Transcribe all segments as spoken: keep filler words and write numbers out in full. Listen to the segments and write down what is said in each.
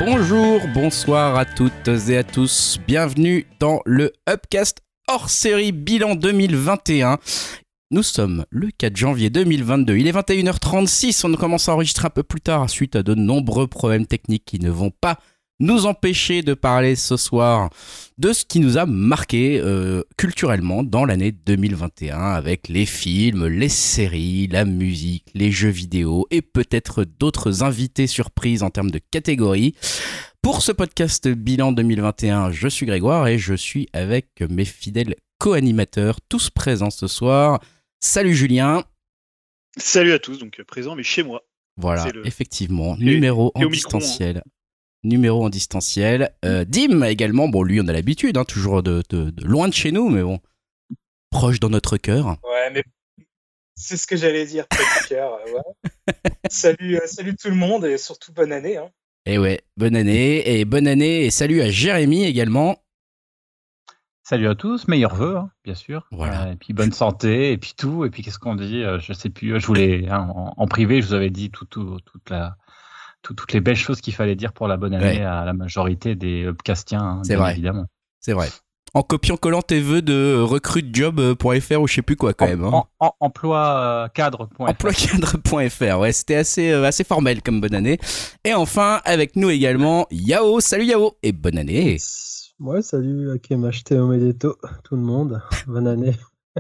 Bonjour, bonsoir à toutes et à tous. Bienvenue dans le Upcast hors série bilan deux mille vingt et un. Nous sommes le quatre janvier deux mille vingt-deux. Il est vingt et une heures trente-six. On commence à enregistrer un peu plus tard suite à de nombreux problèmes techniques qui ne vont pas nous empêcher de parler ce soir de ce qui nous a marqué euh, culturellement dans l'année deux mille vingt et un avec les films, les séries, la musique, les jeux vidéo et peut-être d'autres invités surprises en termes de catégories. Pour ce podcast bilan deux mille vingt et un, je suis Grégoire et je suis avec mes fidèles co-animateurs, tous présents ce soir. Salut Julien. Salut à tous, donc présent mais chez moi. Voilà, le... effectivement, et, numéro et en distanciel. Micro, hein. Numéro en distanciel. Euh, Dim également, bon lui on a l'habitude, hein, toujours de, de, de loin de chez nous, mais bon, proche dans notre cœur. Ouais, mais c'est ce que j'allais dire, près du cœur. Ouais. salut, euh, salut tout le monde et surtout bonne année. Hein. Et ouais, bonne année et bonne année et salut à Jérémy également. Salut à tous, meilleurs vœux, hein, bien sûr. Voilà. Euh, et puis bonne santé, et puis tout. Et puis qu'est-ce qu'on dit euh, je sais plus. Je voulais hein, en, en privé, je vous avais dit tout, tout, toute la. Tout, toutes les belles choses qu'il fallait dire pour la bonne année ouais. à la majorité des upcastiens, hein, c'est bien vrai. évidemment. C'est vrai. En copiant-collant tes vœux de recrutejob point f r ou je sais plus quoi quand en, même. Hein. En, en, emploi cadre point f r. emploi cadre point f r, ouais, c'était assez, euh, assez formel comme bonne année. Et enfin, avec nous également, Yao. Salut Yao et bonne année. Ouais, salut Akemashite Omedeto, tout le monde. Bonne année.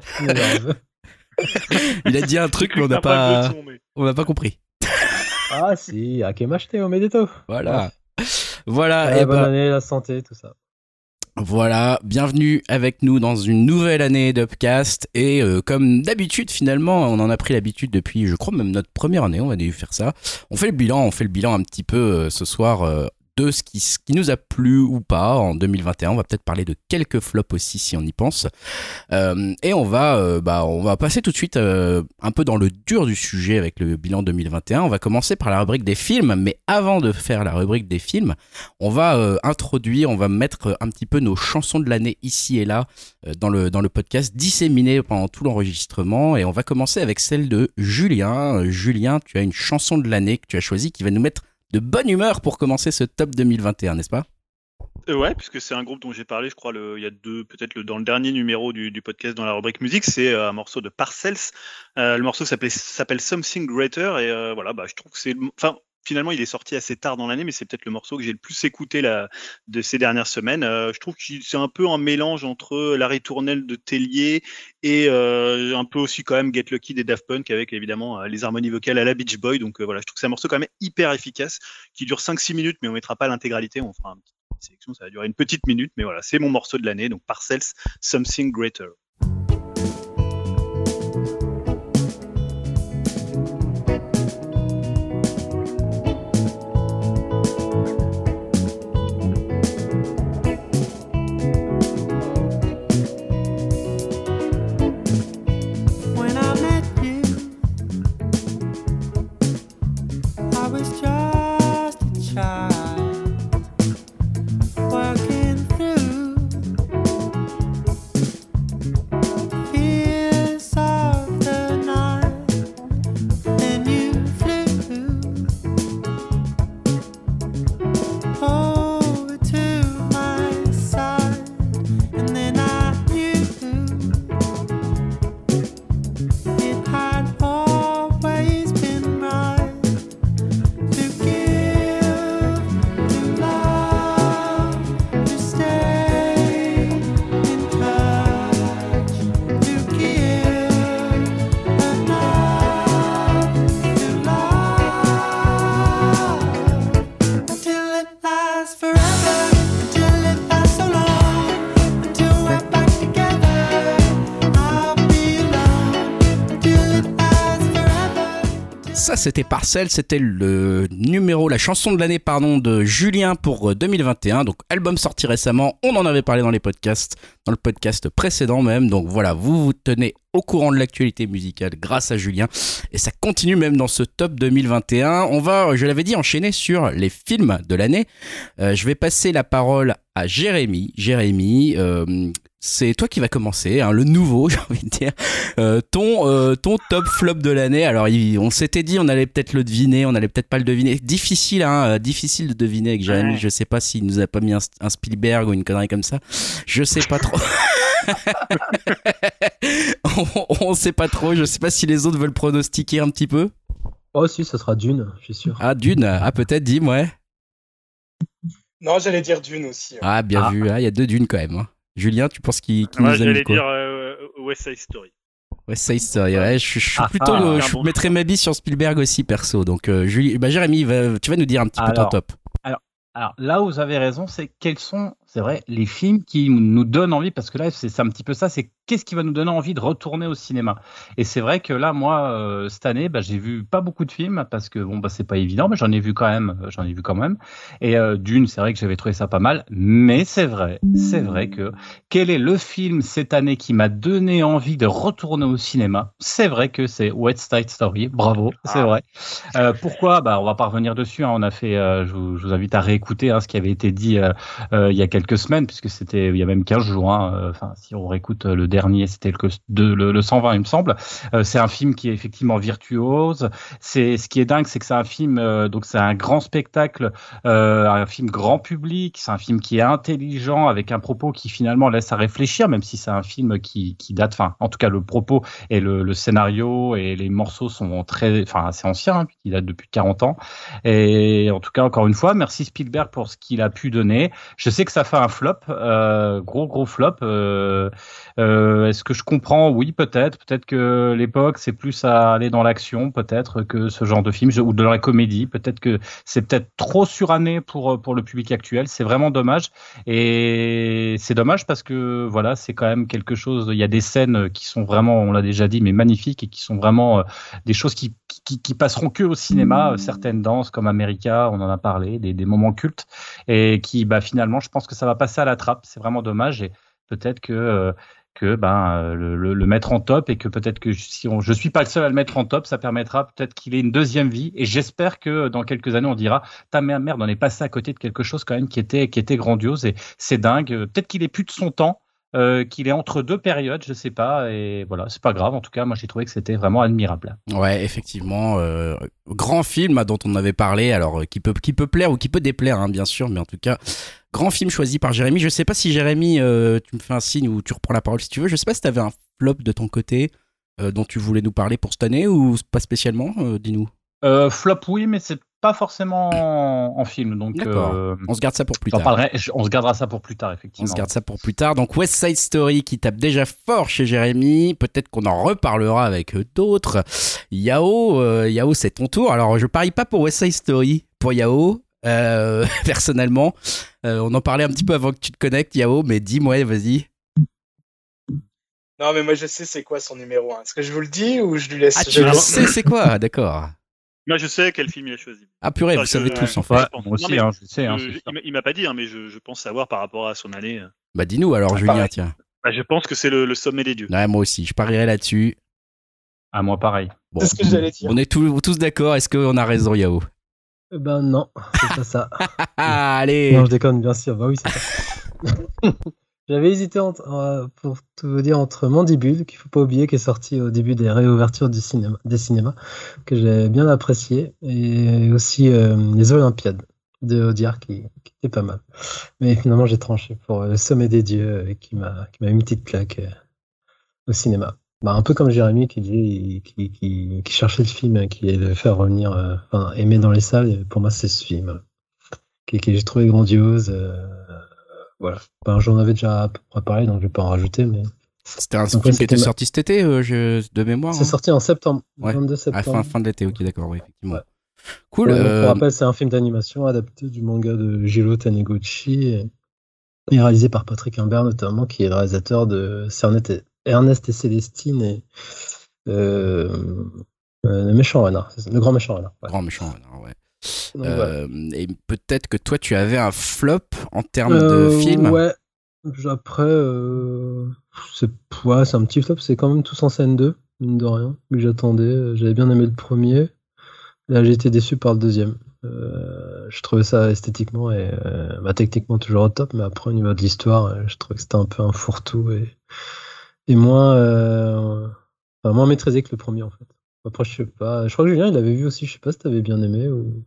Il a dit un truc mais on n'a pas, pas on n'a pas compris. Ah si, Akemashite Omedeto. Voilà. Voilà. Ouais, et bonne bah, année, la santé, tout ça. Voilà, bienvenue avec nous dans une nouvelle année d'Upcast. Et euh, comme d'habitude, finalement, on en a pris l'habitude depuis, je crois, même notre première année, on va dû faire ça. On fait le bilan, on fait le bilan un petit peu euh, ce soir euh, de ce qui, ce qui nous a plu ou pas en deux mille vingt et un. On va peut-être parler de quelques flops aussi si on y pense. Euh, et on va, euh, bah, on va passer tout de suite euh, un peu dans le dur du sujet avec le bilan deux mille vingt et un. On va commencer par la rubrique des films, mais avant de faire la rubrique des films, on va euh, introduire, on va mettre un petit peu nos chansons de l'année ici et là euh, dans le dans le podcast, disséminées pendant tout l'enregistrement. Et on va commencer avec celle de Julien. Euh, Julien, tu as une chanson de l'année que tu as choisie qui va nous mettre de bonne humeur pour commencer ce top deux mille vingt et un, n'est-ce pas ? Euh, ouais, puisque c'est un groupe dont j'ai parlé, je crois, le, il y a deux, peut-être le, dans le dernier numéro du, du podcast dans la rubrique musique, c'est euh, un morceau de Parcells. Euh, le morceau s'appelle, s'appelle Something Greater et euh, voilà, bah, je trouve que c'est, enfin, finalement, il est sorti assez tard dans l'année, mais c'est peut-être le morceau que j'ai le plus écouté là, de ces dernières semaines. Euh, je trouve que c'est un peu un mélange entre la ritournelle de Tellier et euh, un peu aussi quand même Get Lucky des Daft Punk avec évidemment les harmonies vocales à la Beach Boy. Donc euh, voilà, je trouve que c'est un morceau quand même hyper efficace qui dure cinq six minutes, mais on mettra pas l'intégralité, on fera un petit sélection, ça va durer une petite minute, mais voilà, c'est mon morceau de l'année, donc Parcells, Something Greater. Ça, c'était Parcells, c'était le numéro, la chanson de l'année, pardon, de Julien pour deux mille vingt et un. Donc, album sorti récemment. On en avait parlé dans les podcasts, dans le podcast précédent même. Donc voilà, vous vous tenez au courant de l'actualité musicale grâce à Julien. Et ça continue même dans ce top deux mille vingt et un. On va, je l'avais dit, enchaîner sur les films de l'année. Euh, je vais passer la parole à Jérémy. Jérémy, euh, c'est toi qui vas commencer, hein, le nouveau, j'ai envie de dire. Euh, ton, euh, ton top flop de l'année. Alors, il, on s'était dit, on allait peut-être le deviner, on allait peut-être pas le deviner. Difficile, hein, euh, difficile de deviner avec Jérémy. Ouais. Je sais pas s'il nous a pas mis un, un Spielberg ou une connerie comme ça. Je sais pas trop. on, on sait pas trop. Je sais pas si les autres veulent pronostiquer un petit peu. Oh, si, ça sera Dune, je suis sûr. Ah, Dune. Ah, peut-être, dis, ouais. Non, j'allais dire Dune aussi. Hein. Ah, bien ah. vu. Ah, il y a deux Dunes quand même. Hein. Julien, tu penses qu'il, qu'il ouais, nous a mis quoi ? J'allais dire euh, West Side Story. West Side Story, ouais. Je, je suis ah, plutôt, ah, euh, je bon mettrais ma bille sur Spielberg aussi, perso. Donc, euh, Julie, bah, Jérémy, va, tu vas nous dire un petit alors, peu ton top. Alors, alors, là où vous avez raison, c'est quels sont, c'est vrai, les films qui nous donnent envie, parce que là, c'est, c'est un petit peu ça, c'est qu'est-ce qui va nous donner envie de retourner au cinéma. Et c'est vrai que là, moi, euh, cette année, bah, j'ai vu pas beaucoup de films, parce que bon, bah, c'est pas évident, mais j'en ai vu quand même, j'en ai vu quand même. Et euh, Dune, c'est vrai que j'avais trouvé ça pas mal, mais c'est vrai, c'est vrai que quel est le film cette année qui m'a donné envie de retourner au cinéma ? C'est vrai que c'est West Side Story, bravo, ah. c'est vrai. Euh, pourquoi ? Bah, on va pas revenir dessus, hein, on a fait, euh, je, vous, je vous invite à réécouter hein, ce qui avait été dit euh, euh, il y a quelques semaines, puisque c'était il y a même quinze jours, hein, enfin, si on réécoute le dernier, c'était le, de, le, le cent vingt, il me semble. Euh, c'est un film qui est effectivement virtuose. C'est, ce qui est dingue, c'est que c'est un film, euh, donc c'est un grand spectacle, euh, un film grand public, c'est un film qui est intelligent, avec un propos qui finalement laisse à réfléchir, même si c'est un film qui, qui date, enfin, en tout cas, le propos et le, le scénario et les morceaux sont très, enfin, assez anciens, hein, qui datent depuis quarante ans. Et en tout cas, encore une fois, merci Spielberg pour ce qu'il a pu donner. Je sais que ça fait un flop, euh, gros, gros flop, euh, Euh, est-ce que je comprends ? Oui, peut-être. Peut-être que l'époque, c'est plus à aller dans l'action, peut-être, que ce genre de film, ou de la comédie. Peut-être que c'est peut-être trop suranné pour, pour le public actuel. C'est vraiment dommage. Et c'est dommage parce que, voilà, c'est quand même quelque chose... Il y a des scènes qui sont vraiment, on l'a déjà dit, mais magnifiques et qui sont vraiment euh, des choses qui, qui, qui passeront que au cinéma. Mmh. Certaines danses, comme America, on en a parlé, des, des moments cultes. Et qui, bah, finalement, je pense que ça va passer à la trappe. C'est vraiment dommage. Et peut-être que... Euh, que ben le, le, le mettre en top et que peut-être que si on, je suis pas le seul à le mettre en top, ça permettra peut-être qu'il ait une deuxième vie et j'espère que dans quelques années on dira ta mère merde on est passé à côté de quelque chose quand même qui était qui était grandiose et c'est dingue, peut-être qu'il est plus de son temps, euh, qu'il est entre deux périodes, je sais pas et voilà c'est pas grave en tout cas moi j'ai trouvé que c'était vraiment admirable. Ouais effectivement euh, grand film dont on avait parlé alors qui peut qui peut plaire ou qui peut déplaire hein, bien sûr mais en tout cas grand film choisi par Jérémy. Je sais pas si Jérémy, euh, tu me fais un signe ou tu reprends la parole si tu veux. Je sais pas si tu avais un flop de ton côté euh, dont tu voulais nous parler pour cette année ou pas spécialement. Euh, dis-nous. Euh, flop oui, mais c'est pas forcément en, en film. Donc d'accord. Euh, on se garde ça pour plus tard. Parlerai, on se gardera ça pour plus tard effectivement. On se garde ça pour plus tard. Donc West Side Story qui tape déjà fort chez Jérémy. Peut-être qu'on en reparlera avec d'autres. Yao, euh, Yao c'est ton tour. Alors je parie pas pour West Side Story pour Yao. Euh, personnellement, euh, on en parlait un petit peu avant que tu te connectes, Yao, mais dis-moi, vas-y. Non, mais moi je sais c'est quoi son numéro un. Est-ce que je vous le dis ou je lui laisse ? Ah, tu le sais, c'est quoi ? D'accord. Moi je sais quel film il a choisi. Ah purée, enfin, vous je, savez tous en fait. Ouais, moi aussi, non, hein, je sais. Hein, je, il, m'a, il m'a pas dit, hein, mais je, je pense savoir par rapport à son année. Bah dis-nous alors, ah, Julien, pareil. Tiens. Bah, je pense que c'est le, le sommet des dieux. Ouais, moi aussi, je parierais là-dessus. Ah, moi pareil. Bon, c'est ce que j'allais dire. On est tous, tous d'accord, est-ce qu'on a raison, Yao ? Eh ben non, c'est pas ça. Allez. Non, je déconne, bien sûr. Bah oui, c'est ça. J'avais hésité, entre, euh, pour tout vous dire, entre Mandibule, qu'il faut pas oublier, qui est sorti au début des réouvertures du cinéma, des cinémas, que j'ai bien apprécié, et aussi euh, les Olympiades de Audiard, qui, qui était pas mal. Mais finalement, j'ai tranché pour le Sommet des Dieux, euh, qui m'a, qui m'a mis une petite claque euh, au cinéma. Bah, un peu comme Jérémy qui dit, qui, qui, qui cherchait le film, qui est de faire revenir, euh, enfin, aimer dans les salles. Pour moi, c'est ce film, qui, qui j'ai trouvé grandiose. Euh, voilà. Enfin, j'en avais déjà à peu près parlé, donc je vais pas en rajouter, mais. C'était un film qui était ma... sorti cet été, euh, je, de mémoire. C'est hein. sorti en septembre, ouais. vingt-deux septembre. Ah, fin, fin de l'été, ok, d'accord, oui, effectivement. Ouais. Cool. Ouais, euh... Pour rappel, c'est un film d'animation adapté du manga de Jiro Taniguchi et, et réalisé par Patrick Imbert, notamment, qui est le réalisateur de Ernest et, Ernest et Célestine et euh, euh, le méchant renard, le grand méchant renard. Ouais. Grand méchant renard, ouais. Donc, euh, voilà. Et peut-être que toi, tu avais un flop en termes euh, de film. Ouais. Après, euh, c'est, ouais, c'est un petit flop. C'est quand même Tous en scène deux, mine de rien, que j'attendais. J'avais bien aimé le premier. Là, j'ai été déçu par le deuxième. Euh, je trouvais ça esthétiquement et euh, bah, techniquement toujours au top, mais après au niveau de l'histoire, euh, je trouvais que c'était un peu un fourre-tout et, et moins, euh, enfin, moins maîtrisé que le premier en fait. Après, je sais pas, je crois que Julien il l'avait vu aussi, je sais pas si t'avais bien aimé ou.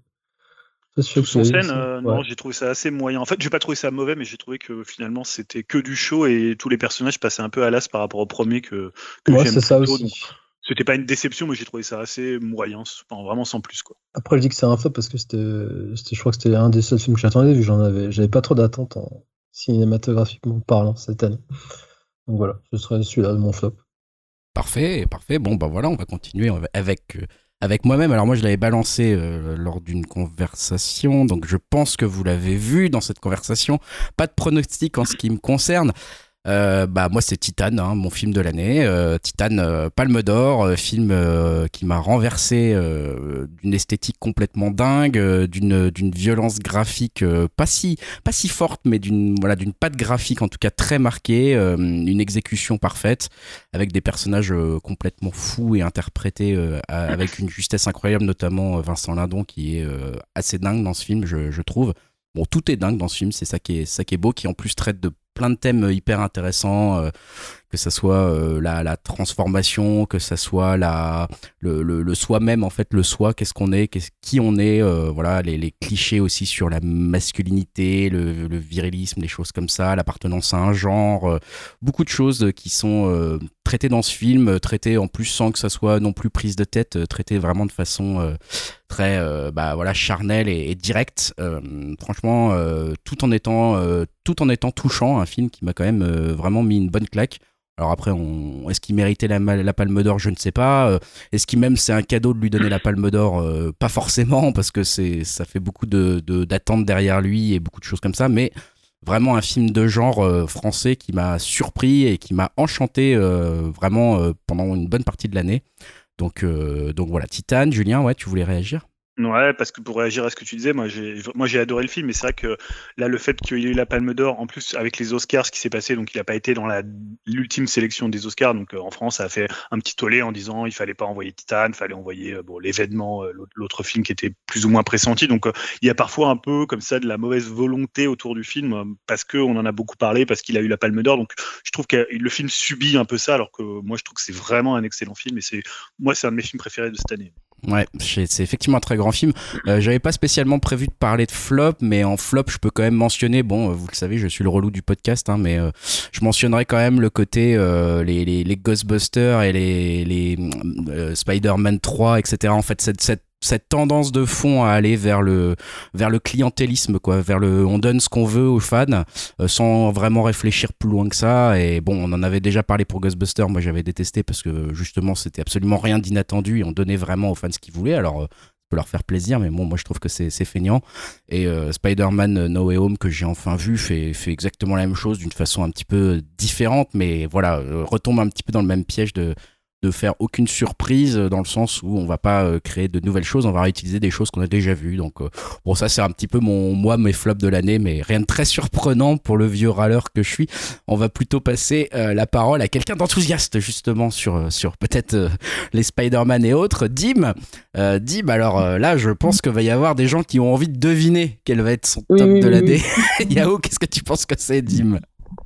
Tous en scène, euh, non, ouais. J'ai trouvé ça assez moyen. En fait, j'ai pas trouvé ça mauvais, mais j'ai trouvé que finalement c'était que du show et tous les personnages passaient un peu à l'as par rapport au premier que, que ouais, j'aime c'est ça plutôt, aussi. Donc, c'était pas une déception, mais j'ai trouvé ça assez moyen, enfin, vraiment sans plus quoi. Après, je dis que c'est un flop parce que c'était, c'était, je crois que c'était un des seuls films que j'attendais vu que j'en avais, j'avais pas trop d'attentes en cinématographiquement parlant cette année. Donc voilà, ce serait celui-là de mon flop. Parfait, parfait. Bon, bah voilà, on va continuer avec, euh, avec moi-même. Alors moi, je l'avais balancé euh, lors d'une conversation, donc je pense que vous l'avez vu dans cette conversation. Pas de pronostic en ce qui me concerne. Euh, bah moi c'est Titane, hein, mon film de l'année. Euh, Titane, euh, Palme d'Or, euh, film euh, qui m'a renversé euh, d'une esthétique complètement dingue, euh, d'une d'une violence graphique euh, pas si pas si forte, mais d'une voilà d'une patte graphique en tout cas très marquée, euh, une exécution parfaite avec des personnages euh, complètement fous et interprétés euh, avec une justesse incroyable, notamment Vincent Lindon qui est euh, assez dingue dans ce film, je, je trouve. Bon, tout est dingue dans ce film, c'est ça qui est, ça qui est beau, qui en plus traite de plein de thèmes hyper intéressants, euh, que ça soit euh, la, la transformation, que ça soit la, le, le, le soi-même, en fait, le soi, qu'est-ce qu'on est, qu'est-ce, qui on est, euh, voilà, les, les clichés aussi sur la masculinité, le, le virilisme, les choses comme ça, l'appartenance à un genre, euh, beaucoup de choses qui sont euh, traitées dans ce film, traitées en plus sans que ça soit non plus prise de tête, euh, traitées vraiment de façon euh, très euh, bah, voilà, charnelle et, et directe, euh, franchement, euh, tout en étant, euh, tout en étant touchant, un film qui m'a quand même euh, vraiment mis une bonne claque. Alors après, on... est-ce qu'il méritait la, la Palme d'Or ? Je ne sais pas. Euh, est-ce qu'il même c'est un cadeau de lui donner la Palme d'Or ? euh, Pas forcément, parce que c'est, ça fait beaucoup de, de, d'attentes derrière lui et beaucoup de choses comme ça. Mais vraiment un film de genre euh, français qui m'a surpris et qui m'a enchanté euh, vraiment euh, pendant une bonne partie de l'année. Donc, euh, donc voilà, Titane, Julien, ouais, tu voulais réagir ? Ouais, parce que pour réagir à ce que tu disais, moi j'ai, moi j'ai adoré le film, mais c'est vrai que là le fait qu'il ait eu la Palme d'Or, en plus avec les Oscars, ce qui s'est passé, donc il n'a pas été dans la l'ultime sélection des Oscars, donc euh, en France ça a fait un petit tollé en disant il fallait pas envoyer Titane, fallait envoyer euh, bon l'événement, euh, l'autre, l'autre film qui était plus ou moins pressenti, donc euh, il y a parfois un peu comme ça de la mauvaise volonté autour du film euh, parce que on en a beaucoup parlé, parce qu'il a eu la Palme d'Or, donc je trouve que le film subit un peu ça, alors que moi je trouve que c'est vraiment un excellent film et c'est moi c'est un de mes films préférés de cette année. Ouais, c'est effectivement un très grand film. Euh, j'avais pas spécialement prévu de parler de flop, mais en flop, je peux quand même mentionner, bon, vous le savez, je suis le relou du podcast, hein, mais euh, je mentionnerai quand même le côté euh, les, les, les Ghostbusters et les, les euh, Spider-Man trois, et cetera. En fait, cette, cette cette tendance de fond à aller vers le vers le clientélisme, quoi, vers le on donne ce qu'on veut aux fans euh, sans vraiment réfléchir plus loin que ça. Et bon, on en avait déjà parlé pour Ghostbusters, moi j'avais détesté parce que justement c'était absolument rien d'inattendu et on donnait vraiment aux fans ce qu'ils voulaient. Alors euh, ça peut leur faire plaisir, mais bon, moi je trouve que c'est c'est feignant. Et euh, Spider-Man No Way Home que j'ai enfin vu fait fait exactement la même chose d'une façon un petit peu différente, mais voilà, euh, retombe un petit peu dans le même piège de de faire aucune surprise dans le sens où on va pas euh, créer de nouvelles choses, on va réutiliser des choses qu'on a déjà vues. Donc euh, bon, ça c'est un petit peu mon moi mes flops de l'année, mais rien de très surprenant pour le vieux râleur que je suis. On va plutôt passer euh, la parole à quelqu'un d'enthousiaste justement sur sur peut-être euh, les Spider-Man et autres. Dim, euh, Dim. Alors euh, là, je pense qu'il va y avoir des gens qui ont envie de deviner quel va être son oui, top oui, de oui, l'année. Oui. Yao, qu'est-ce que tu penses que c'est, Dim ?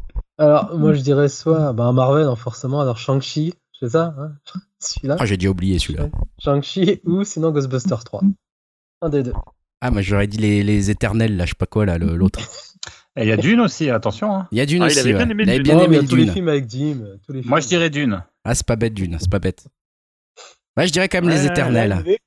Alors moi je dirais soit bah, Marvel, hein, forcément. Alors Shang-Chi. C'est ça, hein celui-là. Ah, j'ai déjà oublié celui-là. Shang-Chi ou sinon Ghostbusters trois. Un des deux. Ah, moi j'aurais dit les, les éternels, là, je sais pas quoi, là, le, l'autre. Et il y a Dune aussi, attention. Hein. Il y a Dune ah, aussi. Il avait ouais. bien aimé il avait Dune. bien Oh, aimé tous Dune. les films avec Dim. Tous les films. Moi, je dirais Dune. Ah, c'est pas bête, Dune, c'est pas bête. Ouais, je dirais quand même Ouais, les éternels. Ouais,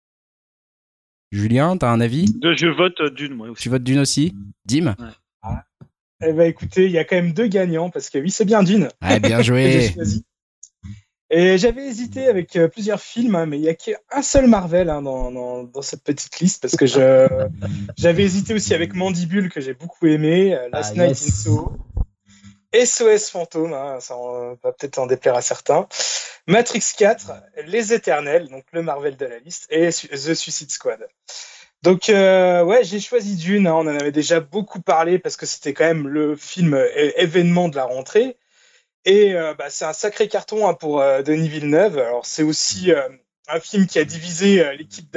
Julien, t'as un avis ? De, je vote Dune, moi aussi. Tu votes Dune aussi ? Dim ? Eh ben écoutez, il y a quand même deux gagnants parce que oui, c'est bien Dune. Ah, bien que j'ai joué. choisi. Et j'avais hésité avec euh, plusieurs films, hein, mais il y a qu'un seul Marvel hein, dans, dans, dans cette petite liste parce que je j'avais hésité aussi avec Mandibule que j'ai beaucoup aimé, euh, Last Ah, Night yes. in Soho, S O S Fantôme, hein, ça en- va peut-être en déplaire à certains, Matrix quatre, Les Éternels, donc le Marvel de la liste, et Su- The Suicide Squad. Donc euh, ouais, j'ai choisi Dune, hein, on en avait déjà beaucoup parlé parce que c'était quand même le film é- événement de la rentrée. Et euh, bah, c'est un sacré carton hein, pour euh, Denis Villeneuve. Alors c'est aussi euh, un film qui a divisé euh, l'équipe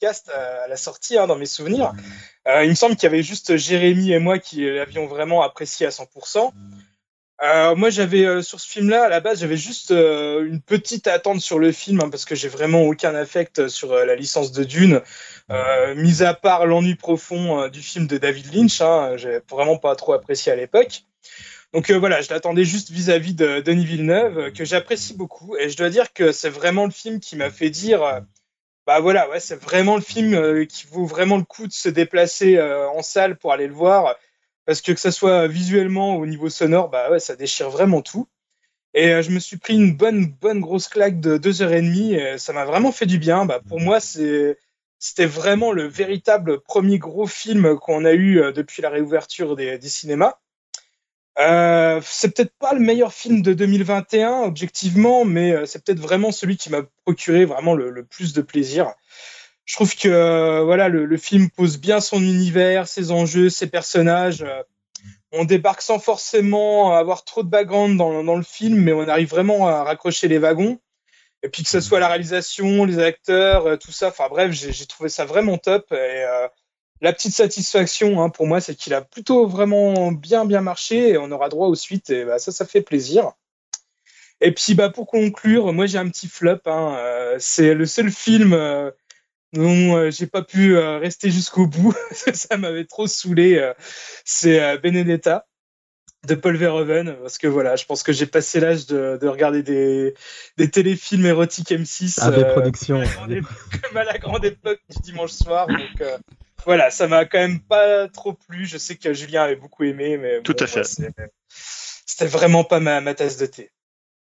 podcast à la sortie, hein, dans mes souvenirs. Euh, il me semble qu'il y avait juste Jérémy et moi qui l'avions vraiment apprécié à cent pour cent. Euh, moi, j'avais euh, sur ce film-là, à la base, j'avais juste euh, une petite attente sur le film, hein, parce que j'ai vraiment aucun affect sur euh, la licence de Dune, euh, mis à part l'ennui profond euh, du film de David Lynch. Hein, j'ai vraiment pas trop apprécié à l'époque. Donc euh, voilà, je l'attendais juste vis-à-vis de Denis Villeneuve, euh, que j'apprécie beaucoup, et je dois dire que c'est vraiment le film qui m'a fait dire, euh, bah voilà, ouais, c'est vraiment le film euh, qui vaut vraiment le coup de se déplacer euh, en salle pour aller le voir. Parce que que ça soit visuellement ou au niveau sonore, bah ouais, ça déchire vraiment tout. Et euh, je me suis pris une bonne, bonne grosse claque de deux heures et demie. Et ça m'a vraiment fait du bien. Bah pour moi, c'est, c'était vraiment le véritable premier gros film qu'on a eu euh, depuis la réouverture des, des cinémas. Euh, c'est peut-être pas le meilleur film de deux mille vingt et un, objectivement, mais euh, c'est peut-être vraiment celui qui m'a procuré vraiment le, le plus de plaisir. Je trouve que euh, voilà, le, le film pose bien son univers, ses enjeux, ses personnages. Euh, on débarque sans forcément avoir trop de background dans, dans le film, mais on arrive vraiment à raccrocher les wagons. Et puis que ce soit la réalisation, les acteurs, euh, tout ça. Enfin bref, j'ai, j'ai trouvé ça vraiment top. Et euh, la petite satisfaction, hein, pour moi, c'est qu'il a plutôt vraiment bien bien marché. Et on aura droit aux suites. Et bah, ça, ça fait plaisir. Et puis bah pour conclure, moi j'ai un petit flop. Hein, euh, c'est le seul film. Euh, Non, euh, j'ai pas pu euh, rester jusqu'au bout. Ça m'avait trop saoulé. Euh, c'est euh, Benedetta de Paul Verhoeven, parce que voilà, je pense que j'ai passé l'âge de, de regarder des, des téléfilms érotiques M six. A B euh, Productions. Comme, ouais. Comme à la grande époque du dimanche soir. Donc euh, voilà, ça m'a quand même pas trop plu. Je sais que Julien avait beaucoup aimé, mais Tout bon, à fait. Ouais, c'est, c'était vraiment pas ma, ma tasse de thé.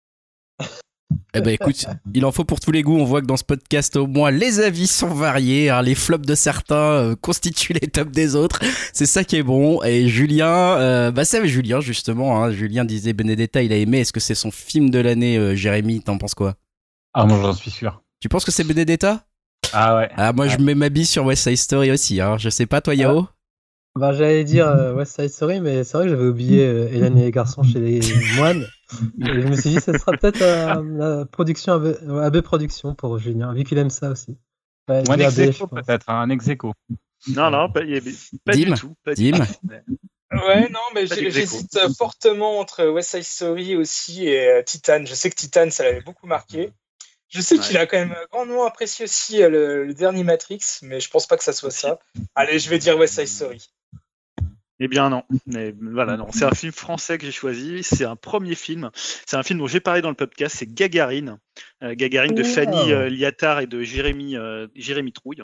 Eh ben écoute, il en faut pour tous les goûts. On voit que dans ce podcast, au moins, les avis sont variés. Alors, les flops de certains euh, constituent les tops des autres. C'est ça qui est bon. Et Julien, euh, bah c'est Julien justement. Hein. Julien disait Benedetta, il a aimé. Est-ce que c'est son film de l'année, euh, Jérémy? T'en penses quoi? Ah, moi j'en suis sûr. Tu penses que c'est Benedetta? Ah ouais. Ah moi ouais. je mets ma bille sur West Side Story aussi. Hein. Je sais pas toi, Yao. Bah, j'allais dire euh, West Side Story, mais c'est vrai que j'avais oublié euh, Hélène et les garçons chez les moines. Et je me suis dit, ce sera peut-être euh, la production A B, A B Productions pour Julien, vu qu'il aime ça aussi. Ouais, Ou un du A B, ex-aequo je pense. peut-être, hein, un ex-aequo. Non, non, pas, pas Dim, du tout. Pas Dim. du tout. Ouais, non, mais Pas j'ai- d'ex-aequo. j'hésite euh, fortement entre West Side Story aussi et euh, Titan. Je sais que Titan, ça l'avait beaucoup marqué. Je sais Ouais. qu'il a quand même grandement apprécié aussi euh, le, le dernier Matrix, mais je pense pas que ça soit ça. Allez, je vais dire West Side Story. Eh bien non, mais voilà, non. C'est un film français que j'ai choisi. C'est un premier film. C'est un film dont j'ai parlé dans le podcast. C'est Gagarine, euh, Gagarine de Wow. Fanny euh, Liattard et de Jérémy euh, Jérémy Trouille.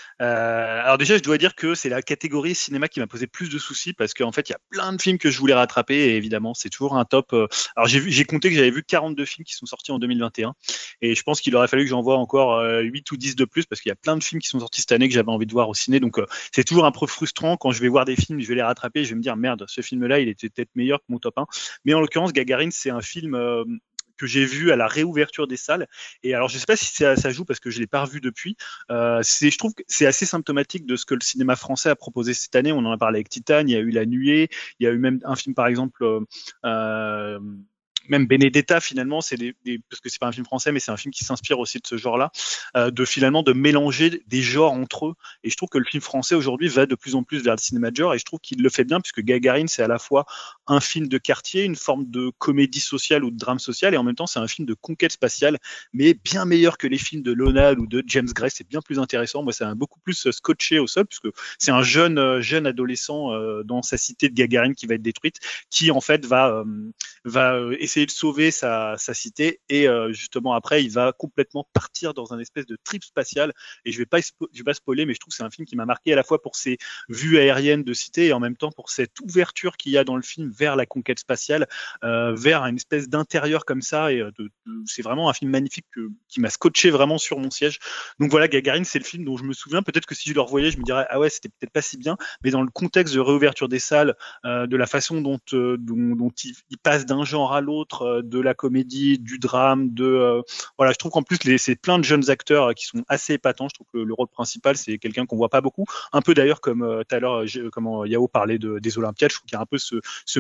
Euh, alors déjà, je dois dire que c'est la catégorie cinéma qui m'a posé plus de soucis parce qu'en fait, il y a plein de films que je voulais rattraper et évidemment, c'est toujours un top. euh, Alors j'ai vu, j'ai compté que j'avais vu quarante-deux films qui sont sortis en deux mille vingt et un et je pense qu'il aurait fallu que j'en voie encore euh, huit ou dix de plus parce qu'il y a plein de films qui sont sortis cette année que j'avais envie de voir au ciné. Donc euh, c'est toujours un peu frustrant quand je vais voir des films, je vais les rattraper, je vais me dire merde, ce film-là, il était peut-être meilleur que mon top un. Mais en l'occurrence, Gagarine, c'est un film euh, que j'ai vu à la réouverture des salles. Et alors, je sais pas si ça, ça joue parce que je l'ai pas revu depuis. Euh, c'est, je trouve que c'est assez symptomatique de ce que le cinéma français a proposé cette année. On en a parlé avec Titane, il y a eu La Nuée, il y a eu même un film, par exemple, euh, euh, même Benedetta finalement, c'est des, des, parce que c'est pas un film français, mais c'est un film qui s'inspire aussi de ce genre-là, euh, de finalement de mélanger des genres entre eux. Et je trouve que le film français aujourd'hui va de plus en plus vers le cinéma de genre, et je trouve qu'il le fait bien puisque Gagarine c'est à la fois un film de quartier, une forme de comédie sociale ou de drame social, et en même temps c'est un film de conquête spatiale, mais bien meilleur que les films de Lonald ou de James Gray. C'est bien plus intéressant. Moi, ça m'a beaucoup plus scotché au sol puisque c'est un jeune euh, jeune adolescent euh, dans sa cité de Gagarine qui va être détruite, qui en fait va euh, va euh, essayer de sauver sa, sa cité et euh, justement après il va complètement partir dans un espèce de trip spatial, et je vais pas je vais pas spoiler, mais je trouve que c'est un film qui m'a marqué à la fois pour ses vues aériennes de cité et en même temps pour cette ouverture qu'il y a dans le film vers la conquête spatiale, euh, vers une espèce d'intérieur comme ça, et de, de, c'est vraiment un film magnifique que, qui m'a scotché vraiment sur mon siège. Donc voilà, Gagarine c'est le film dont je me souviens. Peut-être que si je le revoyais je me dirais ah ouais c'était peut-être pas si bien, mais dans le contexte de réouverture des salles, euh, de la façon dont, euh, dont, dont il, il passe d'un genre à l'autre, euh, de la comédie, du drame, de euh, voilà, je trouve qu'en plus les, c'est plein de jeunes acteurs euh, qui sont assez épatants. Je trouve que le, le rôle principal c'est quelqu'un qu'on voit pas beaucoup, un peu d'ailleurs comme euh, tout à l'heure, comment Yao parlait de, des Olympiades. Je trouve qu'il y a un peu ce, ce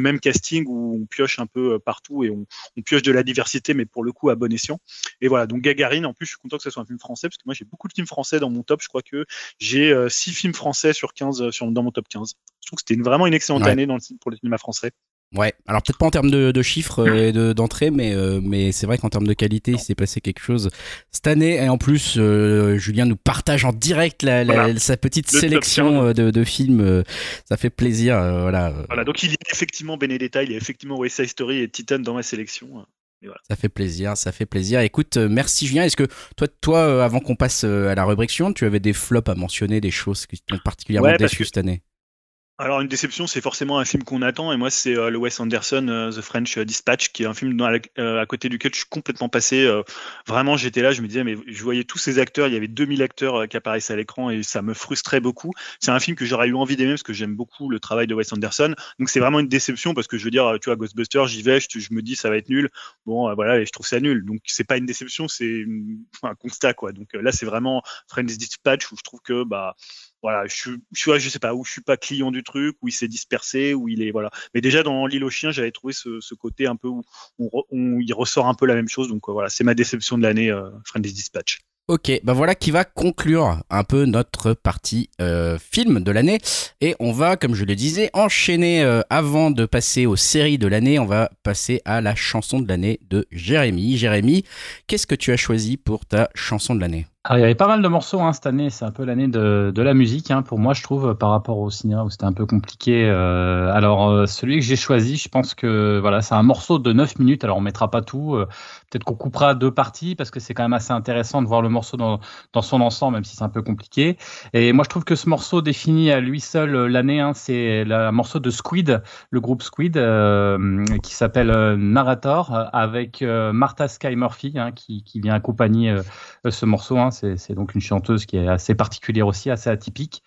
même casting où on pioche un peu partout et on, on pioche de la diversité, mais pour le coup à bon escient. Et voilà, donc Gagarine, en plus, je suis content que ce soit un film français, parce que moi j'ai beaucoup de films français dans mon top. Je crois que j'ai euh, six films français sur quinze sur, dans mon top quinze. Je trouve que c'était une, vraiment une excellente ouais. année dans le, pour le cinéma français. Ouais, alors peut-être pas en termes de, de chiffres et de, d'entrée, mais, euh, mais c'est vrai qu'en termes de qualité, il s'est passé quelque chose cette année. Et en plus, euh, Julien nous partage en direct la, la, voilà. sa petite le sélection de, de films. Ça fait plaisir. Euh, voilà. Voilà, donc il y a effectivement Benedetta, il y a effectivement West Side Story et Titan dans ma sélection. Et voilà. Ça fait plaisir, ça fait plaisir. Écoute, euh, merci Julien. Est-ce que toi, toi euh, avant qu'on passe euh, à la rubrique suivante, tu avais des flops à mentionner, des choses qui t'ont particulièrement ouais, déçu que... cette année? Alors une déception, c'est forcément un film qu'on attend, et moi c'est euh, le Wes Anderson, euh, The French Dispatch, qui est un film dans la, euh, à côté duquel je suis complètement passé. Euh, vraiment, j'étais là, je me disais, mais je voyais tous ces acteurs, il y avait deux mille acteurs euh, qui apparaissaient à l'écran, et ça me frustrait beaucoup. C'est un film que j'aurais eu envie d'aimer parce que j'aime beaucoup le travail de Wes Anderson. Donc c'est vraiment une déception parce que je veux dire, tu vois, Ghostbusters, j'y vais, je, je me dis ça va être nul. Bon, euh, voilà, et je trouve ça nul. Donc c'est pas une déception, c'est une, un constat quoi. Donc euh, là, c'est vraiment French Dispatch où je trouve que bah voilà, je suis, je suis, je sais pas, où je suis pas client du truc, où il s'est dispersé, où il est, voilà. Mais déjà, dans L'île aux chiens, j'avais trouvé ce, ce côté un peu où, où, où il ressort un peu la même chose. Donc, euh, voilà, c'est ma déception de l'année, euh, Friendly Dispatch. Ok, bah voilà qui va conclure un peu notre partie euh, film de l'année. Et on va, comme je le disais, enchaîner euh, avant de passer aux séries de l'année. On va passer à la chanson de l'année de Jérémy. Jérémy, qu'est-ce que tu as choisi pour ta chanson de l'année ? Alors, il y avait pas mal de morceaux hein, cette année, c'est un peu l'année de, de la musique hein, pour moi je trouve par rapport au cinéma où c'était un peu compliqué. Euh, alors euh, celui que j'ai choisi, je pense que voilà, c'est un morceau de neuf minutes, alors on mettra pas tout, euh, peut-être qu'on coupera deux parties parce que c'est quand même assez intéressant de voir le morceau dans, dans son ensemble même si c'est un peu compliqué. Et moi je trouve que ce morceau définit à lui seul l'année, hein, c'est le morceau de Squid, le groupe Squid euh, qui s'appelle euh, Narrator avec euh, Martha Skye Murphy hein, qui, qui vient accompagner euh, ce morceau. Hein. C'est, c'est donc une chanteuse qui est assez particulière aussi, assez atypique.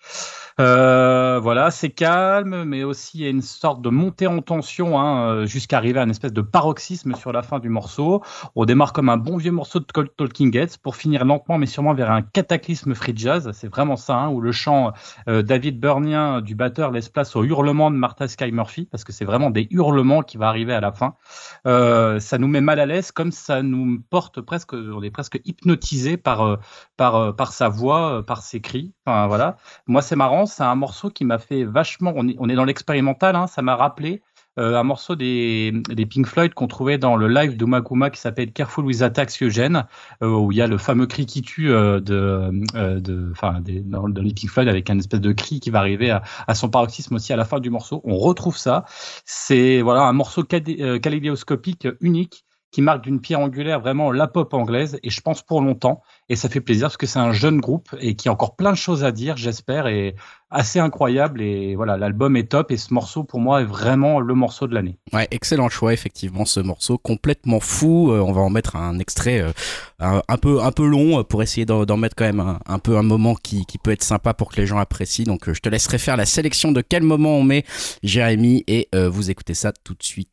Euh, voilà, c'est calme, mais aussi il y a une sorte de montée en tension hein, jusqu'à arriver à une espèce de paroxysme sur la fin du morceau. On démarre comme un bon vieux morceau de Talking Heads pour finir lentement mais sûrement vers un cataclysme free jazz. C'est vraiment ça, hein, où le chant euh, David Byrnien du batteur laisse place aux hurlements de Martha Skye Murphy parce que c'est vraiment des hurlements qui va arriver à la fin. Euh, ça nous met mal à l'aise, comme ça nous porte presque, on est presque hypnotisé par euh, par par sa voix, par ses cris. Enfin voilà. Moi c'est marrant. C'est un morceau qui m'a fait vachement. On est, on est dans l'expérimental, hein, ça m'a rappelé euh, un morceau des, des Pink Floyd qu'on trouvait dans le live d'Umakuma qui s'appelle Careful with Attacks Eugene, euh, où il y a le fameux cri qui tue euh, de, euh, de, enfin, des, dans, dans les Pink Floyd avec un espèce de cri qui va arriver à, à son paroxysme aussi à la fin du morceau. On retrouve ça. C'est voilà un morceau cadé, euh, kaléidoscopique unique qui marque d'une pierre angulaire vraiment la pop anglaise et je pense pour longtemps et ça fait plaisir parce que c'est un jeune groupe et qui a encore plein de choses à dire j'espère et assez incroyable et voilà l'album est top et ce morceau pour moi est vraiment le morceau de l'année. Ouais, excellent choix effectivement ce morceau complètement fou, euh, on va en mettre un extrait euh, un, un peu un peu long pour essayer d'en, d'en mettre quand même un, un peu un moment qui, qui peut être sympa pour que les gens apprécient donc euh, je te laisserai faire la sélection de quel moment on met Jérémy et euh, vous écoutez ça tout de suite.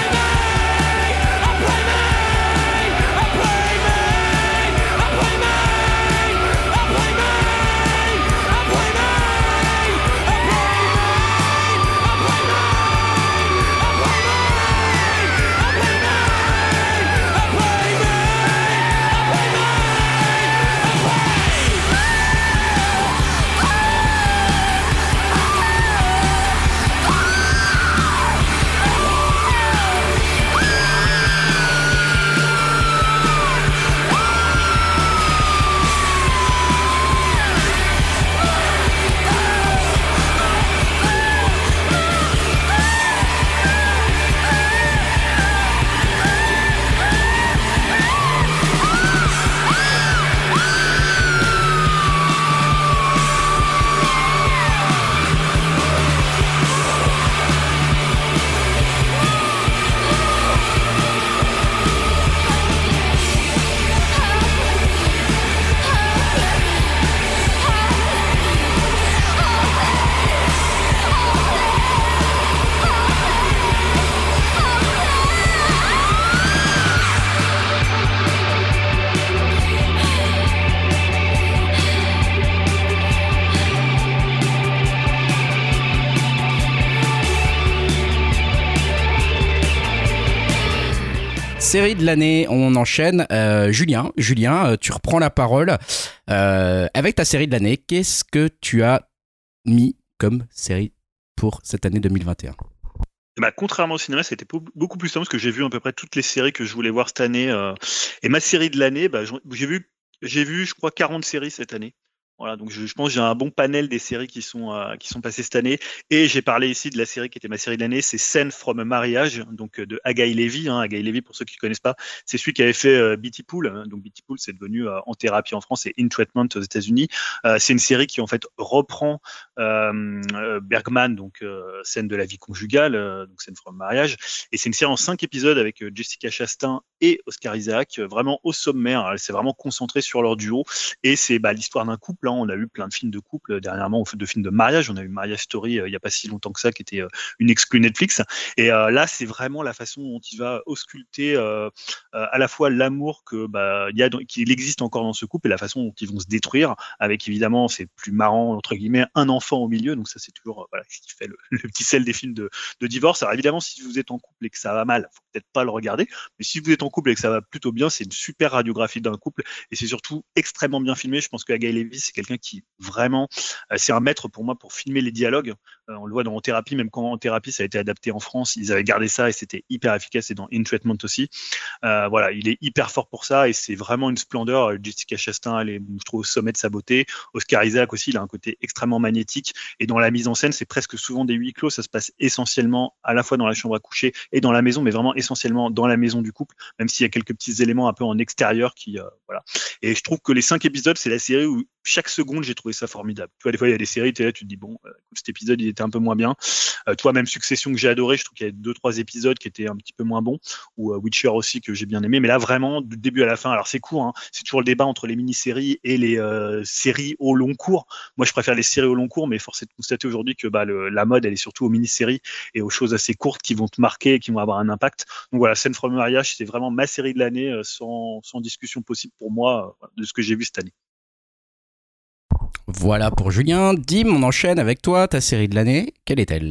I play me, I play me, I play me. série de l'année, on enchaîne. Euh, Julien, Julien, euh, tu reprends la parole. Euh, avec ta série de l'année, qu'est-ce que tu as mis comme série pour cette année deux mille vingt et un ? Bah, contrairement au cinéma, c'était beaucoup plus simple parce que j'ai vu à peu près toutes les séries que je voulais voir cette année. Euh, et ma série de l'année, bah, j'ai vu, j'ai vu, je crois, quarante séries cette année. Voilà, donc je, je pense que j'ai un bon panel des séries qui sont euh, qui sont passées cette année. Et j'ai parlé ici de la série qui était ma série de l'année, c'est Scene from a Marriage, donc de Haggai Levy. Hein, Haggai Levy, pour ceux qui ne connaissent pas, c'est celui qui avait fait euh, Beatty Pool. Hein, donc Beatty Pool, c'est devenu euh, En thérapie en France et In Treatment aux États-Unis. Euh, c'est une série qui en fait reprend euh, Bergman, donc euh, Scène de la vie conjugale, euh, donc Scene from a Marriage. Et c'est une série en cinq épisodes avec euh, Jessica Chastain et Oscar Isaac, euh, vraiment au sommaire. Elle s'est vraiment concentrée sur leur duo. Et c'est bah, l'histoire d'un couple. Hein, on a eu plein de films de couple dernièrement, de films de mariage. On a eu Marriage Story euh, il n'y a pas si longtemps que ça, qui était euh, une exclue Netflix. Et euh, là, c'est vraiment la façon dont il va ausculter euh, euh, à la fois l'amour que bah, il y a, qu'il existe encore dans ce couple et la façon dont ils vont se détruire. Avec évidemment, c'est plus marrant entre guillemets, un enfant au milieu. Donc ça, c'est toujours euh, voilà, ce qui fait le, le petit sel des films de, de divorce. Alors évidemment, si vous êtes en couple et que ça va mal, faut peut-être pas le regarder. Mais si vous êtes en couple et que ça va plutôt bien, c'est une super radiographie d'un couple et c'est surtout extrêmement bien filmé. Je pense que Haggai Levy, c'est quelqu'un qui vraiment, euh, c'est un maître pour moi pour filmer les dialogues. Euh, on le voit dans En thérapie, même quand En thérapie ça a été adapté en France, ils avaient gardé ça et c'était hyper efficace. Et dans In Treatment aussi, euh, voilà, il est hyper fort pour ça et c'est vraiment une splendeur. Jessica Chastain, elle est, je trouve, au sommet de sa beauté. Oscar Isaac aussi, il a un côté extrêmement magnétique et dans la mise en scène, c'est presque souvent des huis clos. Ça se passe essentiellement à la fois dans la chambre à coucher et dans la maison, mais vraiment essentiellement dans la maison du couple, même s'il y a quelques petits éléments un peu en extérieur qui, euh, voilà. Et je trouve que les cinq épisodes, c'est la série où chaque seconde, j'ai trouvé ça formidable. Tu vois, des fois, il y a des séries, tu es là, tu te dis, bon, euh, cet épisode, il était un peu moins bien. Euh, toi, même Succession, que j'ai adoré, je trouve qu'il y a deux, trois épisodes qui étaient un petit peu moins bons, ou euh, Witcher aussi, que j'ai bien aimé. Mais là, vraiment, du début à la fin, alors c'est court, hein, c'est toujours le débat entre les mini-séries et les euh, séries au long cours. Moi, je préfère les séries au long cours, mais force est de constater aujourd'hui que bah, le, la mode, elle est surtout aux mini-séries et aux choses assez courtes qui vont te marquer et qui vont avoir un impact. Donc voilà, Scene from a Marriage, c'est vraiment ma série de l'année, euh, sans, sans discussion possible pour moi, euh, de ce que j'ai vu cette année. Voilà pour Julien. Dim, on enchaîne avec toi, ta série de l'année. Quelle est-elle ?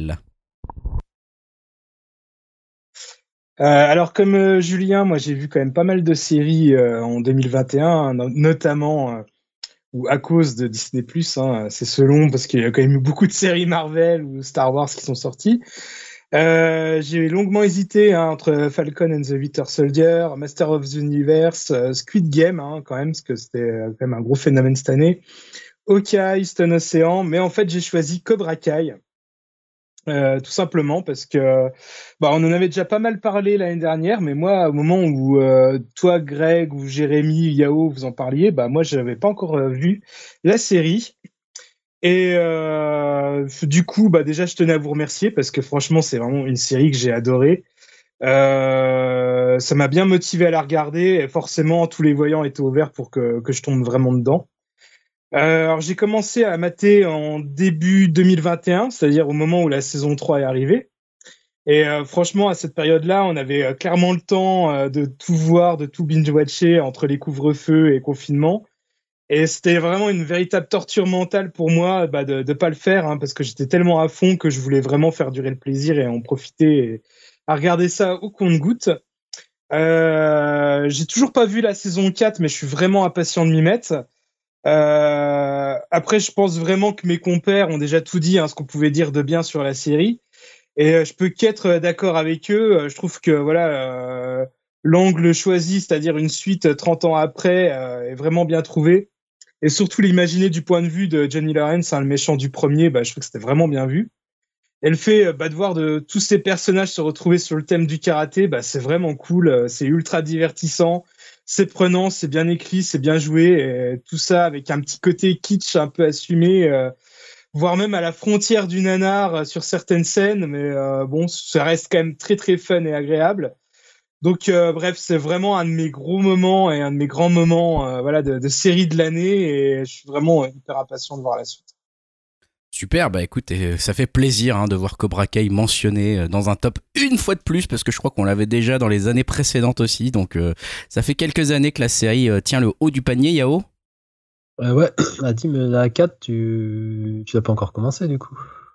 euh, Alors comme euh, Julien, moi j'ai vu quand même pas mal de séries euh, en deux mille vingt et un, notamment euh, ou à cause de Disney plus, hein, c'est selon, parce qu'il y a quand même eu beaucoup de séries Marvel ou Star Wars qui sont sorties. Euh, j'ai longuement hésité hein, entre Falcon and the Winter Soldier, Master of the Universe, euh, Squid Game hein, quand même, parce que c'était quand même un gros phénomène cette année. Hawkeye, Stone Ocean, mais en fait j'ai choisi Cobra Kai, euh, tout simplement parce que bah on en avait déjà pas mal parlé l'année dernière, mais moi au moment où euh, toi Greg ou Jérémy, Yao vous en parliez, bah moi j'avais pas encore euh, vu la série. Et euh, du coup, bah déjà, je tenais à vous remercier parce que franchement, c'est vraiment une série que j'ai adorée. Euh, ça m'a bien motivé à la regarder et forcément, tous les voyants étaient ouverts pour que, que je tombe vraiment dedans. Euh, alors, j'ai commencé à mater en début deux mille vingt et un, c'est-à-dire au moment où la saison trois est arrivée. Et euh, franchement, à cette période-là, on avait euh, clairement le temps euh, de tout voir, de tout binge-watcher entre les couvre-feux et confinement. Et c'était vraiment une véritable torture mentale pour moi bah, de ne pas le faire, hein, parce que j'étais tellement à fond que je voulais vraiment faire durer le plaisir et en profiter et à regarder ça au compte-gouttes. Euh, j'ai toujours pas vu la saison quatre, mais je suis vraiment impatient de m'y mettre. Euh, après, je pense vraiment que mes compères ont déjà tout dit, hein, ce qu'on pouvait dire de bien sur la série. Et euh, je peux qu'être d'accord avec eux. Je trouve que voilà, euh, l'angle choisi, c'est-à-dire une suite trente ans après, euh, est vraiment bien trouvé. Et surtout l'imaginer du point de vue de Johnny Lawrence, hein, le méchant du premier, bah, je trouve que c'était vraiment bien vu. Et le fait bah, de voir de tous ces personnages se retrouver sur le thème du karaté, bah, c'est vraiment cool, c'est ultra divertissant, c'est prenant, c'est bien écrit, c'est bien joué, et tout ça avec un petit côté kitsch un peu assumé, euh, voire même à la frontière du nanar sur certaines scènes, mais euh, bon, ça reste quand même très très fun et agréable. Donc euh, bref, c'est vraiment un de mes gros moments et un de mes grands moments euh, voilà, de, de série de l'année et je suis vraiment hyper impatient de voir la suite. Super, bah écoute, ça fait plaisir hein, de voir Cobra Kai mentionné dans un top une fois de plus, parce que je crois qu'on l'avait déjà dans les années précédentes aussi, donc euh, ça fait quelques années que la série euh, tient le haut du panier, Yao. Euh, ouais, la team, la quatre, tu tu l'as pas encore commencé du coup.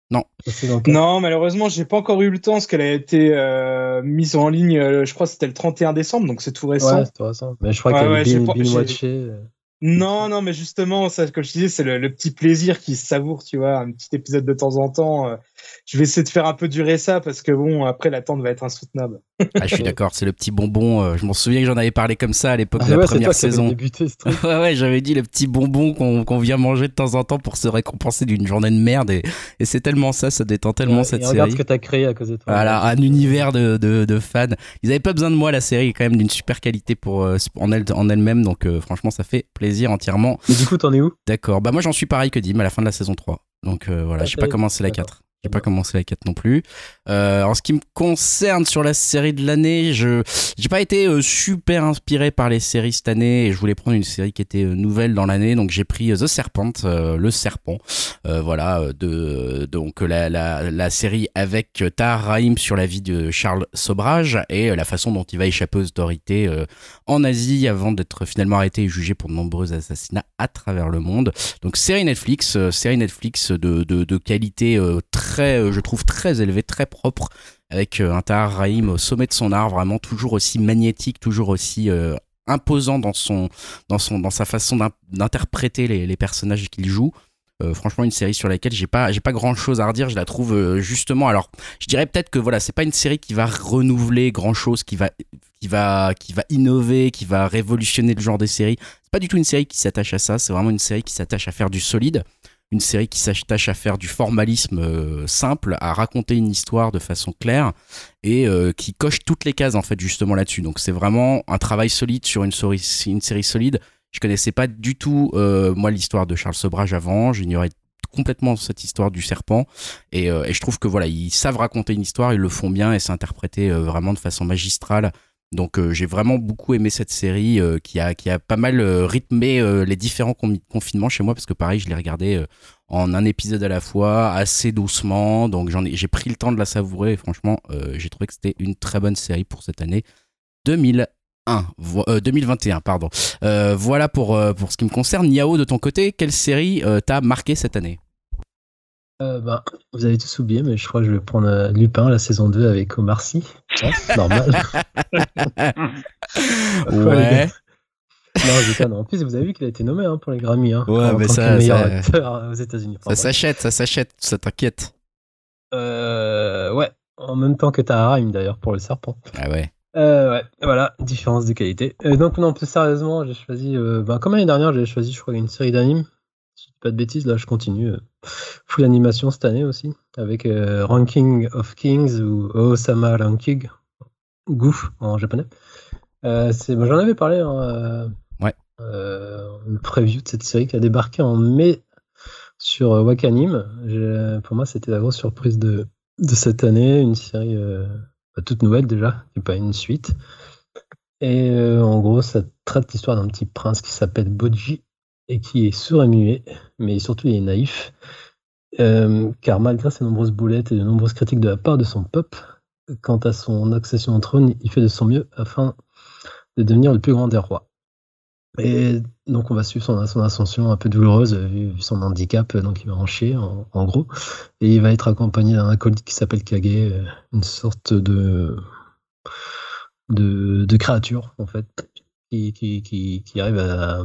Non. Non, malheureusement, j'ai pas encore eu le temps parce qu'elle a été euh, mise en ligne, euh, je crois que c'était le trente et un décembre, donc c'est tout récent. Ouais, c'est tout récent. Mais je crois ouais, qu'elle ouais, est bien, pas, bien watchée. Non, non, mais justement, ça, comme je disais, c'est le, le petit plaisir qui se savoure, tu vois, un petit épisode de temps en temps. Euh, je vais essayer de faire un peu durer ça parce que bon, après, l'attente va être insoutenable. Ah, je suis d'accord, c'est le petit bonbon. Euh, je m'en souviens que j'en avais parlé comme ça à l'époque Ah de la ouais, première c'est toi saison. Qui débuté, ce truc. ouais, ouais, j'avais dit le petit bonbon qu'on, qu'on vient manger de temps en temps pour se récompenser d'une journée de merde. Et, et c'est tellement ça, ça détend tellement et, cette et série. Regarde ce que t'as créé à cause de toi. Voilà, un univers de, de, de fans. Ils avaient pas besoin de moi, la série est quand même d'une super qualité pour, euh, en, elle, en elle-même. Donc euh, franchement, ça fait plaisir entièrement. Mais du coup, t'en es où ? D'accord, bah moi j'en suis pareil que Dim à la fin de la saison trois. Donc euh, voilà, Ah, j'ai pas commencé la d'accord. quatre. J'ai pas commencé la quatre non plus. Euh, en ce qui me concerne sur la série de l'année, je j'ai pas été euh, super inspiré par les séries cette année et je voulais prendre une série qui était euh, nouvelle dans l'année, donc j'ai pris euh, The Serpent, euh, le serpent. Euh, voilà, euh, de donc la la la série avec euh, Tahar Rahim sur la vie de Charles Sobrage et euh, la façon dont il va échapper aux autorités euh, en Asie avant d'être finalement arrêté et jugé pour de nombreux assassinats à travers le monde. Donc série Netflix, euh, série Netflix de de de qualité euh, très, euh, je trouve très élevé, très propre, avec euh, un Tahar Rahim au sommet de son art, vraiment toujours aussi magnétique, toujours aussi euh, imposant dans son, dans son, dans sa façon d'interpréter les, les personnages qu'il joue. Euh, franchement, une série sur laquelle j'ai pas, j'ai pas grand chose à redire. Je la trouve euh, justement. Alors, je dirais peut-être que voilà, c'est pas une série qui va renouveler grand chose, qui va, qui va, qui va innover, qui va révolutionner le genre des séries. C'est pas du tout une série qui s'attache à ça. C'est vraiment une série qui s'attache à faire du solide. Une série qui s'attache à faire du formalisme euh, simple, à raconter une histoire de façon claire et euh, qui coche toutes les cases en fait justement là-dessus. Donc c'est vraiment un travail solide sur une, série, une série solide. Je connaissais pas du tout euh, moi l'histoire de Charles Sobrage avant, j'ignorais complètement cette histoire du serpent et, euh, et je trouve que voilà, ils savent raconter une histoire, ils le font bien et c'est interprété euh, vraiment de façon magistrale. Donc euh, j'ai vraiment beaucoup aimé cette série euh, qui a qui a pas mal euh, rythmé euh, les différents com- confinements chez moi parce que pareil je l'ai regardé euh, en un épisode à la fois assez doucement, donc j'en ai j'ai pris le temps de la savourer et franchement euh, j'ai trouvé que c'était une très bonne série pour cette année deux mille un vo- euh, deux mille vingt et un pardon. Euh, voilà pour euh, pour ce qui me concerne. Niao, de ton côté, quelle série euh, t'a marqué cette année? Euh, bah, vous avez tous oublié, mais je crois que je vais prendre euh, Lupin, la saison deux avec Omar Sy. Ouais, normal. Ouais. Non, je pas, non. En plus, vous avez vu qu'il a été nommé hein, pour les Grammy. Hein, Ouais, en mais tant ça, que meilleur ça- acteur aux États-Unis. Enfin, Ça bref. s'achète, ça s'achète, ça t'inquiète. Euh, ouais, en même temps que Tahar Rahim d'ailleurs pour le serpent. Ah ouais. Euh, ouais, voilà, différence de qualité. Euh, donc, non, plus sérieusement, j'ai choisi. Euh, bah, comme l'année dernière, j'ai choisi, je crois, une série d'animes. Si je dis pas de bêtises, là, je continue. Euh, full animation cette année aussi, avec euh, Ranking of Kings ou Osama Ranking, Goof en japonais. Euh, c'est, bah, j'en avais parlé hein, euh, Ouais. euh, le preview de cette série qui a débarqué en mai sur euh, Wakanim. J'ai- Pour moi, c'était la grosse surprise de, de cette année, une série euh, bah, toute nouvelle déjà, qui n'est pas une suite. Et euh, en gros, ça traite l'histoire d'un petit prince qui s'appelle Boji et qui est sourd et muet, mais surtout il est naïf. Euh, car malgré ses nombreuses boulettes et de nombreuses critiques de la part de son peuple, quant à son accession au trône, il fait de son mieux afin de devenir le plus grand des rois. Et donc on va suivre son, son ascension un peu douloureuse vu, vu son handicap, donc il va en chier en, en gros. Et il va être accompagné d'un acolyte qui s'appelle Kage, euh, une sorte de, de, de créature en fait, qui, qui, qui, qui arrive à,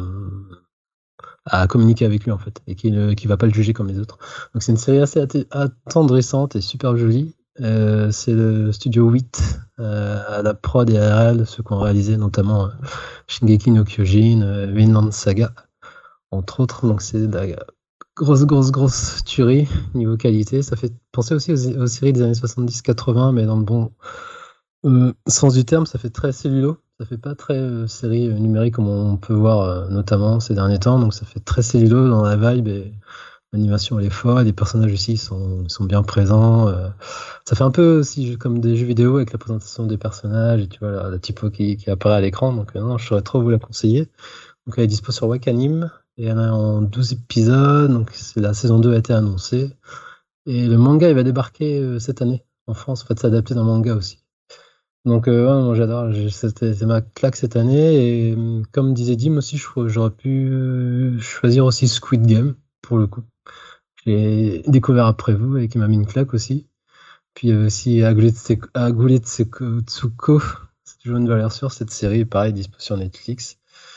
à communiquer avec lui en fait, et qui ne qui va pas le juger comme les autres. Donc c'est une série assez atte- attendrissante et super jolie. Euh, c'est le studio huit euh, à la prod et à la réal, ceux qui ont réalisé notamment euh, Shingeki no Kyojin, euh, Vinland Saga, entre autres. Donc c'est de la grosse, grosse, grosse tuerie niveau qualité. Ça fait penser aussi aux, aux séries des années soixante-dix quatre-vingts, mais dans le bon euh, sens du terme. Ça fait très cellulo. Ça fait pas très euh, série euh, numérique comme on peut voir euh, notamment ces derniers temps. Donc ça fait très cellulo dans la vibe et l'animation elle est folle, les personnages aussi sont, sont bien présents. Euh, ça fait un peu aussi comme des jeux vidéo avec la présentation des personnages et tu vois la, la typo qui, qui apparaît à l'écran. Donc euh, non, je saurais trop vous la conseiller. Donc elle est dispo sur Wakanim et elle est en douze épisodes. Donc c'est, la saison deux a été annoncée et le manga il va débarquer euh, cette année en France. En fait, c'est adapté d'un manga aussi. Donc euh, ouais, moi j'adore. J'ai- C'était c'est ma claque cette année et euh, comme disait Dim aussi, je- j'aurais pu choisir aussi Squid Game pour le coup. Je l'ai découvert après vous avec m'a mis une claque aussi. Puis il y avait aussi Aguletsuko, c'est toujours une valeur sûre, cette série, pareil, dispo sur Netflix.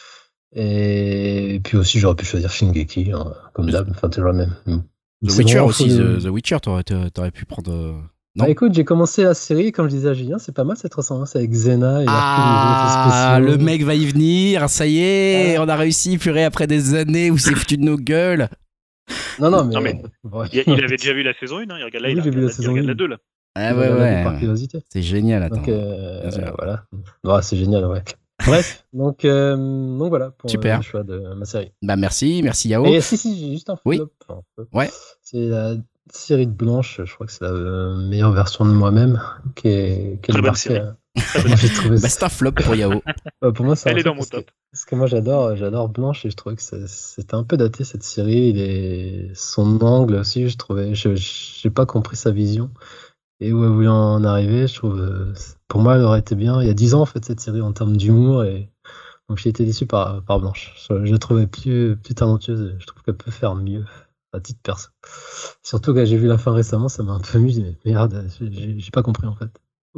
Et puis aussi, j'aurais pu choisir Shingeki, hein, comme d'hab, enfin, toujours la même. The C'est Witcher vraiment aussi, fou de- The, The Witcher, t'aurais, t'aurais pu prendre. euh, Non. Bah écoute, j'ai commencé la série, comme je disais à Julien, c'est pas mal cette ressemblance avec Xena et Ah, Hercule, les effets le spéciaux. mec va y venir, ça y est, Ouais. on a réussi, purée, après des années où c'est foutu de nos gueules. Non, non, mais. Non, mais Ouais. Il, il avait déjà vu la saison un, hein, il regarde là, Oui, il, j'ai vu regarde, la il saison regarde un. la deux là. Ah Je ouais, regardais ouais. par curiosité. C'est génial, attends. Donc, euh, Bien sûr. euh, voilà. Ouais, c'est génial, ouais. Bref, donc, euh, donc voilà pour Super. euh, le choix de ma série. Bah merci, merci Yao. Et si, si, j'ai juste un Oui. flop. Enfin, un peu. Ouais. C'est la série de Blanche, je crois que c'est la euh, meilleure version de moi-même qui est, qui est Très bonne marquée, série. hein. Très bonne Moi, j'ai trouvé Bah ça- c'est un flop pour Yao. Ouais, pour moi, c'est Elle un est flop dans mon parce que- top. Parce que moi, j'adore, j'adore Blanche et je trouvais que ça- c'était un peu daté cette série. Il est... Son angle aussi, je trouvais, je j'ai pas compris sa vision et où elle voulait en arriver. Je trouve, euh, pour moi, elle aurait été bien il y a dix ans en fait cette série en termes d'humour et donc j'ai été déçu par, par Blanche. Je, je la trouvais plus, plus talentueuse. Je trouve qu'elle peut faire mieux à titre perso. Surtout que j'ai vu la fin récemment, ça m'a un peu mis. J'ai dit, mais merde, j'ai j'ai pas compris en fait.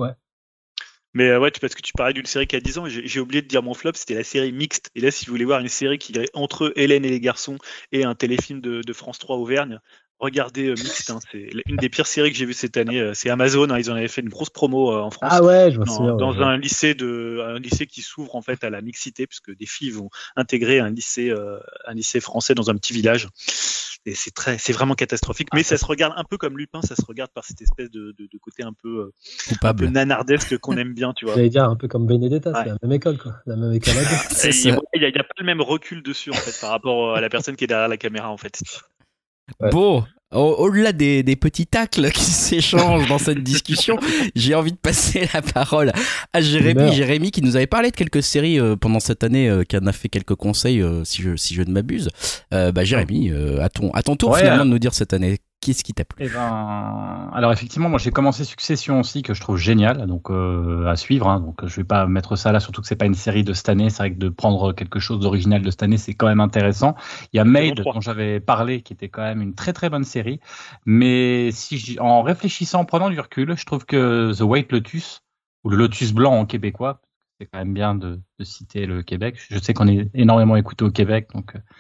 Mais euh, ouais, tu- parce que tu parlais d'une série qui a dix ans, et j'ai j'ai oublié de dire mon flop, c'était la série Mixte. Et là, si vous voulez voir une série qui est entre Hélène et les garçons et un téléfilm de, de France trois Auvergne, regardez euh, Mixte. Hein, c'est une des pires séries que j'ai vues cette année. euh, C'est Amazon, hein, ils en avaient fait une grosse promo euh, en France. Ah ouais, je me dans, souviens. dans ouais. un lycée de un lycée qui s'ouvre en fait à la mixité, puisque des filles vont intégrer un lycée euh, un lycée français dans un petit village. Et c'est très c'est vraiment catastrophique, mais Ah, ça ça- se regarde un peu comme Lupin, ça se regarde par cette espèce de, de, de côté un peu euh, un peu Coupable. nanardesque qu'on aime bien, tu vois. J'allais dire un peu comme Benedetta, Ouais. c'est la même école quoi, la même école. à deux. C'est Et ça. Il n'y a, il y a pas le même recul dessus en fait par rapport à la personne qui est derrière la caméra en fait. Ouais. Bon, au- au-delà des, des petits tacles qui s'échangent dans cette discussion, j'ai envie de passer la parole à Jérémy. Merde. Jérémy qui nous avait parlé de quelques séries euh, pendant cette année, euh, qui en a fait quelques conseils, euh, si, je, si je ne m'abuse. Euh, bah Jérémy, euh, à, ton, à ton tour Ouais, finalement euh, de nous dire cette année, qu'est-ce qui t'a plu? Eh ben, alors effectivement, moi j'ai commencé Succession aussi que je trouve génial, donc euh, à suivre. Hein, donc je vais pas mettre ça là, surtout que c'est pas une série de cette année. C'est vrai que de prendre quelque chose d'original de cette année, c'est quand même intéressant. Il y a Maid trois. dont j'avais parlé, qui était quand même une très très bonne série. Mais si j'y- en réfléchissant, en prenant du recul, je trouve que The White Lotus ou le Lotus blanc en québécois, c'est quand même bien de, de citer le Québec. Je sais qu'on est énormément écouté au Québec, donc. euh,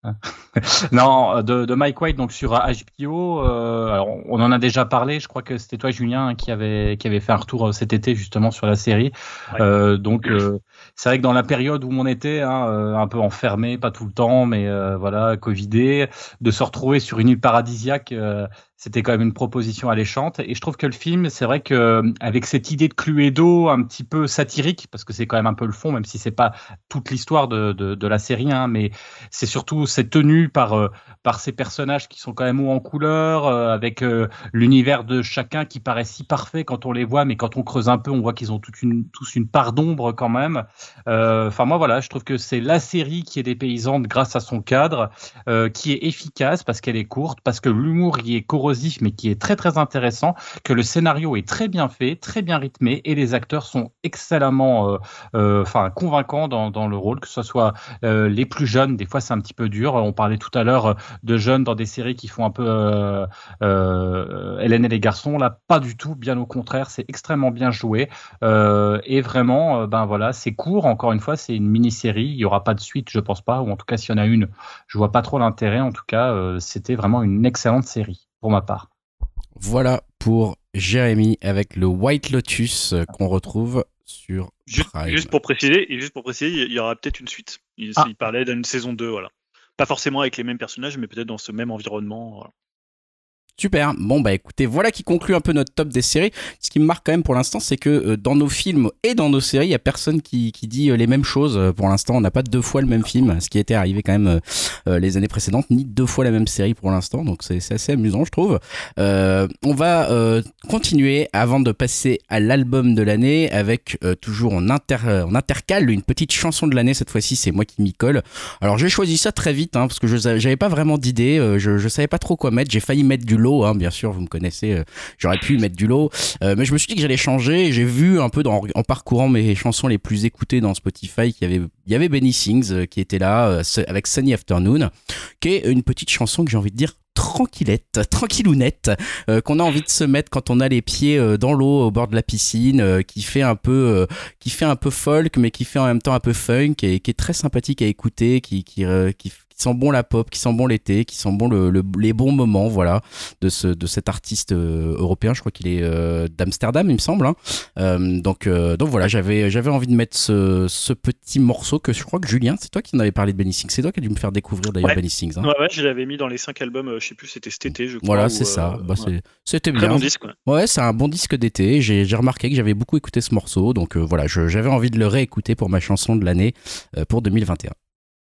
non, de, de Mike White donc sur H B O. Euh, alors on en a déjà parlé. Je crois que c'était toi, Julien, qui avait qui avait fait un retour cet été justement sur la série. Ouais. Euh, donc euh, c'est vrai que dans la période où on était, hein, euh, un peu enfermé, pas tout le temps, mais euh, voilà, covidé, de se retrouver sur une île paradisiaque. Euh, c'était quand même une proposition alléchante et je trouve que le film, c'est vrai que avec cette idée de Cluedo un petit peu satirique, parce que c'est quand même un peu le fond, même si c'est pas toute l'histoire de, de, de la série, hein, mais c'est surtout c'est tenu par euh, par ces personnages qui sont quand même hauts en couleur, euh, avec euh, l'univers de chacun qui paraît si parfait quand on les voit, mais quand on creuse un peu, on voit qu'ils ont toute une tous une part d'ombre quand même. Enfin moi voilà, je trouve que c'est la série qui est dépaysante grâce à son cadre, euh, qui est efficace parce qu'elle est courte, parce que l'humour y est corrosif mais qui est très très intéressant, que le scénario est très bien fait, très bien rythmé et les acteurs sont excellemment euh, euh, enfin convaincants dans, dans le rôle, que ce soit euh, les plus jeunes, des fois c'est un petit peu dur, on parlait tout à l'heure de jeunes dans des séries qui font un peu euh, euh, Hélène et les garçons, là pas du tout, bien au contraire, c'est extrêmement bien joué euh, et vraiment euh, ben voilà, c'est court, encore une fois c'est une mini-série, il y aura pas de suite je pense pas, ou en tout cas s'il y en a une, je vois pas trop l'intérêt, en tout cas euh, c'était vraiment une excellente série pour ma part. Voilà pour Jérémy avec le White Lotus euh, qu'on retrouve sur Juste, Prime. juste pour préciser, et juste pour préciser, il y aura peut-être une suite. Il, Ah. il parlait d'une saison deux, voilà. Pas forcément avec les mêmes personnages, mais peut-être dans ce même environnement. Voilà. Super. Bon bah écoutez, voilà qui conclut un peu notre top des séries. Ce qui me marque quand même pour l'instant, c'est que euh, dans nos films et dans nos séries, il y a personne qui, qui dit euh, les mêmes choses. Euh, Pour l'instant, on n'a pas deux fois le même film, ce qui était arrivé quand même euh, euh, les années précédentes, ni deux fois la même série pour l'instant. Donc c'est c'est assez amusant, je trouve. Euh, on va euh, continuer avant de passer à l'album de l'année avec euh, toujours en inter en intercale une petite chanson de l'année. Cette fois-ci, c'est moi qui m'y colle. Alors j'ai choisi ça très vite hein, parce que je j'avais pas vraiment d'idée. Euh, je je savais pas trop quoi mettre. J'ai failli mettre du lot. Hein, bien sûr, vous me connaissez, euh, j'aurais pu mettre du lot, euh, mais je me suis dit que j'allais changer. J'ai vu un peu dans, en parcourant mes chansons les plus écoutées dans Spotify qu'il y avait, il y avait Benny Sings euh, qui était là euh, avec Sunny Afternoon, qui est une petite chanson que j'ai envie de dire tranquillette, tranquillounette, euh, qu'on a envie de se mettre quand on a les pieds euh, dans l'eau au bord de la piscine, euh, qui fait un peu, euh, qui fait un peu folk, mais qui fait en même temps un peu funk et qui est très sympathique à écouter, qui, qui, euh, qui qui sent bon la pop, qui sent bon l'été, qui sent bon le, le, les bons moments, voilà, de ce de cet artiste euh, européen. Je crois qu'il est euh, d'Amsterdam, il me semble. Hein. Euh, donc euh, donc voilà, j'avais j'avais envie de mettre ce ce petit morceau que je crois que Julien, c'est toi qui en avais parlé de Benny Sings. C'est toi qui as dû me faire découvrir d'ailleurs ouais. Benny Sings. Hein. Ouais, ouais, je l'avais mis dans les cinq albums. Euh, je sais plus, c'était cet été, je crois. Voilà, c'est ou, ça. Euh, bah, ouais. c'est, c'était Très bien. bon disque. Ouais, ouais c'est un bon disque d'été. J'ai j'ai remarqué que j'avais beaucoup écouté ce morceau, donc euh, voilà, je, j'avais envie de le réécouter pour ma chanson de l'année euh, pour deux mille vingt et un.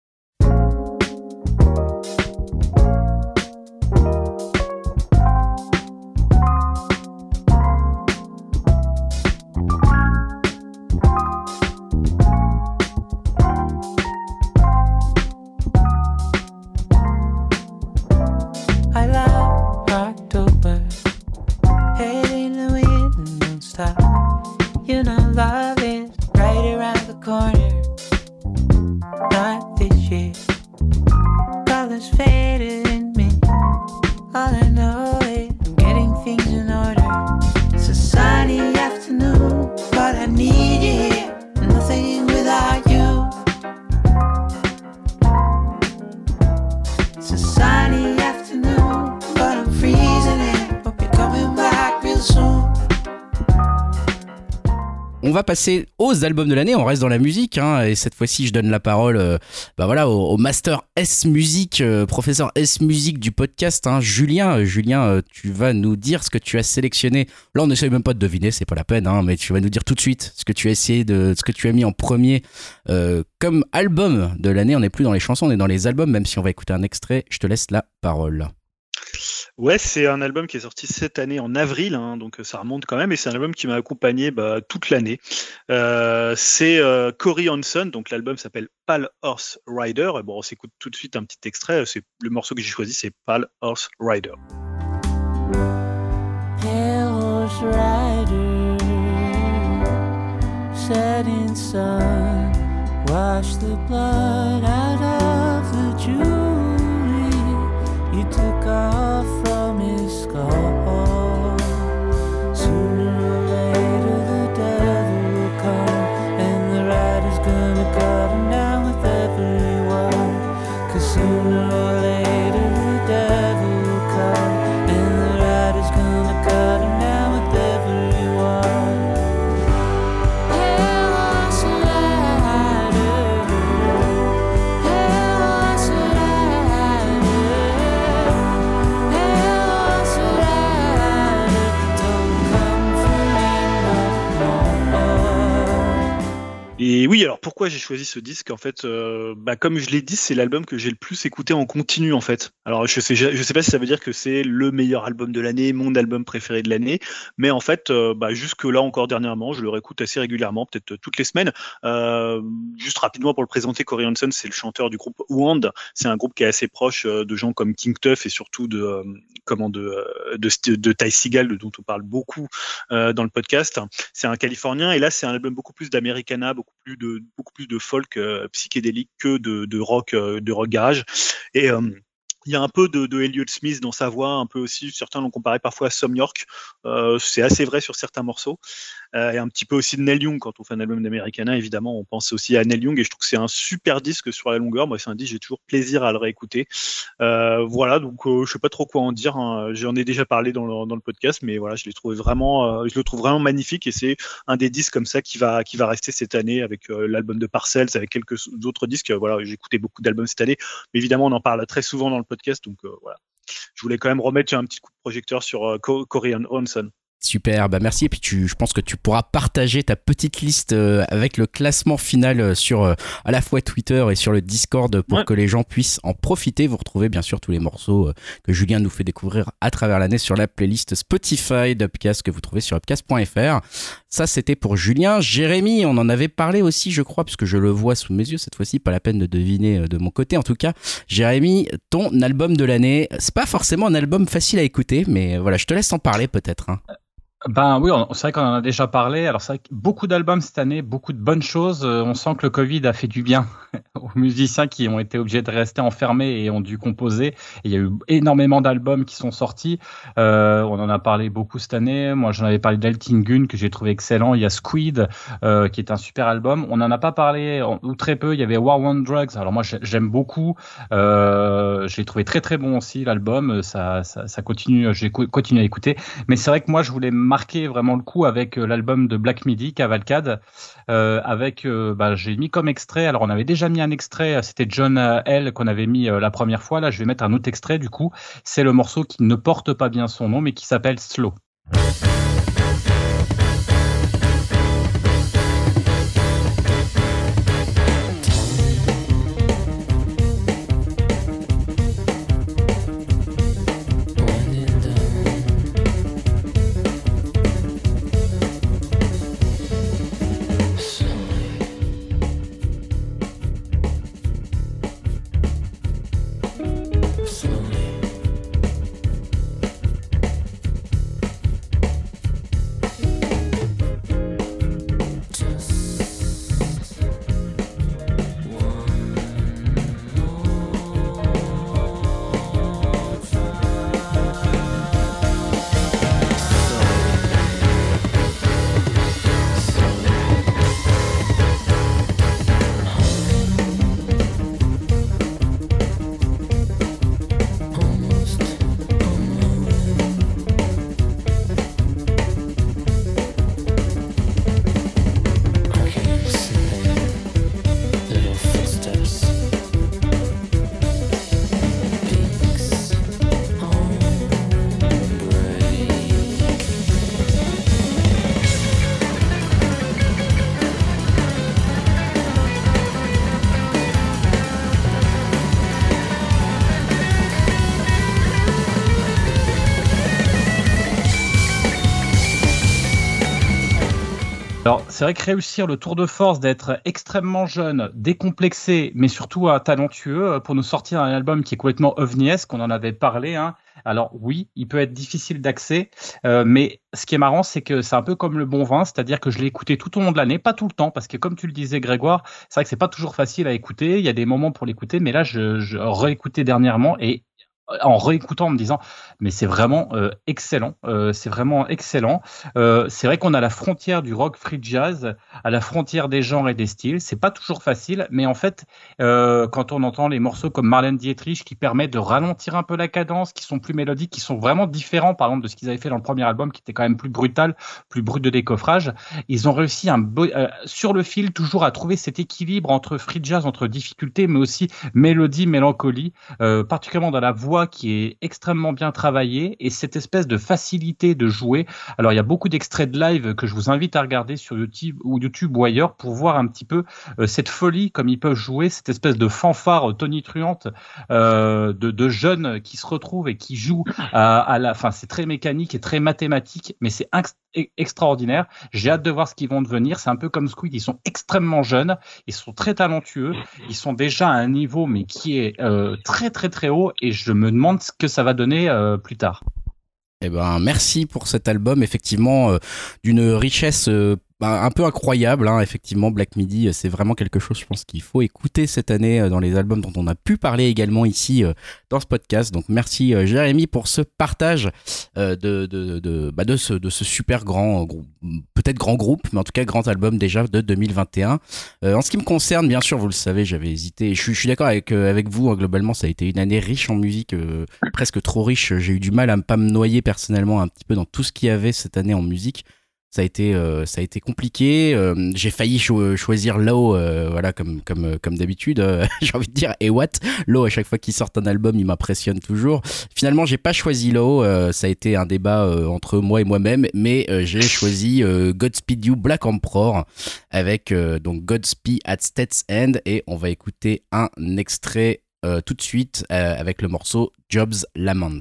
On va passer aux albums de l'année, on reste dans la musique, hein, et cette fois-ci je donne la parole euh, bah voilà, au, au Master S Musique, euh, professeur S Musique du podcast, hein, Julien. Euh, Julien, euh, tu vas nous dire ce que tu as sélectionné. Là on n'essaie même pas de deviner, c'est pas la peine, hein, mais tu vas nous dire tout de suite ce que tu as essayé de, ce que tu as mis en premier euh, comme album de l'année. On n'est plus dans les chansons, on est dans les albums, même si on va écouter un extrait. Je te laisse la parole. Ouais, c'est un album qui est sorti cette année en avril, hein, donc ça remonte quand même, et c'est un album qui m'a accompagné bah, toute l'année. Euh, c'est euh, Corey Hanson, donc l'album s'appelle Pale Horse Rider. Et bon, on s'écoute tout de suite un petit extrait. C'est le morceau que j'ai choisi, c'est Pale Horse Rider. Pale horse rider, setting sun, wash the blood out of the jewelry you took off from his skull. Sooner or later the devil will come, and the rider's gonna cut him down with everyone. Cause sooner or later the devil will come, and the rider's gonna cut him down with everyone. Pale horse rider, pale horse rider, pale horse rider, don't come for me no more. Et oui, alors pourquoi j'ai choisi ce disque en fait euh, bah, comme je l'ai dit, c'est l'album que j'ai le plus écouté en continu en fait. Alors je sais, je sais pas si ça veut dire que c'est le meilleur album de l'année, mon album préféré de l'année, mais en fait, euh, bah, jusque là encore dernièrement, je le réécoute assez régulièrement, peut-être euh, toutes les semaines. Euh, juste rapidement pour le présenter, Corey Hanson, c'est le chanteur du groupe Wand. C'est un groupe qui est assez proche euh, de gens comme King Tuff et surtout de euh, comment de euh, de, de, de Ty Segall, dont on parle beaucoup euh, dans le podcast. C'est un Californien et là c'est un album beaucoup plus d'Americana, beaucoup plus de beaucoup plus de folk euh, psychédélique que de, de rock euh, de rock garage. Et euh, il y a un peu de, de Elliott Smith dans sa voix, un peu aussi, certains l'ont comparé parfois à Thom Yorke, euh, c'est assez vrai sur certains morceaux, euh, et un petit peu aussi de Neil Young. Quand on fait un album d'Americana, évidemment, on pense aussi à Neil Young, et je trouve que c'est un super disque sur la longueur. Moi, c'est un disque, j'ai toujours plaisir à le réécouter. Euh, voilà, donc euh, je sais pas trop quoi en dire, hein. J'en ai déjà parlé dans le, dans le podcast, mais voilà, je l'ai trouvé vraiment, euh, je le trouve vraiment magnifique, et c'est un des disques comme ça qui va, qui va rester cette année avec euh, l'album de Parcells, avec quelques autres disques. Voilà, j'ai écouté beaucoup d'albums cette année, mais évidemment, on en parle très souvent dans le podcast, donc euh, voilà. Je voulais quand même remettre un petit coup de projecteur sur euh, Corey Hanson. Super, bah merci. Et puis tu, je pense que tu pourras partager ta petite liste euh, avec le classement final euh, sur euh, à la fois Twitter et sur le Discord pour ouais. que les gens puissent en profiter. Vous retrouvez bien sûr tous les morceaux euh, que Julien nous fait découvrir à travers l'année sur la playlist Spotify d'Upcast que vous trouvez sur upcast point f r. Ça c'était pour Julien. Jérémy, on en avait parlé aussi je crois, puisque je le vois sous mes yeux cette fois-ci, pas la peine de deviner euh, de mon côté en tout cas. Jérémy, ton album de l'année, c'est pas forcément un album facile à écouter, mais euh, voilà, je te laisse en parler peut-être. Hein. Ben oui, on- c'est vrai qu'on en a déjà parlé. Alors c'est vrai que beaucoup d'albums cette année, beaucoup de bonnes choses. Euh, On sent que le Covid a fait du bien aux musiciens qui ont été obligés de rester enfermés et ont dû composer. Et il y a eu énormément d'albums qui sont sortis. Euh, on en a parlé beaucoup cette année. Moi, j'en avais parlé d'Altingun que j'ai trouvé excellent. Il y a Squid euh, qui est un super album. On n'en a pas parlé en- ou très peu. Il y avait War on Drugs. Alors moi, j'ai- j'aime beaucoup. Euh, je l'ai trouvé très très bon aussi l'album. Ça, ça, ça continue. J'ai co- continué à écouter. Mais c'est vrai que moi, je voulais marquer vraiment le coup avec euh, l'album de Black Midi, Cavalcade, euh, avec, euh, bah, j'ai mis comme extrait, alors on avait déjà mis un extrait, euh, c'était John euh, L qu'on avait mis euh, la première fois, là je vais mettre un autre extrait du coup, c'est le morceau qui ne porte pas bien son nom, mais qui s'appelle Slow. Alors, c'est vrai que réussir le tour de force d'être extrêmement jeune, décomplexé, mais surtout euh, talentueux, euh, pour nous sortir un album qui est complètement ovniesque, on en avait parlé, hein. Alors oui, il peut être difficile d'accès, euh, mais ce qui est marrant, c'est que c'est un peu comme le bon vin, c'est-à-dire que je l'ai écouté tout au long de l'année, pas tout le temps, parce que comme tu le disais, Grégoire, c'est vrai que c'est pas toujours facile à écouter, il y a des moments pour l'écouter, mais là, je, je réécoutais dernièrement et en réécoutant en me disant mais c'est vraiment euh, excellent, euh, c'est vraiment excellent. Euh, c'est vrai qu'on a la frontière du rock free jazz, à la frontière des genres et des styles. C'est pas toujours facile, mais en fait, euh, quand on entend les morceaux comme Marlène Dietrich qui permettent de ralentir un peu la cadence, qui sont plus mélodiques, qui sont vraiment différents, par exemple, de ce qu'ils avaient fait dans le premier album, qui était quand même plus brutal, plus brut de décoffrage, ils ont réussi un beau, euh, sur le fil toujours à trouver cet équilibre entre free jazz, entre difficulté, mais aussi mélodie, mélancolie, euh, particulièrement dans la voix qui est extrêmement bien travaillée et cette espèce de facilité de jouer. Alors, il y a beaucoup d'extraits de live que je vous invite à regarder sur YouTube ou, YouTube ou ailleurs pour voir un petit peu euh, cette folie, comme ils peuvent jouer, cette espèce de fanfare tonitruante euh, de, de jeunes qui se retrouvent et qui jouent à, à la fin. C'est très mécanique et très mathématique, mais c'est ex- extraordinaire. J'ai hâte de voir ce qu'ils vont devenir. C'est un peu comme Squid, ils sont extrêmement jeunes, ils sont très talentueux, ils sont déjà à un niveau mais qui est euh, très très très haut et je me demande ce que ça va donner euh, plus tard. Eh ben, merci pour cet album, effectivement, euh, d'une richesse euh, bah, un peu incroyable, hein. Effectivement, Black Midi, c'est vraiment quelque chose, je pense, qu'il faut écouter cette année euh, dans les albums dont on a pu parler également ici euh, dans ce podcast. Donc, merci euh, Jérémy pour ce partage euh, de, de, de, bah, de, ce, de ce super grand, euh, groupe, peut-être grand groupe, mais en tout cas grand album déjà de deux mille vingt et un. Euh, en ce qui me concerne, bien sûr, vous le savez, j'avais hésité. Je suis, je suis d'accord avec, euh, avec vous, hein, globalement, ça a été une année riche en musique, euh, presque trop riche. J'ai eu du mal à ne pas me noyer personnellement un petit peu dans tout ce qu'il y avait cette année en musique. Ça a été, euh, ça a été compliqué. Euh, j'ai failli cho- choisir Low, euh, voilà, comme, comme, comme d'habitude. Euh, j'ai envie de dire, et what? Low, à chaque fois qu'il sort un album, il m'impressionne toujours. Finalement, j'ai pas choisi Low. Euh, ça a été un débat euh, entre moi et moi-même, mais euh, j'ai choisi euh, Godspeed You Black Emperor avec euh, donc Godspeed at State's End, et on va écouter un extrait euh, tout de suite euh, avec le morceau Job's Lament.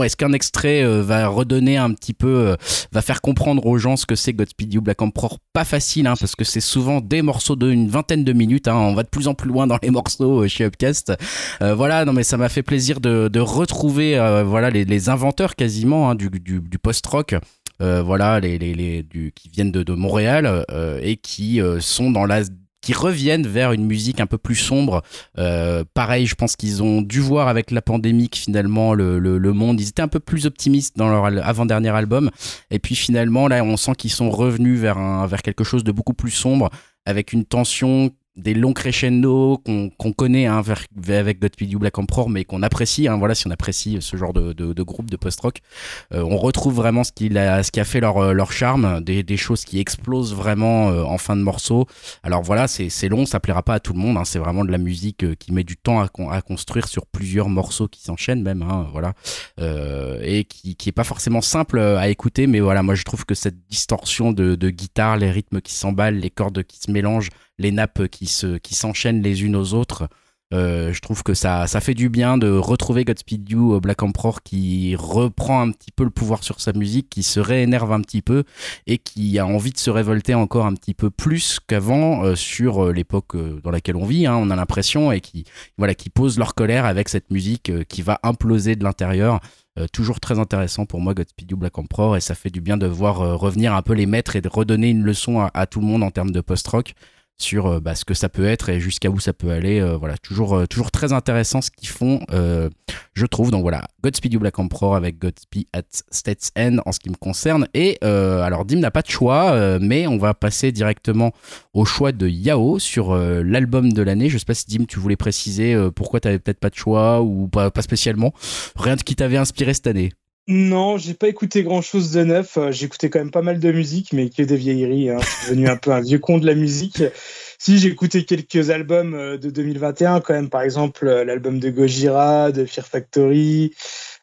bon, est-ce qu'un extrait euh, va redonner un petit peu, euh, va faire comprendre aux gens ce que c'est Godspeed You Black Emperor? Pas facile, hein, parce que c'est souvent des morceaux d'une vingtaine de minutes. Hein, on va de plus en plus loin dans les morceaux euh, chez Upcast. Euh, voilà, non mais ça m'a fait plaisir de, de retrouver, euh, voilà, les, les inventeurs quasiment hein, du, du, du post-rock. Euh, voilà, les, les, les du, qui viennent de, de Montréal euh, et qui euh, sont dans la qui reviennent vers une musique un peu plus sombre. Euh, pareil, je pense qu'ils ont dû voir avec la pandémie que finalement le, le, le monde, ils étaient un peu plus optimistes dans leur avant-dernier album. Et puis finalement, là, on sent qu'ils sont revenus vers, un, vers quelque chose de beaucoup plus sombre, avec une tension, des longs crescendo qu'on, qu'on connaît hein, vers, avec Godspeed You Black Emperor, mais qu'on apprécie. Hein, voilà, si on apprécie ce genre de, de, de groupe de post-rock, euh, on retrouve vraiment ce, qu'il a, ce qui a fait leur, leur charme, des, des choses qui explosent vraiment euh, en fin de morceau. Alors voilà, c'est, c'est long, ça plaira pas à tout le monde. Hein, c'est vraiment de la musique euh, qui met du temps à, à construire sur plusieurs morceaux qui s'enchaînent même. Hein, voilà, euh, et qui, qui est pas forcément simple à écouter, mais voilà, moi je trouve que cette distorsion de, de guitare, les rythmes qui s'emballent, les cordes qui se mélangent, les nappes qui se qui s'enchaînent les unes aux autres, euh, je trouve que ça ça fait du bien de retrouver Godspeed You Black Emperor qui reprend un petit peu le pouvoir sur sa musique, qui se réénerve un petit peu et qui a envie de se révolter encore un petit peu plus qu'avant euh, sur euh, l'époque euh, dans laquelle on vit, hein, on a l'impression, et qui voilà qui posent leur colère avec cette musique euh, qui va imploser de l'intérieur. Euh, toujours très intéressant pour moi Godspeed You Black Emperor, et ça fait du bien de voir euh, revenir un peu les maîtres et de redonner une leçon à, à tout le monde en termes de post-rock sur euh, bah, ce que ça peut être et jusqu'à où ça peut aller. Euh, voilà, toujours, euh, toujours très intéressant ce qu'ils font, euh, je trouve. Donc voilà, Godspeed You Black Emperor avec Godspeed at State's End en ce qui me concerne. Et euh, alors Dim n'a pas de choix, euh, mais on va passer directement au choix de Yao sur euh, l'album de l'année. Je sais pas si Dim, tu voulais préciser euh, pourquoi tu n'avais peut-être pas de choix ou pas, pas spécialement. Rien de qui t'avait inspiré cette année. Non, j'ai pas écouté grand chose de neuf. J'ai écouté quand même pas mal de musique, mais que des vieilleries. Hein. Je suis devenu un peu un vieux con de la musique. Si, j'ai écouté quelques albums de deux mille vingt et un, quand même. Par exemple, l'album de Gojira, de Fear Factory.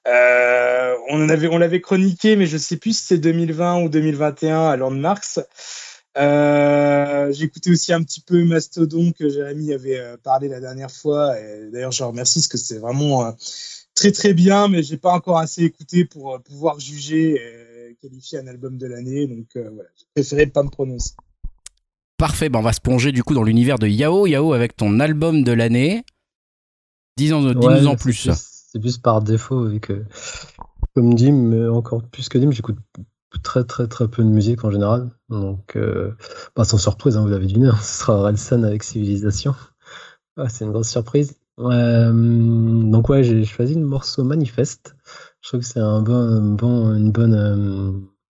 Euh, on en avait, on l'avait chroniqué, mais je sais plus si c'est deux mille vingt ou deux mille vingt et un à Landmarks. Euh, j'ai écouté aussi un petit peu Mastodon que Jérémy avait parlé la dernière fois. Et d'ailleurs, je remercie parce que c'est vraiment euh, très très bien, mais j'ai pas encore assez écouté pour euh, pouvoir juger et qualifier un album de l'année. Donc euh, voilà, j'ai préféré pas me prononcer. Parfait, ben on va se plonger du coup dans l'univers de Yao. Yao, avec ton album de l'année, dis-en, dis-nous Ouais, en c'est plus. plus. C'est plus par défaut, vu que, comme Dim, mais encore plus que Dim, j'écoute très très très peu de musique en général. Donc, euh, bah, sans surprise, hein, vous l'avez deviné, hein, ce sera Orelsan avec Civilisation. Ah, c'est une grosse surprise. Euh, donc ouais, j'ai choisi le morceau Manifeste. Je trouve que c'est un bon, bon une bonne... Euh,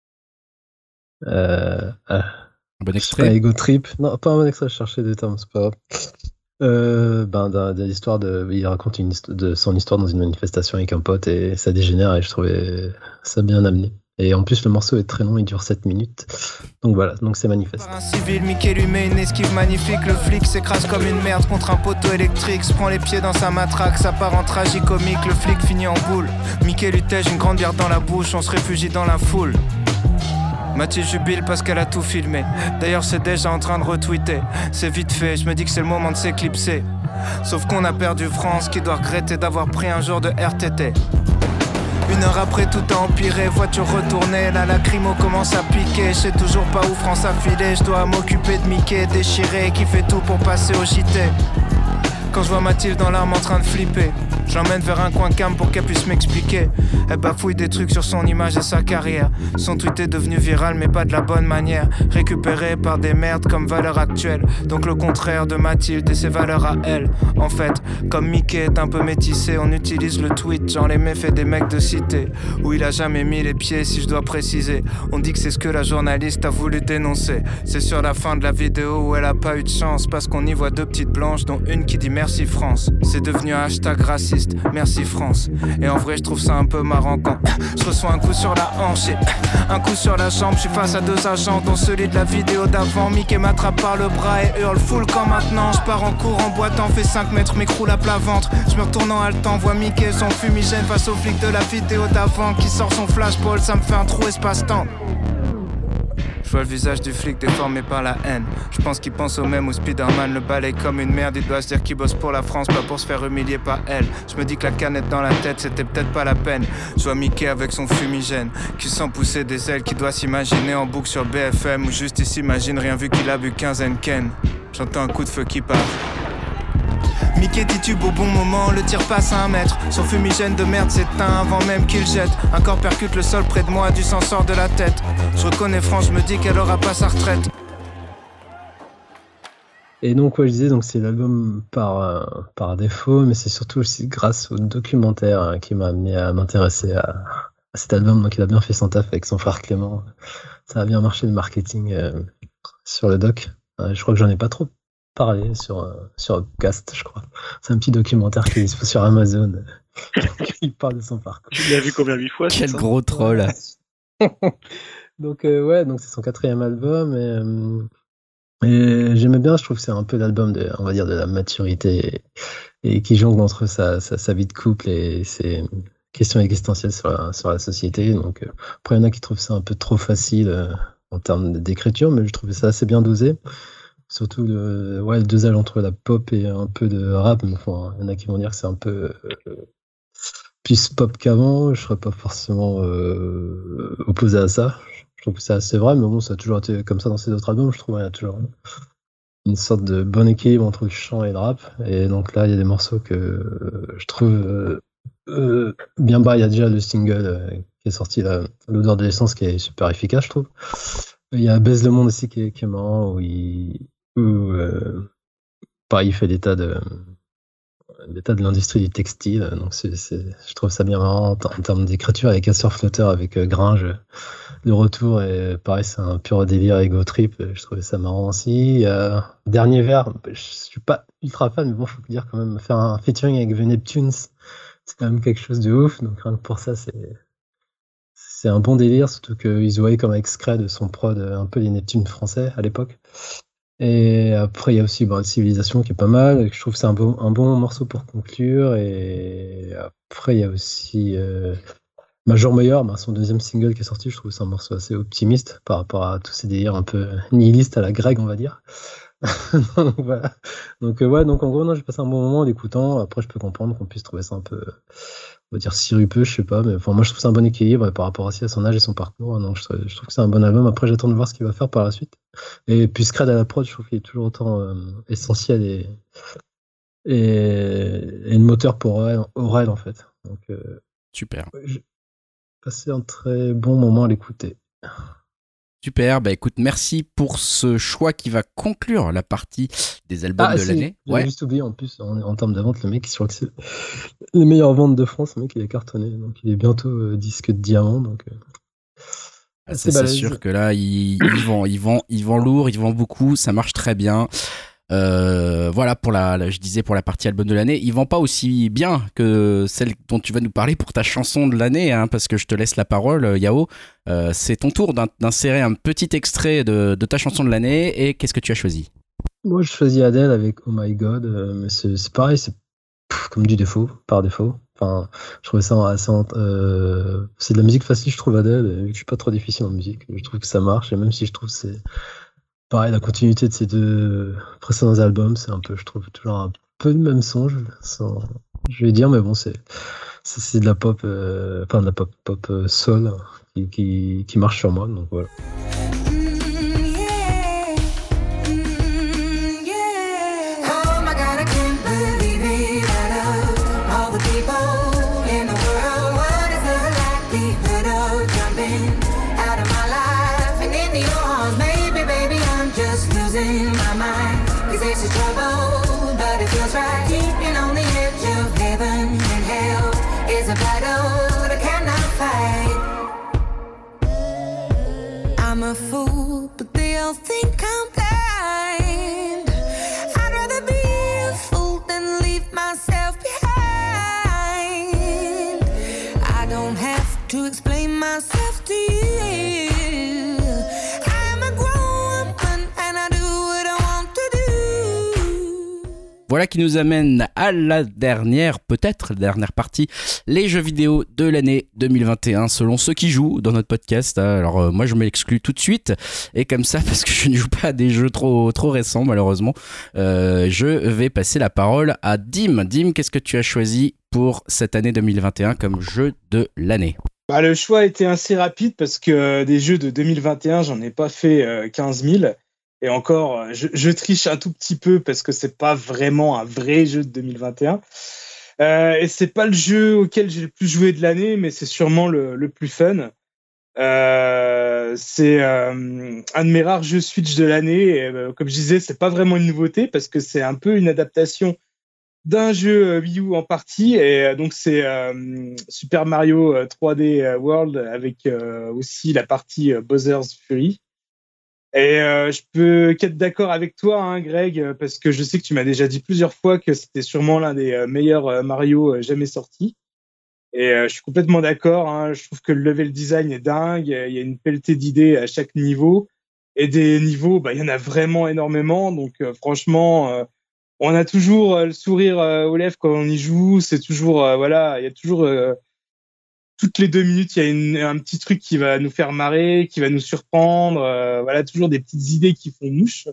euh, euh, Un bon Pas extrait. Ego Trip. Non, pas un bon extrait, je cherchais des termes, c'est pas grave. Euh, ben, d'un- de l'histoire de. Il raconte une histo- de son histoire dans une manifestation avec un pote et ça dégénère et je trouvais ça bien amené. Et en plus, le morceau est très long, il dure sept minutes. Donc voilà, donc c'est Manifeste. Par un civil, Mickey lui met une esquive magnifique. Le flic s'écrase comme une merde contre un poteau électrique. Se prend les pieds dans sa matraque, ça part en tragicomique. Le flic finit en boule. Mickey lui tège une grande bière dans la bouche. On se réfugie dans la foule. Mathilde jubile parce qu'elle a tout filmé. D'ailleurs c'est déjà en train de retweeter. C'est vite fait, je me dis que c'est le moment de s'éclipser. Sauf qu'on a perdu France, qui doit regretter d'avoir pris un jour de R T T. Une heure après tout a empiré, voiture retournée, la lacrymo commence à piquer. Je sais toujours pas où France a filé, je dois m'occuper de Mickey déchiré, qui fait tout pour passer au J T. Quand je vois Mathilde dans l'arme en train de flipper, je l'emmène vers un coin calme pour qu'elle puisse m'expliquer. Elle bafouille des trucs sur son image et sa carrière. Son tweet est devenu viral mais pas de la bonne manière. Récupéré par des merdes comme valeur actuelle. Donc le contraire de Mathilde et ses valeurs à elle. En fait, comme Mickey est un peu métissé, on utilise le tweet genre les méfaits des mecs de cité. Où il a jamais mis les pieds si je dois préciser. On dit que c'est ce que la journaliste a voulu dénoncer. C'est sur la fin de la vidéo où elle a pas eu de chance. Parce qu'on y voit deux petites blanches dont une qui dit merci France. C'est devenu un hashtag raciste, merci France. Et en vrai je trouve ça un peu marrant quand je reçois un coup sur la hanche et un coup sur la jambe. Je suis face à deux agents dont celui de la vidéo d'avant. Mickey m'attrape par le bras et hurle full quand maintenant. Je pars en cours en boitant, fais cinq mètres, m'écroule à plat ventre. Je me retourne en haletant, vois Mickey son fumigène face au flic de la vidéo d'avant qui sort son flashball, ça me fait un trou espace-temps. Je vois le visage du flic déformé par la haine. Je pense qu'il pense au même où Spider-Man le balaye comme une merde. Il doit se dire qu'il bosse pour la France, pas pour se faire humilier par elle. Je me dis que la canette dans la tête, c'était peut-être pas la peine. Je vois Mickey avec son fumigène, qui sent pousser des ailes, qui doit s'imaginer en boucle sur B F M. Ou juste il s'imagine rien vu qu'il a bu quinze Ken. J'entends un coup de feu qui part. Mickey titube au bon moment, le tir passe à un mètre. Son fumigène de merde s'éteint avant même qu'il jette. Un corps percute le sol près de moi, du sang sort de la tête. Je reconnais France, je me dis qu'elle aura pas sa retraite. Et donc, ouais, je disais, donc c'est l'album par, euh, par défaut, mais c'est surtout aussi grâce au documentaire hein, qui m'a amené à m'intéresser à, à cet album. Donc, il a bien fait son taf avec son frère Clément. Ça a bien marché le marketing euh, sur le doc. Euh, je crois que j'en ai pas trop parlé sur, euh, sur Upcast, je crois. C'est un petit documentaire qui est dispo sur Amazon. Il parle de son parcours. Tu l'as vu combien de fois? Quel gros troll. Donc, euh, ouais, donc c'est son quatrième album. Et, euh, et j'aimais bien, je trouve que c'est un peu l'album de, on va dire, de la maturité et, et qui jongle entre sa, sa, sa vie de couple et ses questions existentielles sur la, sur la société. Donc, euh, après, il y en a qui trouvent ça un peu trop facile euh, en termes d'écriture, mais je trouvais ça assez bien dosé. Surtout le, ouais, le dosage entre la pop et un peu de rap. Mais enfin, il y en a qui vont dire que c'est un peu euh, plus pop qu'avant. Je serais pas forcément euh, opposé à ça. Je trouve que c'est assez vrai, mais bon, ça a toujours été comme ça dans ces autres albums. Je trouve qu'il y a toujours une sorte de bon équilibre entre le chant et le rap. Et donc là, il y a des morceaux que euh, je trouve euh, euh, bien bas. Il y a déjà le single euh, qui est sorti, là, L'odeur de l'essence, qui est super efficace, je trouve. Il y a Baise le monde aussi qui est, qui est marrant, où il, où, euh, pareil, il fait l'état de, l'état de l'industrie du textile. Donc c'est, c'est, je trouve ça bien marrant en, t- en termes d'écriture, avec un surflotteur avec euh, Gringe de retour, et pareil, c'est un pur délire ego trip. Je trouvais ça marrant aussi. Euh, dernier vers, je suis pas ultra fan, mais bon, faut dire quand même, faire un featuring avec The Neptunes, c'est quand même quelque chose de ouf. Donc rien que pour ça, c'est c'est un bon délire, surtout qu'ils voyaient comme avec Scred, son prod, un peu les Neptunes français à l'époque. Et après, il y a aussi bah, Civilisation qui est pas mal. Je trouve que c'est un bon, un bon morceau pour conclure. Et après, il y a aussi euh, Major Meilleur, bah, son deuxième single qui est sorti. Je trouve que c'est un morceau assez optimiste par rapport à tous ces délires un peu nihilistes à la Greg, on va dire. donc voilà. Donc euh, ouais, donc en gros, non, j'ai passé un bon moment en l'écoutant. Après, je peux comprendre qu'on puisse trouver ça un peu, on va dire sirupeux, je sais pas, mais enfin moi je trouve que c'est un bon équilibre par rapport aussi à son âge et son parcours. Donc je, je trouve que c'est un bon album. Après, j'attends de voir ce qu'il va faire par la suite. Et puis Scred à la prod, je trouve qu'il est toujours autant euh, essentiel et et, et le moteur pour Aurel, Aurel en fait. Donc euh, super. J'ai passé un très bon moment à l'écouter. Super, bah écoute, merci pour ce choix qui va conclure la partie des albums ah, de si, l'année. J'ai Ouais. juste oublié en plus, en, en termes de vente, le mec, je crois que c'est les meilleures ventes de France. Le mec, il est cartonné, donc il est bientôt euh, disque de diamant. Donc, euh, Ah, ça, c'est c'est balèze. sûr que là, il, il vend, il vend, il vend lourd, il vend beaucoup, ça marche très bien. Euh, voilà pour la, la- je disais pour la partie album de l'année. Il vend pas aussi bien que celle dont tu vas nous parler pour ta chanson de l'année, hein, parce que je te laisse la parole, euh, Yao. Euh, c'est ton tour d'in- d'insérer un petit extrait de, de ta chanson de l'année. Et qu'est-ce que tu as choisi? Moi, je choisis Adele avec Oh My God, euh, mais c'est c'est pareil, c'est pff, comme du défaut, par défaut. Enfin, je trouvais ça assez. Euh, c'est de la musique facile, je trouve, Adele, et vu que je suis pas trop difficile en musique, je trouve que ça marche, et même si je trouve que c'est pareil, la continuité de ces deux précédents albums, c'est un peu, je trouve, toujours un peu le même son, je, sans- je vais dire, mais bon, c'est c'est c'est de la pop, euh, enfin de la pop, pop euh, soul qui, qui, qui marche sur moi, donc voilà. Oh my God, I can't believe it. Out of all the people in the world, what is the likelihood of jumping out of my life and into your arms? Maybe, baby, I'm just losing my mind. Cause this is trouble, but it feels right. Keeping on the edge of heaven and hell is a battle that I cannot fight. I'm a fool, but they all think I'm blind. I'd rather be a fool than leave myself behind. I don't have to explain myself to you. I'm a grown woman and I do what I want to do. Voilà qui nous amène à la dernière, peut-être la dernière partie, les jeux vidéo de l'année deux mille vingt et un selon ceux qui jouent dans notre podcast. Alors euh, moi je m'exclus tout de suite et comme ça parce que je ne joue pas à des jeux trop trop récents malheureusement, euh, je vais passer la parole à Dim. Dim, qu'est-ce que tu as choisi pour cette année deux mille vingt et un comme jeu de l'année? Bah, le choix a été assez rapide parce que euh, des jeux de deux mille vingt et un, j'en ai pas fait euh, quinze mille. Et encore, euh, je, je triche un tout petit peu parce que c'est pas vraiment un vrai jeu de deux mille vingt et un. Euh, et c'est pas le jeu auquel j'ai le plus joué de l'année, mais c'est sûrement le, le plus fun. Euh, c'est euh, un de mes rares jeux Switch de l'année. Et, euh, comme je disais, c'est pas vraiment une nouveauté parce que c'est un peu une adaptation d'un jeu Wii U en partie, et euh, donc c'est euh, Super Mario euh, trois D World avec euh, aussi la partie euh, Bowser's Fury. Et euh, je peux qu'être d'accord avec toi, hein, Greg, parce que je sais que tu m'as déjà dit plusieurs fois que c'était sûrement l'un des euh, meilleurs euh, Mario euh, jamais sortis. Et euh, je suis complètement d'accord. Hein, je trouve que le level design est dingue. Il y a une pelletée d'idées à chaque niveau, et des niveaux, bah il y en a vraiment énormément. Donc euh, franchement. Euh, On a toujours euh, le sourire euh, aux lèvres quand on y joue. C'est toujours, euh, voilà, il y a toujours, euh, toutes les deux minutes, il y a une, un petit truc qui va nous faire marrer, qui va nous surprendre. Euh, voilà, toujours des petites idées qui font mouche.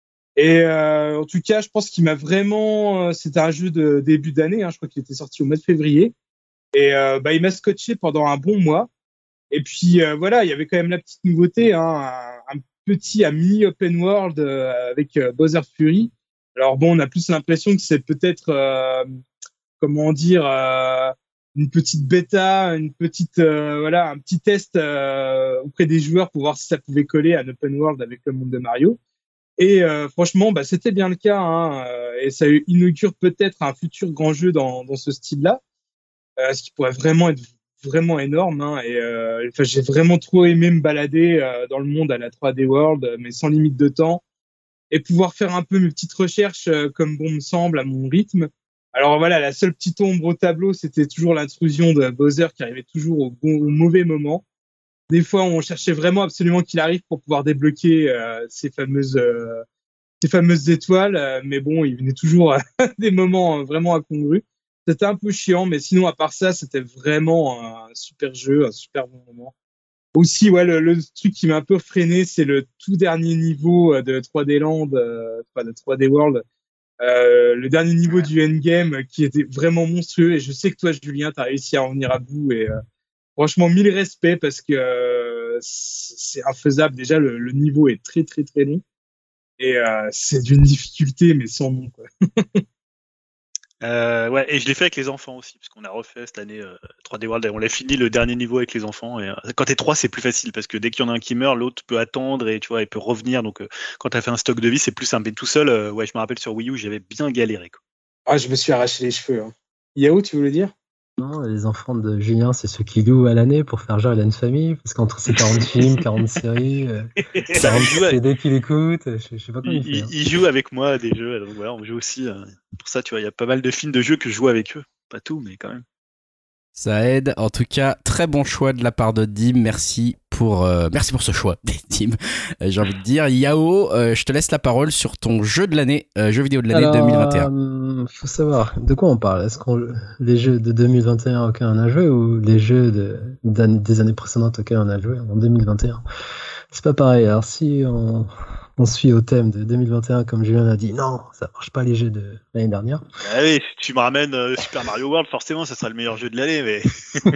Et euh, en tout cas, je pense qu'il m'a vraiment... Euh, c'était un jeu de début d'année. Hein, je crois qu'il était sorti au mois de février. Et euh, bah, il m'a scotché pendant un bon mois. Et puis, euh, voilà, il y avait quand même la petite nouveauté. Hein, un, un petit, un mini open world euh, avec euh, Bowser's Fury. Alors bon, on a plus l'impression que c'est peut-être, euh, comment dire, euh, une petite bêta, une petite, euh, voilà, un petit test euh, auprès des joueurs pour voir si ça pouvait coller à un open world avec le monde de Mario. Et euh, franchement, bah, c'était bien le cas, hein, et ça inaugure peut-être un futur grand jeu dans, dans ce style-là, euh, ce qui pourrait vraiment être vraiment énorme. Hein, et euh, enfin, j'ai vraiment trop aimé me balader euh, dans le monde à la trois D World, mais sans limite de temps. Et pouvoir faire un peu mes petites recherches euh, comme bon me semble à mon rythme. Alors voilà, la seule petite ombre au tableau, c'était toujours l'intrusion de Bowser qui arrivait toujours au, bon, au mauvais moment. Des fois, on cherchait vraiment absolument qu'il arrive pour pouvoir débloquer euh, ces fameuses euh, ces fameuses étoiles, euh, mais bon, il venait toujours à des moments euh, vraiment incongrus. C'était un peu chiant, mais sinon, à part ça, c'était vraiment un super jeu, un super bon moment. Aussi, ouais, le, le truc qui m'a un peu freiné, c'est le tout dernier niveau de trois D Land, euh, enfin de trois D World, euh, le dernier niveau du endgame qui était vraiment monstrueux. Et je sais que toi, Julien, t'as réussi à en venir à bout. Et euh, franchement, mille respects parce que euh, c'est infaisable. Déjà, le, le niveau est très très très long et euh, c'est d'une difficulté mais sans nom, quoi. Euh, ouais, et je l'ai fait avec les enfants aussi, parce qu'on a refait cette année euh, trois D World, et on l'a fini le dernier niveau avec les enfants. Et euh, quand t'es trois, c'est plus facile, parce que dès qu'il y en a un qui meurt, l'autre peut attendre et tu vois, il peut revenir. Donc euh, quand t'as fait un stock de vie, c'est plus simple. Mais tout seul, euh, ouais, je me rappelle sur Wii U, j'avais bien galéré, quoi. Ah, je me suis arraché les cheveux. Hein. Yao, tu voulais dire? Non, les enfants de Julien, c'est ceux qui louent à l'année pour faire genre il a une famille, parce qu'entre ses quarante films, quarante séries, euh, quarante C D qu'il écoute, je, je sais pas comment il, il fait. Hein. Il joue avec moi à des jeux, donc voilà, on joue aussi. Euh, pour ça, tu vois, il y a pas mal de films de jeux que je joue avec eux. Pas tout, mais quand même. Ça aide. En tout cas, très bon choix de la part de Dim. Merci pour, euh, merci pour ce choix, Dim. Euh, j'ai envie de dire, Yao, euh, je te laisse la parole sur ton jeu de l'année, euh, jeu vidéo de l'année Alors, deux mille vingt et un. Euh, faut savoir de quoi on parle. Est-ce qu'on les jeux de deux mille vingt et un auxquels on a joué ou les jeux de, des années précédentes auxquels on a joué en deux mille vingt et un? C'est pas pareil. Alors si on, on suit au thème de deux mille vingt et un, comme Julien a dit, non, ça marche pas les jeux de l'année dernière. Allez, si tu me ramènes euh, Super Mario World, forcément, ça sera le meilleur jeu de l'année, mais.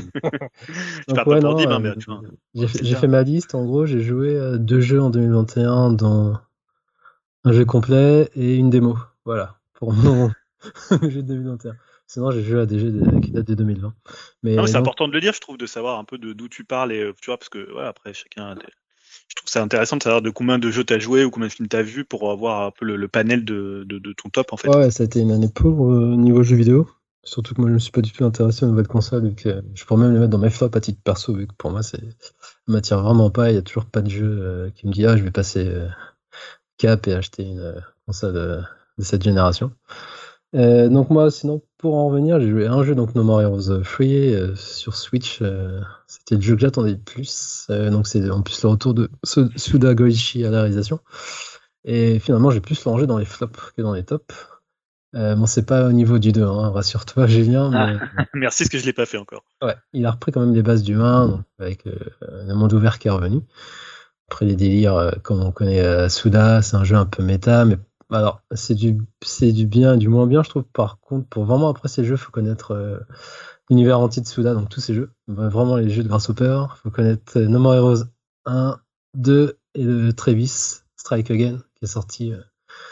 Je parle pas pour Dim, hein, mais tu vois. J'ai fait, j'ai fait ma liste. En gros, j'ai joué à deux jeux en deux mille vingt et un, dont un jeu complet et une démo. Voilà, pour mon jeu de deux mille vingt et un. Sinon, j'ai joué à des jeux de, qui datent de deux mille vingt. Mais, non, mais c'est donc... important de le dire, je trouve, de savoir un peu de, d'où tu parles, et tu vois, parce que, ouais, après, chacun a des... Je trouve ça intéressant de savoir de combien de jeux t'as joué ou combien de films t'as vu pour avoir un peu le, le panel de, de, de ton top, en fait. Ouais, ça a été une année pauvre au niveau jeux vidéo. Surtout que moi, je me suis pas du tout intéressé aux nouvelles consoles, vu que je pourrais même les mettre dans mes flops à titre perso, vu que pour moi, c'est... ça m'attire vraiment pas. Il y a toujours pas de jeu euh, qui me dit, ah, je vais passer euh, cap et acheter une euh, console euh, de cette génération. Euh, donc moi, sinon, pour en revenir, j'ai joué à un jeu, donc No More Heroes Free, euh, sur Switch. Euh, c'était le jeu que j'attendais le plus. Euh, donc c'est en plus le retour de Suda Goichi à la réalisation. Et finalement, j'ai plus rangé dans les flops que dans les tops. Euh, bon, c'est pas au niveau du deux, hein, rassure-toi, Julien. Mais... Ah, merci, parce que je l'ai pas fait encore. Ouais, il a repris quand même les bases du un, donc, avec euh, le monde ouvert qui est revenu. Après les délires, euh, comme on connaît euh, Suda, c'est un jeu un peu méta, mais alors c'est du, c'est du bien et du moins bien, je trouve. Par contre, pour vraiment apprécier le jeu, il faut connaître euh, l'univers entier de Suda, donc tous ces jeux, vraiment les jeux de Grasshopper. Il faut connaître euh, No More Heroes un, deux et le Travis Strike Again qui est sorti euh,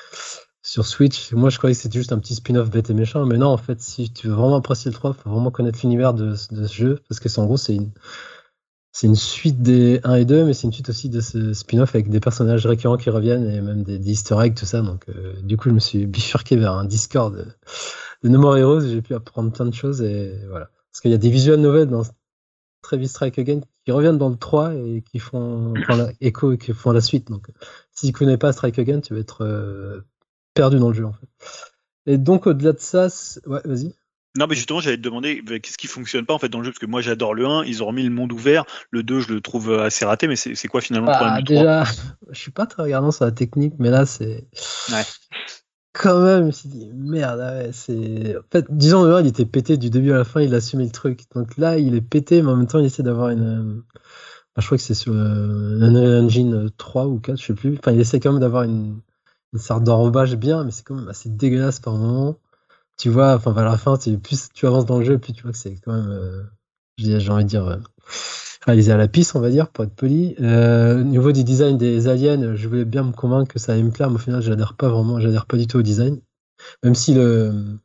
sur Switch. Moi, je croyais que c'était juste un petit spin-off bête et méchant, mais non, en fait, si tu veux vraiment apprécier le trois, il faut vraiment connaître l'univers de, de ce jeu, parce que c'est en gros, c'est une C'est une suite des un et deux, mais c'est une suite aussi de ce spin-off avec des personnages récurrents qui reviennent et même des, des easter eggs, tout ça. Donc, euh, du coup, je me suis bifurqué vers un Discord de, de No More Heroes. J'ai pu apprendre plein de choses et voilà. Parce qu'il y a des visual novels dans Travis Strike Again qui reviennent dans le trois et qui font, font la, écho et qui font la suite. Donc, si tu connais pas Strike Again, tu vas être euh, perdu dans le jeu, en fait. Et donc, au-delà de ça, c'est... ouais, vas-y. Non, mais justement, j'allais te demander qu'est-ce qui fonctionne pas en fait dans le jeu, parce que moi j'adore le un, ils ont remis le monde ouvert, le deux je le trouve assez raté, mais c'est, c'est quoi finalement le bah, problème du déjà, je suis pas très regardant sur la technique, mais là c'est ouais. Quand même, je me suis dit merde, ouais, c'est en fait, disons le un il était pété du début à la fin, il assumait le truc, donc là il est pété, mais en même temps il essaie d'avoir une, bah, je crois que c'est sur euh, Unreal Engine trois ou quatre, je sais plus, enfin il essaie quand même d'avoir une, une sorte d'enrobage bien, mais c'est quand même assez dégueulasse par moment. Tu vois, enfin, vers la fin, tu, plus tu avances dans le jeu, plus tu vois que c'est quand même, euh, j'ai, j'ai envie de dire, euh, réalisé à la pisse, on va dire, pour être poli. Euh, au niveau du design des aliens, je voulais bien me convaincre que ça allait me plaire, mais au final, j'adhère pas vraiment, j'adhère pas du tout au design. Même si le,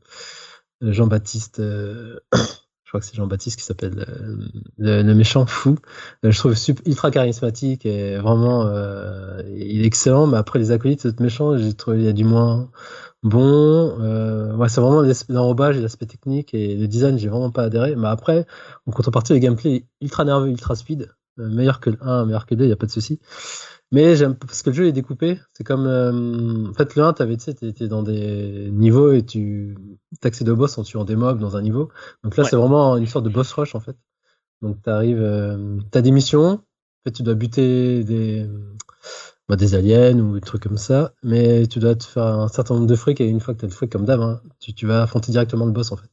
le Jean-Baptiste, euh, je crois que c'est Jean-Baptiste qui s'appelle euh, le, le méchant fou, euh, je trouve super, ultra charismatique et vraiment, euh, il est excellent, mais après les acolytes, ce méchant, j'ai trouvé, il y a du moins, bon, euh, ouais, c'est vraiment l'enrobage et l'aspect technique et le design, j'ai vraiment pas adhéré. Mais après, en contrepartie, le gameplay est ultra nerveux, ultra speed, euh, meilleur que le un, meilleur que le deux, y a pas de souci. Mais j'aime parce que le jeu est découpé. C'est comme, euh, en fait, le un, t'avais, tu sais, t'étais dans des niveaux et tu t'accèdes au boss en tuant des mobs dans un niveau. Donc là, ouais. C'est vraiment une sorte de boss rush en fait. Donc t'arrives, euh, t'as des missions. En fait, tu dois buter des Bah, des aliens ou des trucs comme ça, mais tu dois te faire un certain nombre de fric et une fois que tu as le fric comme d'hab, hein, tu, tu vas affronter directement le boss en fait.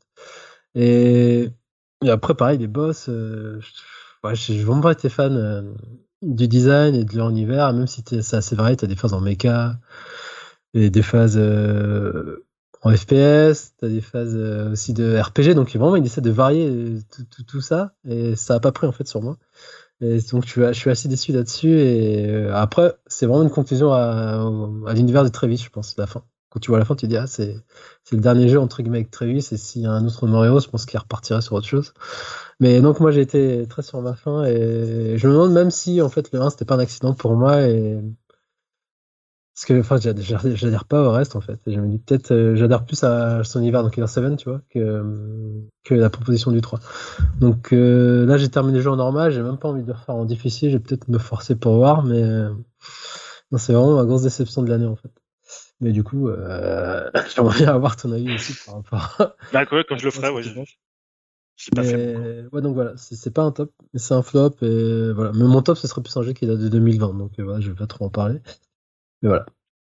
Et, et après, pareil, les boss, euh, ouais, j'ai vraiment pas été fan euh, du design et de leur univers, même si c'est assez varié, tu as des phases en mecha, et des phases euh, en F P S, tu as des phases euh, aussi de R P G, donc vraiment, il essaie de varier tout, tout, tout ça, et ça a pas pris en fait sur moi. Et donc je suis, je suis assez déçu là-dessus et euh, après c'est vraiment une conclusion à, à l'univers de Travis, je pense, la fin. Quand tu vois la fin, tu te dis ah c'est c'est le dernier jeu entre guillemets avec Travis, et s'il y a un autre Mario, je pense qu'il repartirait sur autre chose. Mais donc moi j'ai été très sur ma fin et je me demande même si en fait le un c'était pas un accident pour moi, et parce que enfin j'adhère, j'adhère pas au reste en fait. Et je me dis peut-être euh, j'adhère plus à son univers dans Killer sept, tu vois, que que la proposition du trois. Donc euh, là j'ai terminé le jeu en normal, j'ai même pas envie de le refaire en difficile, j'ai peut-être me forcer pour voir, mais euh, non, c'est vraiment ma grosse déception de l'année en fait. Mais du coup euh, j'aimerais bien avoir ton avis aussi par rapport. D'accord, quand je le ferai, ouais. Je... J'ai pas mais, fait. Ouais, donc voilà, c'est, c'est pas un top, mais c'est un flop, et voilà. Mais mon top ce serait plus un jeu qui date de deux mille vingt, donc euh, voilà, je vais pas trop en parler. Mais voilà.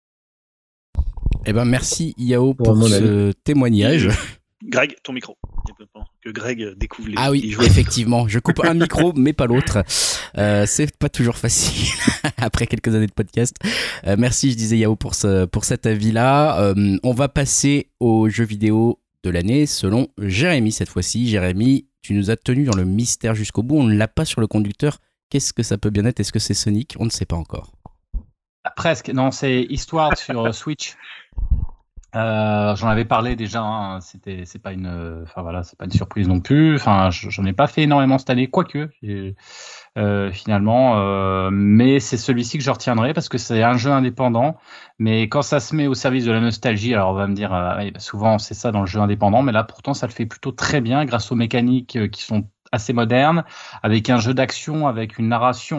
Eh ben merci Yao pour, pour ce avis. témoignage. Greg, ton micro. Que Greg découvre les. Ah oui, les effectivement. Je coupe un micro, mais pas l'autre. Euh, c'est pas toujours facile après quelques années de podcast. Euh, merci, je disais Yao pour ce pour cet avis-là. Euh, on va passer aux jeux vidéo de l'année selon Jérémy cette fois-ci. Jérémy, tu nous as tenu dans le mystère jusqu'au bout. On ne l'a pas sur le conducteur. Qu'est-ce que ça peut bien être ? Est-ce que c'est Sonic ? On ne sait pas encore. Presque, non, c'est Histoire sur Switch. Euh, j'en avais parlé déjà. Hein, c'était, c'est pas une, enfin voilà, c'est pas une surprise non plus. Enfin, j'en ai pas fait énormément cette année, quoique euh, finalement. Euh, mais c'est celui-ci que je retiendrai parce que c'est un jeu indépendant. Mais quand ça se met au service de la nostalgie, alors on va me dire, euh, souvent c'est ça dans le jeu indépendant, mais là pourtant ça le fait plutôt très bien grâce aux mécaniques qui sont assez modernes, avec un jeu d'action, avec une narration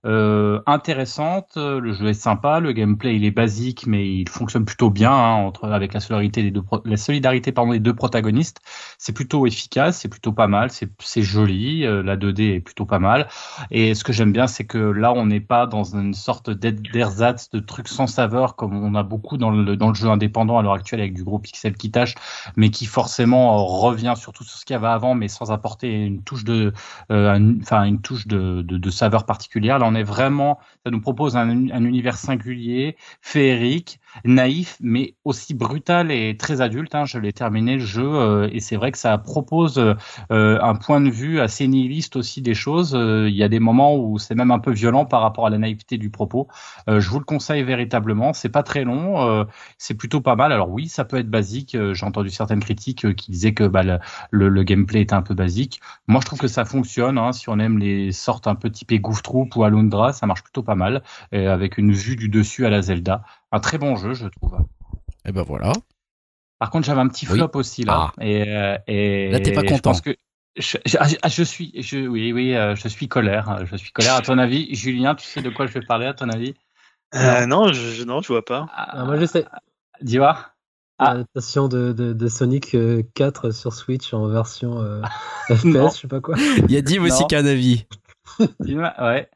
euh, intéressante. Le jeu est sympa, le gameplay il est basique, mais il fonctionne plutôt bien hein, entre avec la solidarité des deux, pro- la solidarité pardon des deux protagonistes. C'est plutôt efficace, c'est plutôt pas mal, c'est c'est joli. Euh, la deux D est plutôt pas mal. Et ce que j'aime bien, c'est que là, on n'est pas dans une sorte d'ed- d'ersatz de trucs sans saveur comme on a beaucoup dans le dans le jeu indépendant à l'heure actuelle avec du gros pixel qui tâche, mais qui forcément euh, revient surtout sur ce qu'il y avait avant, mais sans apporter une touche de, euh, un- enfin une touche de, de, de saveur particulière. Là, on est vraiment, ça nous propose un, un univers singulier, féerique, naïf, mais aussi brutal et très adulte. Hein. Je l'ai terminé le jeu euh, et c'est vrai que ça propose euh, un point de vue assez nihiliste aussi des choses. Euh, Il y a des moments où c'est même un peu violent par rapport à la naïveté du propos. Euh, je vous le conseille véritablement. C'est pas très long, euh, c'est plutôt pas mal. Alors oui, ça peut être basique. Euh, J'ai entendu certaines critiques euh, qui disaient que bah, le, le, le gameplay était un peu basique. Moi, je trouve que ça fonctionne. Hein. Si on aime les sortes un peu typées Goof Troop ou Alundra, ça marche plutôt pas mal. Et avec une vue du dessus à la Zelda. Un très bon jeu, je trouve. Et ben voilà. Par contre, j'avais un petit Oui. flop aussi là. Ah. Et, euh, et Là, t'es pas je content. pense que je, je, ah, je suis, je, oui, oui, euh, je suis colère. Je suis colère. À ton avis, Julien, tu sais de quoi je vais parler à ton avis? Euh, non, je, je- non, je vois pas. Ah, moi, je sais. Dis-moi. Ah. L'adaptation de, de, de Sonic euh, quatre sur Switch en version euh, F P Non. S, je sais pas quoi. Il y a Dim aussi Non. qui a un avis. Dis-moi. Ouais.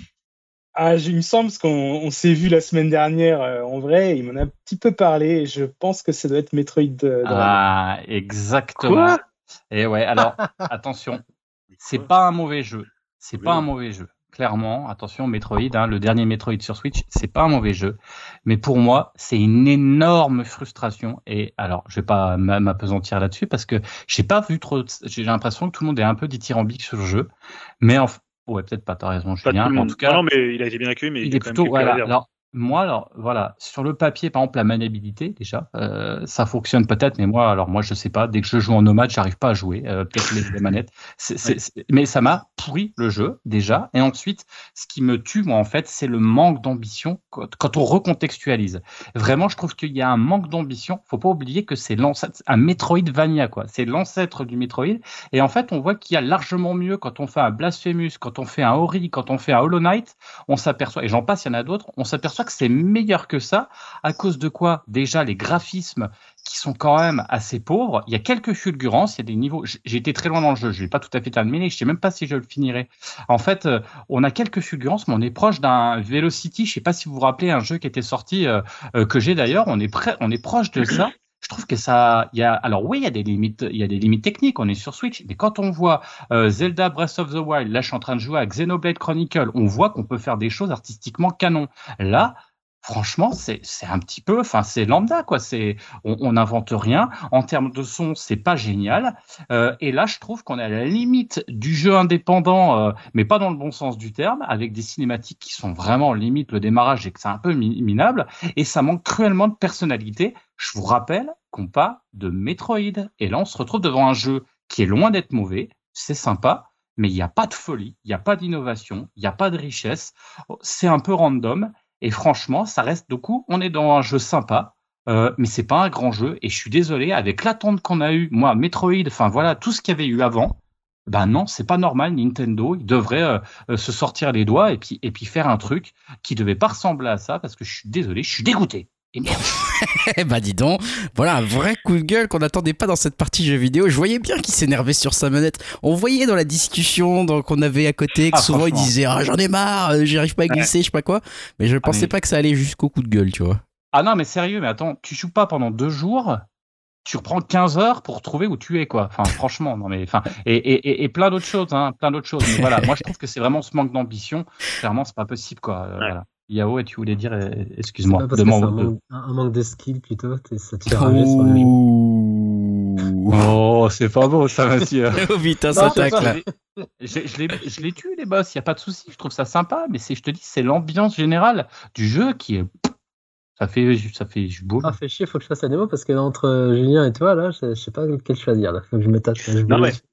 Ah, je- il me semble parce qu'on on s'est vu la semaine dernière euh, en vrai, il m'en a un petit peu parlé et je pense que ça doit être Metroid euh, Dread. Ah, exactement. Quoi Et ouais. Alors, attention. C'est pas un mauvais jeu. C'est Oui. pas un mauvais jeu. Clairement, attention, Metroid, hein, le dernier Metroid sur Switch, c'est pas un mauvais jeu. Mais pour moi, c'est une énorme frustration. Et alors, je vais pas m'a- m'apesantir là-dessus parce que j'ai pas vu trop. de- J'ai l'impression que tout le monde est un peu dithyrambique sur le jeu. Mais en f- ouais, peut-être pas. T'as raison, Pas Julien. tout le En monde. tout cas, non, non, mais il a été bien accueilli, mais il, il y a est quand même plutôt quelques voilà. réserves. Alors moi, alors voilà, sur le papier, par exemple, la maniabilité déjà, euh, ça fonctionne peut-être, mais moi, alors moi, je sais pas. Dès que je joue en nomade, j'arrive pas à jouer. Euh, peut-être les, les manettes. C'est, c'est, c'est- mais ça m'a pourri le jeu déjà. Et ensuite, ce qui me tue, moi, en fait, c'est le manque d'ambition quand, quand on recontextualise. Vraiment, je trouve qu'il y a un manque d'ambition. Faut pas oublier que c'est l'ancêtre, un Metroidvania, quoi. C'est l'ancêtre du Metroid. Et en fait, on voit qu'il y a largement mieux quand on fait un Blasphemous, quand on fait un Ori, quand on fait un Hollow Knight. On s'aperçoit, et j'en passe, il y en a d'autres, on s'aperçoit que c'est meilleur que ça. À cause de quoi? Déjà, les graphismes qui sont quand même assez pauvres. Il y a quelques fulgurances, il y a des niveaux. J- J'ai été très loin dans le jeu, je l'ai pas tout à fait terminé, je sais même pas si je le finirai. En fait, euh, on a quelques fulgurances, mais on est proche d'un Velocity. Je sais pas si vous vous rappelez un jeu qui était sorti, euh, euh, que j'ai d'ailleurs. On est près, on est proche de ça. Je trouve que ça, il y a, alors oui, il y a des limites, il y a des limites techniques. On est sur Switch, mais quand on voit euh, Zelda Breath of the Wild, là, je suis en train de jouer à Xenoblade Chronicle, on voit qu'on peut faire des choses artistiquement canon. Là, franchement, c'est c'est un petit peu, enfin, c'est lambda, quoi. C'est, on on n'invente rien. En termes de son, c'est pas génial. Euh, et là, je trouve qu'on est à la limite du jeu indépendant, euh, mais pas dans le bon sens du terme, avec des cinématiques qui sont vraiment limite le démarrage et que c'est un peu mi- minable. Et ça manque cruellement de personnalité. Je vous rappelle qu'on parle de Metroid. Et là, on se retrouve devant un jeu qui est loin d'être mauvais. C'est sympa. Mais il n'y a pas de folie, il n'y a pas d'innovation, il n'y a pas de richesse. C'est un peu random. Et franchement, ça reste du coup, on est dans un jeu sympa, euh, mais c'est pas un grand jeu. Et je suis désolé, avec l'attente qu'on a eue, moi, Metroid, enfin voilà, tout ce qu'il y avait eu avant, ben non, c'est pas normal. Nintendo, il devrait euh, euh, se sortir les doigts et puis et puis faire un truc qui devait pas ressembler à ça, parce que je suis désolé, je suis dégoûté. Et merde. Eh bah dis donc, voilà un vrai coup de gueule qu'on n'attendait pas dans cette partie jeu vidéo. Je voyais bien qu'il s'énervait sur sa manette. On voyait dans la discussion donc, qu'on avait à côté que Ah, souvent il franchement. disait ah, j'en ai marre, euh, j'y arrive pas à glisser, je sais pas quoi. Mais je pensais mais- pas que ça allait jusqu'au coup de gueule, tu vois. Ah non, mais sérieux, mais attends, tu joues pas pendant deux jours, tu reprends quinze heures pour trouver où tu es, quoi. Enfin, franchement, non mais, enfin, et, et, et, et plein d'autres choses, hein, plein d'autres choses. Mais voilà, moi je trouve que c'est vraiment ce manque d'ambition. Clairement, c'est pas possible, quoi. Euh, Ouais. Voilà. Yao, et tu voulais dire, euh, C'est excuse-moi, pas parce de que c'est un mon- de- manque, un- un manque de skill plutôt, t'es- ça te fait rager sur le jeu. Ouh. Oh, c'est pas beau ça, monsieur. Oh putain, Non, ça c'est tacle ça. là. Je, je, les, je les tue, les boss, il n'y a pas de souci, je trouve ça sympa, mais c'est, je te dis, c'est l'ambiance générale du jeu qui est. Ça fait. Ça fait boum. Ah, fait chier, faut que je fasse la démo parce que entre euh, Julien et toi, là, je, je sais pas lequel choisir. Là. Faut que je me tâte. là, je Non, bouge. mais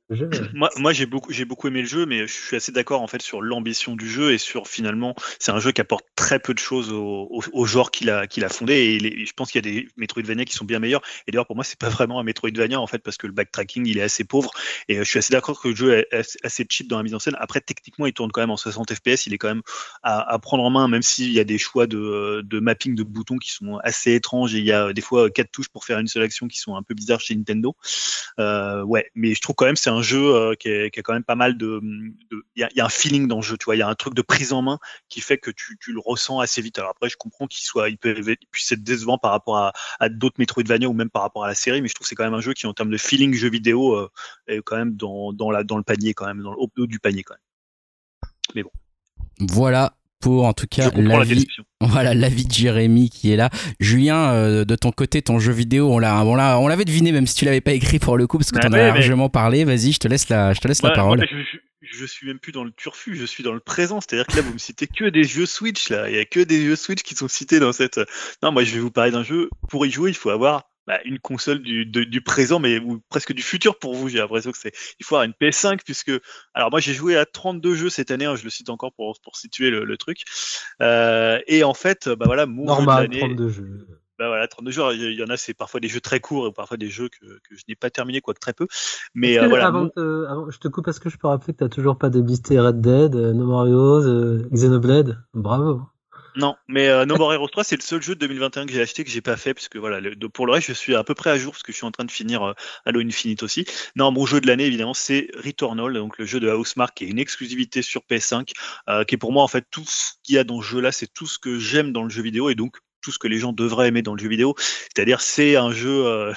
Le jeu, euh, Moi, moi j'ai beaucoup, j'ai beaucoup aimé le jeu, mais je suis assez d'accord en fait sur l'ambition du jeu et sur finalement, c'est un jeu qui apporte très peu de choses au, au, au genre qu'il a, qu'il a fondé. Et les- je pense qu'il y a des Metroidvania qui sont bien meilleurs. Et d'ailleurs, pour moi, c'est pas vraiment un Metroidvania en fait parce que le backtracking il est assez pauvre. Et euh, je suis assez d'accord que le jeu est assez, assez cheap dans la mise en scène. Après, techniquement, il tourne quand même en soixante F P S. Il est quand même à, à prendre en main, même s'il y a des choix de, de mapping de boutons qui sont assez étranges et il y a des fois quatre touches pour faire une seule action qui sont un peu bizarres chez Nintendo. Euh, ouais, mais je trouve quand même c'est un jeu euh, qui, est, qui a quand même pas mal de, de il y a, il y a un feeling dans le jeu, tu vois, il y a un truc de prise en main qui fait que tu, tu le ressens assez vite. Alors après, je comprends qu'il soit, il peut, il puisse être décevant par rapport à, à d'autres Metroidvania ou même par rapport à la série, mais je trouve que c'est quand même un jeu qui, en termes de feeling jeu vidéo, euh, est quand même dans, dans la, dans le panier quand même, dans le haut du panier quand même. Mais bon. Voilà pour en tout Je cas comprends la l'avis. description. Voilà l'avis de Jérémy qui est là. Julien, euh, de ton côté, ton jeu vidéo, on l'a, on l'a, on l'avait deviné même si tu l'avais pas écrit pour le coup parce que Bah t'en as ouais, mais- largement parlé. Vas-y, je te laisse la, je te laisse la Ouais, parole. moi, je, je, je suis même plus dans le turfu, je suis dans le présent. C'est-à-dire que là, vous me citez que des jeux Switch, là. Il y a que des jeux Switch qui sont cités dans cette. Non, moi, je vais vous parler d'un jeu. Pour y jouer, il faut avoir bah, une console du, de- du présent, mais ou presque du futur pour vous. J'ai l'impression que c'est. Il faut avoir une P S cinq, puisque. Alors, moi, j'ai joué à trente-deux jeux cette année. Hein, je le cite encore pour, pour situer le, le truc. Euh, et en fait, bah voilà, mon normal, jeu de l'année. trente-deux jeux. Bah voilà, trente-deux jours, il y en a, c'est parfois des jeux très courts et parfois des jeux que, que je n'ai pas terminé, quoique très peu. Mais Est-ce euh, que, voilà. avant, mon- de- avant, je te coupe parce que je peux rappeler que t'as toujours pas déblisté Red Dead, euh, No More Heroes, euh, Xenoblade. Bravo. Non, mais euh, No More Heroes trois, c'est le seul jeu de deux mille vingt et un que j'ai acheté que j'ai pas fait, parce que voilà, le- de- pour le reste, je suis à peu près à jour, parce que je suis en train de finir euh, Halo Infinite aussi. Non, mon jeu de l'année, évidemment, c'est Returnal, donc le jeu de Housemarque, qui est une exclusivité sur P S cinq, euh, qui est pour moi, en fait, tout ce qu'il y a dans ce jeu-là, c'est tout ce que j'aime dans le jeu vidéo, et donc tout ce que les gens devraient aimer dans le jeu vidéo. C'est-à-dire, c'est un jeu... Euh...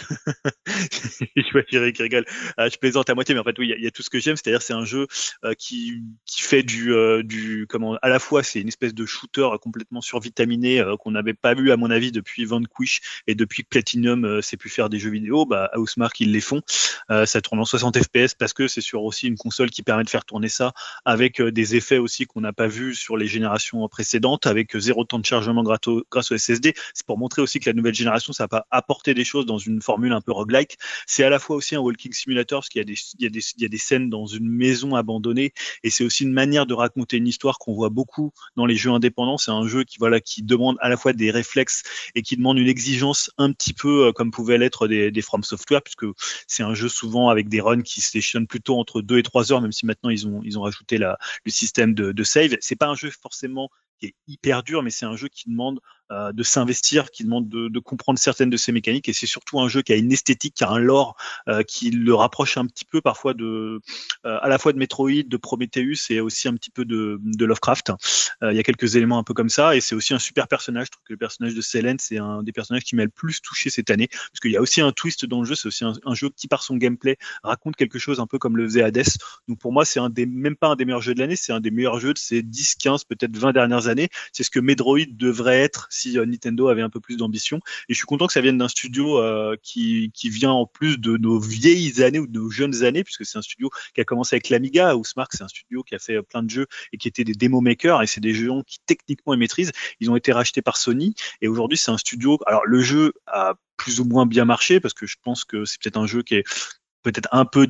je vois Thierry qui rigole. Euh, je plaisante à moitié, mais en fait, oui, il y, a- il y a tout ce que j'aime, c'est-à-dire, c'est un jeu euh, qui, qui fait du, euh, du comment à la fois c'est une espèce de shooter euh, complètement survitaminé euh, qu'on n'avait pas vu à mon avis depuis Vanquish et depuis que Platinum euh, s'est pu faire des jeux vidéo. Bah Housemarque ils les font. Euh, ça tourne en soixante F P S parce que c'est sur aussi une console qui permet de faire tourner ça avec euh, des effets aussi qu'on n'a pas vu sur les générations précédentes, avec euh, zéro temps de chargement grâce au, grâce au S S D. C'est pour montrer aussi que la nouvelle génération ça va apporter des choses dans une formule un peu roguelike. C'est à la fois aussi un walking simulator parce qu'il y a des il y a des il y a des scènes dans une maison abandonnée et c'est aussi une manière de raconter une histoire qu'on voit beaucoup dans les jeux indépendants. C'est un jeu qui voilà qui demande à la fois des réflexes et qui demande une exigence un petit peu euh, comme pouvaient l'être des, des From Software, puisque c'est un jeu souvent avec des runs qui se stationnent plutôt entre deux et trois heures, même si maintenant ils ont ils ont rajouté la, le système de, de save. C'est pas un jeu forcément qui est hyper dur, mais c'est un jeu qui demande euh, de s'investir, qui demande de, de comprendre certaines de ses mécaniques, et c'est surtout un jeu qui a une esthétique, qui a un lore euh, qui le rapproche un petit peu parfois de, euh, à la fois de Metroid, de Prometheus et aussi un petit peu de, de Lovecraft. Euh, il y a quelques éléments un peu comme ça, et c'est aussi un super personnage. Je trouve que le personnage de Selene, c'est un des personnages qui m'a le plus touché cette année, parce qu'il y a aussi un twist dans le jeu. C'est aussi un, un jeu qui, par son gameplay, raconte quelque chose un peu comme le faisait Hades. Donc pour moi, c'est un des, même pas un des meilleurs jeux de l'année, c'est un des meilleurs jeux de ces dix, quinze, peut-être vingt dernières années. C'est ce que Metroid devrait être si euh, Nintendo avait un peu plus d'ambition. Et je suis content que ça vienne d'un studio euh, qui, qui vient en plus de nos vieilles années ou de nos jeunes années, puisque c'est un studio qui a commencé avec l'Amiga. Housemarque, c'est un studio qui a fait plein de jeux et qui étaient des démo makers, et c'est des jeux qui techniquement ils maîtrisent. Ils ont été rachetés par Sony, et aujourd'hui c'est un studio. Alors le jeu a plus ou moins bien marché, parce que je pense que c'est peut-être un jeu qui est peut-être un peu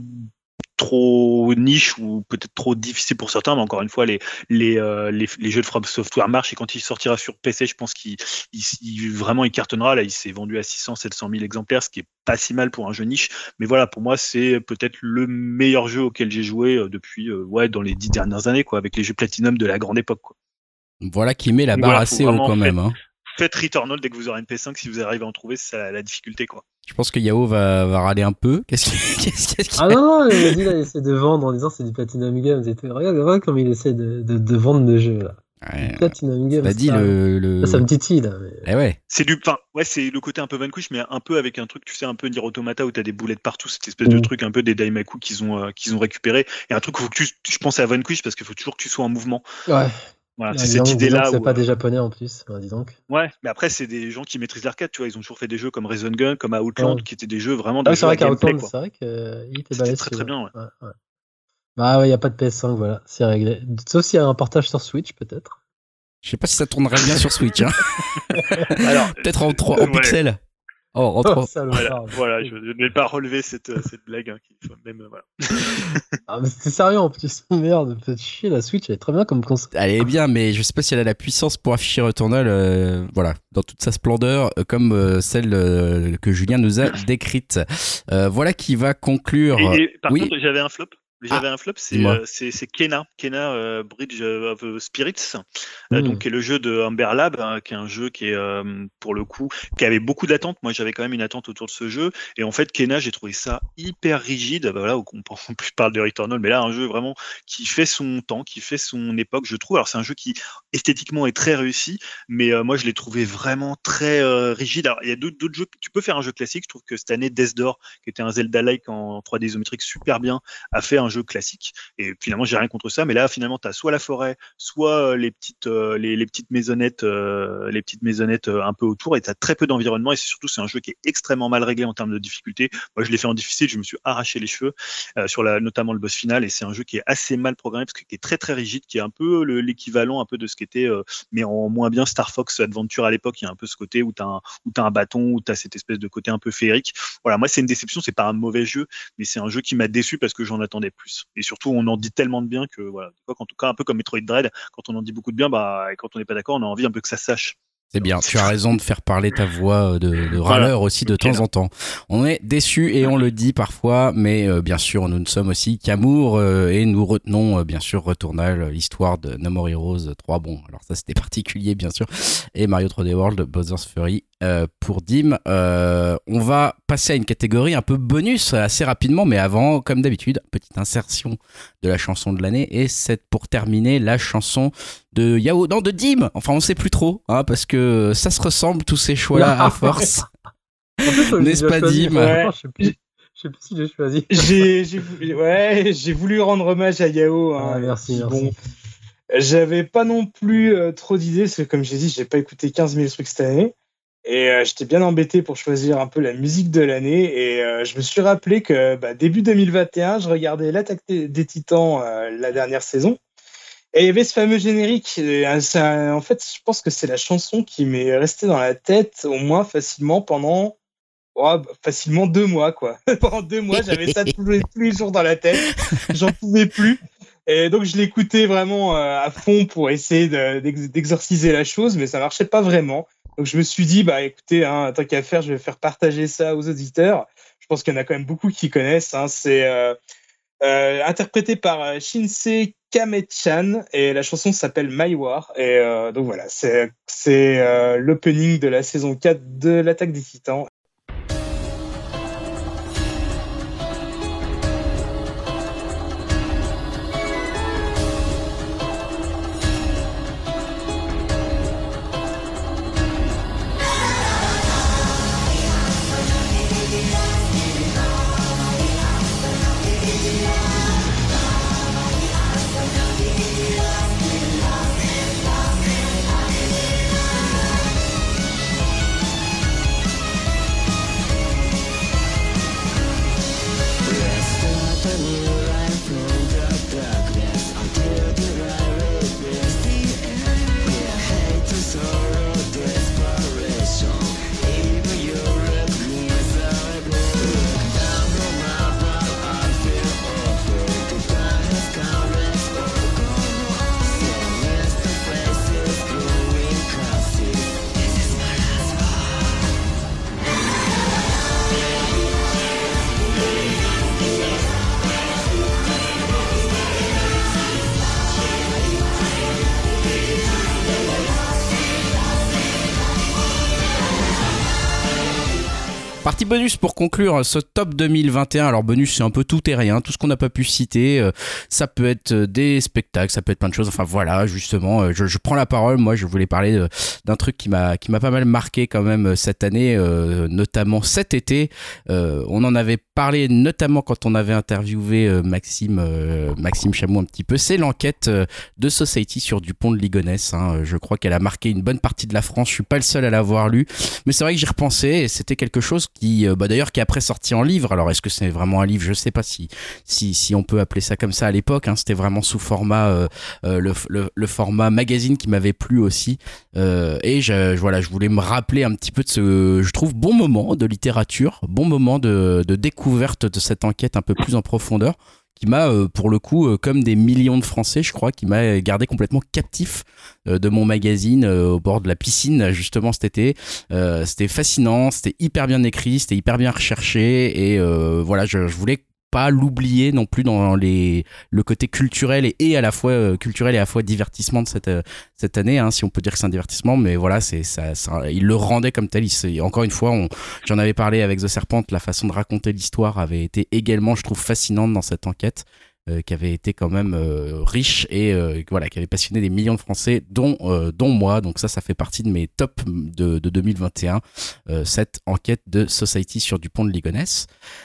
trop niche ou peut-être trop difficile pour certains, mais encore une fois les les euh, les, les jeux de From Software marchent, et quand il sortira sur P C, je pense qu'il il, il, vraiment il cartonnera. Là il s'est vendu à six cents sept cent mille exemplaires, ce qui est pas si mal pour un jeu niche, mais voilà, pour moi c'est peut-être le meilleur jeu auquel j'ai joué euh, depuis euh, ouais dans les dix dernières années, quoi, avec les jeux Platinum de la grande époque, quoi. Voilà qui met la Donc barre voilà, assez faut haut vraiment quand même. faire- Hein. Faites Returnal dès que vous aurez une P S cinq, si vous arrivez à en trouver, c'est ça la difficulté, quoi. Je pense que Yao va, va râler un peu. Qu'est-ce qu'il qu'est-ce, qu'est-ce qu'il Ah non, non, il a dit là, il essaie de vendre en disant c'est du Platinum Games et tout. Regarde, regarde comme il essaie de, de, de vendre le jeu là. Ouais, Platinum Games. t'as dit ça, le. le... là, ça me titille là. Mais... Eh ouais. C'est du, enfin, ouais, c'est le côté un peu Vanquish, mais un peu avec un truc, tu sais, un peu Nier Automata où t'as des boulettes partout, cette espèce de Mm. truc un peu des Daimaku qu'ils ont, euh, qu'ils ont récupéré. Et un truc où faut que tu, je pense à Vanquish parce qu'il faut toujours que tu sois en mouvement. Ouais. Voilà, Ah, c'est dis cette donc, dis donc idée-là que c'est où, pas euh, des japonais en plus. Ah, dis donc. ouais, mais après, c'est des gens qui maîtrisent l'arcade, tu vois, ils ont toujours fait des jeux comme Resident Gun, comme Outland, Ouais. qui étaient des jeux vraiment Ah des oui, jeux c'est à vrai qu'à gameplay, Outland, quoi. c'est vrai qu'il était C'était balèze. très, très celui-là. bien, ouais. Ouais, ouais. Bah ouais, y a pas de P S cinq, voilà, c'est réglé. Sauf s'il y a un portage sur Switch, peut-être. Je sais pas si ça tournerait bien sur Switch. Hein. Alors, Peut-être en, trois, en ouais. pixels. Oh, entre... Oh, salopard. Voilà, voilà, je ne vais pas relever cette, cette blague. Hein, qui, même, voilà. Ah, mais c'était sérieux en plus. Merde, faites chier, la Switch, elle est très bien comme concept. Elle est bien, mais je sais pas si elle a la puissance pour afficher Returnal, euh, voilà, dans toute sa splendeur, euh, comme euh, celle euh, que Julien nous a décrite. Euh, voilà qui va conclure. Et, et, par oui. contre, j'avais un flop. J'avais Ah, un flop, c'est, dis-moi. euh, c'est, c'est Kena, Kena euh, Bridge of Spirits, euh, Mm. donc qui est le jeu de Humber Lab, hein, qui est un jeu qui est euh, pour le coup, qui avait beaucoup d'attentes. Moi, j'avais quand même une attente autour de ce jeu, et en fait, Kena, j'ai trouvé ça hyper rigide. Bah, voilà, on, on plus parle de Returnal, mais là, un jeu vraiment qui fait son temps, qui fait son époque, je trouve. Alors, c'est un jeu qui esthétiquement est très réussi, mais euh, moi, je l'ai trouvé vraiment très euh, rigide. Alors, il y a d'autres, d'autres jeux. Tu peux faire un jeu classique. Je trouve que cette année, Death Door, qui était un Zelda-like en trois D isométrique super bien, a fait un jeu classique. Et finalement, j'ai rien contre ça, mais là, finalement, t'as soit la forêt, soit les petites, euh, les, les petites maisonnettes, euh, les petites maisonnettes euh, un peu autour, et t'as très peu d'environnement. Et c'est surtout, c'est un jeu qui est extrêmement mal réglé en termes de difficulté. Moi, je l'ai fait en difficile, je me suis arraché les cheveux euh, sur la, notamment le boss final. Et c'est un jeu qui est assez mal programmé parce que qui est très très rigide, qui est un peu le, l'équivalent un peu de ce qu'était, euh, mais en moins bien Star Fox Adventure à l'époque. Il y a un peu ce côté où t'as un, où t'as un bâton, où t'as cette espèce de côté un peu féerique. Voilà, moi, c'est une déception. C'est pas un mauvais jeu, mais c'est un jeu qui m'a déçu parce que j'en attendais plus. Et surtout, on en dit tellement de bien que voilà, en tout cas un peu comme Metroid Dread, quand on en dit beaucoup de bien, bah et quand on n'est pas d'accord, on a envie un peu que ça sache. C'est bien, tu as raison de faire parler ta voix de, de râleur voilà. aussi de okay, temps là. en temps. On est déçus et on le dit parfois, mais euh, bien sûr, nous ne sommes aussi qu'amour euh, et nous retenons euh, bien sûr Returnal, l'histoire de No More Heroes trois. Bon, alors ça c'était particulier bien sûr. Et Mario trois D World, Bowser's Fury euh, pour Dim. Euh, on va passer à une catégorie un peu bonus assez rapidement, mais avant, comme d'habitude, petite insertion de la chanson de l'année et c'est pour terminer la chanson de Yao, non de Dim. Enfin, on sait plus trop, hein, parce que ça se ressemble tous ces choix-là à force. En plus, n'est-ce pas Dim? Ouais. Je sais plus. Je sais plus si j'ai choisi. J'ai, j'ai, voulu, ouais, j'ai voulu rendre hommage à Yao. Hein, ah, merci, merci. Bon, j'avais pas non plus euh, trop d'idées, parce que comme j'ai dit, j'ai pas écouté quinze mille trucs cette année. Et euh, j'étais bien embêté pour choisir un peu la musique de l'année. Et euh, je me suis rappelé que bah, début deux mille vingt et un, je regardais l'Attaque des Titans euh, la dernière saison. Et il y avait ce fameux générique. Et, euh, c'est un, en fait, je pense que c'est la chanson qui m'est restée dans la tête au moins facilement pendant oh, facilement deux mois. Quoi. Pendant deux mois, j'avais ça tous les, tous les jours dans la tête. J'en pouvais plus. Et donc, je l'écoutais vraiment euh, à fond pour essayer de, d'ex- d'exorciser la chose, mais ça marchait pas vraiment. Donc, je me suis dit, bah, écoutez, hein, tant qu'à faire, je vais faire partager ça aux auditeurs. Je pense qu'il y en a quand même beaucoup qui connaissent. Hein. C'est euh, euh, interprété par euh, Shinsei Kame-chan et la chanson s'appelle My War. Et euh, donc, voilà, c'est, c'est euh, l'opening de la saison quatre de l'Attaque des Titans. Partie bonus pour conclure ce top deux mille vingt et un. Alors bonus, c'est un peu tout et rien, tout ce qu'on n'a pas pu citer. Euh, ça peut être des spectacles, ça peut être plein de choses. Enfin voilà, justement, euh, je, je prends la parole. Moi, je voulais parler de, d'un truc qui m'a qui m'a pas mal marqué quand même cette année, euh, notamment cet été. Euh, on en avait parlé notamment quand on avait interviewé euh, Maxime euh, Maxime Chamou un petit peu. C'est l'enquête euh, de Society sur Dupont de Ligonnès. Hein. Je crois qu'elle a marqué une bonne partie de la France. Je suis pas le seul à l'avoir lu, mais c'est vrai que j'y repensais et c'était quelque chose qui, euh, bah d'ailleurs, qui est après sorti en livre. Alors, est-ce que c'est vraiment un livre? Je sais pas si si si on peut appeler ça comme ça à l'époque. Hein. C'était vraiment sous format euh, euh, le, le le format magazine qui m'avait plu aussi. Euh, et je, je voilà, je voulais me rappeler un petit peu de ce, je trouve, bon moment de littérature, bon moment de de découverte de cette enquête un peu plus en profondeur, qui m'a, euh, pour le coup, euh, comme des millions de Français, je crois, qui m'a gardé complètement captif euh, de mon magazine euh, au bord de la piscine, justement, cet été. Euh, c'était fascinant, c'était hyper bien écrit, c'était hyper bien recherché, et euh, voilà, je, je voulais pas l'oublier non plus dans les le côté culturel et, et à la fois euh, culturel et à la fois divertissement de cette euh, cette année, hein, si on peut dire que c'est un divertissement, mais voilà, c'est ça, ça il le rendait comme tel. Il, encore une fois, on, j'en avais parlé avec The Serpent, la façon de raconter l'histoire avait été également, je trouve, fascinante dans cette enquête, euh, qui avait été quand même euh, riche et euh, voilà, qui avait passionné des millions de Français, dont euh, dont moi. Donc ça, ça fait partie de mes tops de, de deux mille vingt et un, euh, cette enquête de Society sur Dupont de Ligonnès.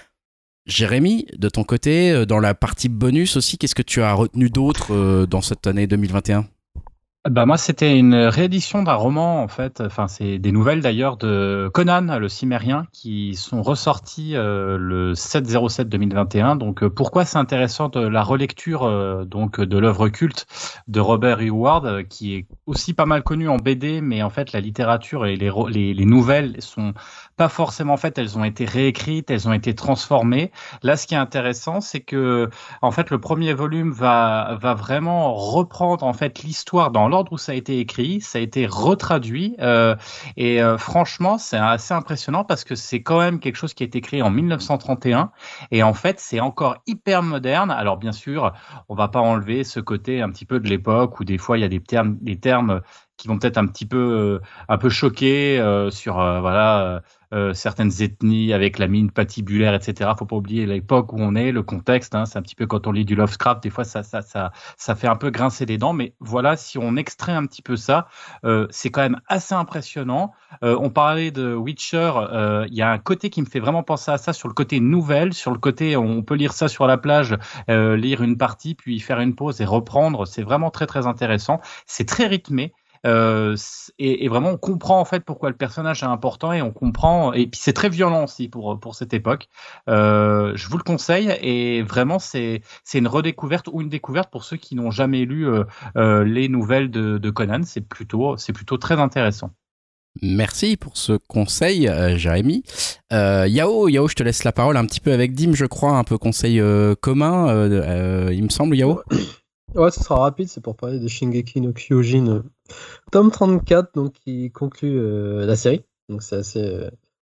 Jérémy, de ton côté, dans la partie bonus aussi, qu'est-ce que tu as retenu d'autre euh, dans cette année deux mille vingt et un ? Bah moi, c'était une réédition d'un roman, en fait. Enfin, c'est des nouvelles d'ailleurs de Conan, le Cimérien, qui sont ressorties euh, le sept zéro sept deux mille vingt et un. Donc, euh, pourquoi c'est intéressant de la relecture euh, donc de l'œuvre culte de Robert Howard, euh, qui est aussi pas mal connu en B D, mais en fait, la littérature et les, les, les nouvelles sont pas forcément faites. Elles ont été réécrites, elles ont été transformées. Là, ce qui est intéressant, c'est que en fait, le premier volume va va vraiment reprendre en fait l'histoire dans l'ordre où ça a été écrit, ça a été retraduit, euh, et euh, franchement, c'est assez impressionnant parce que c'est quand même quelque chose qui a été créé en mille neuf cent trente et un, et en fait, c'est encore hyper moderne. Alors bien sûr, on va pas enlever ce côté un petit peu de l'époque où des fois il y a des termes, des termes qui vont peut-être un petit peu, euh, un peu choquer euh, sur euh, voilà. Euh, Euh, certaines ethnies avec la mine patibulaire, et cetera. Faut pas oublier l'époque où on est, le contexte. Hein, c'est un petit peu quand on lit du Lovecraft, des fois ça, ça, ça, ça fait un peu grincer des dents. Mais voilà, si on extrait un petit peu ça, euh, c'est quand même assez impressionnant. Euh, on parlait de Witcher. Il euh, y a un côté qui me fait vraiment penser à ça sur le côté nouvelle, sur le côté on peut lire ça sur la plage, euh, lire une partie, puis faire une pause et reprendre. C'est vraiment très très intéressant. C'est très rythmé. Euh, et, et vraiment on comprend en fait pourquoi le personnage est important, et on comprend, et puis c'est très violent aussi pour pour cette époque. Euh, je vous le conseille, et vraiment c'est c'est une redécouverte ou une découverte pour ceux qui n'ont jamais lu euh, euh, les nouvelles de, de Conan. C'est plutôt c'est plutôt très intéressant. Merci pour ce conseil, euh, Jérémy. Euh, Yao, Yao, je te laisse la parole un petit peu avec Dim, je crois, un peu conseil euh, commun, euh, euh, il me semble, Yao. Ouais, ce sera rapide, c'est pour parler de Shingeki no Kyojin, euh, tome trente-quatre, donc qui conclut euh, la série. Donc c'est assez, euh,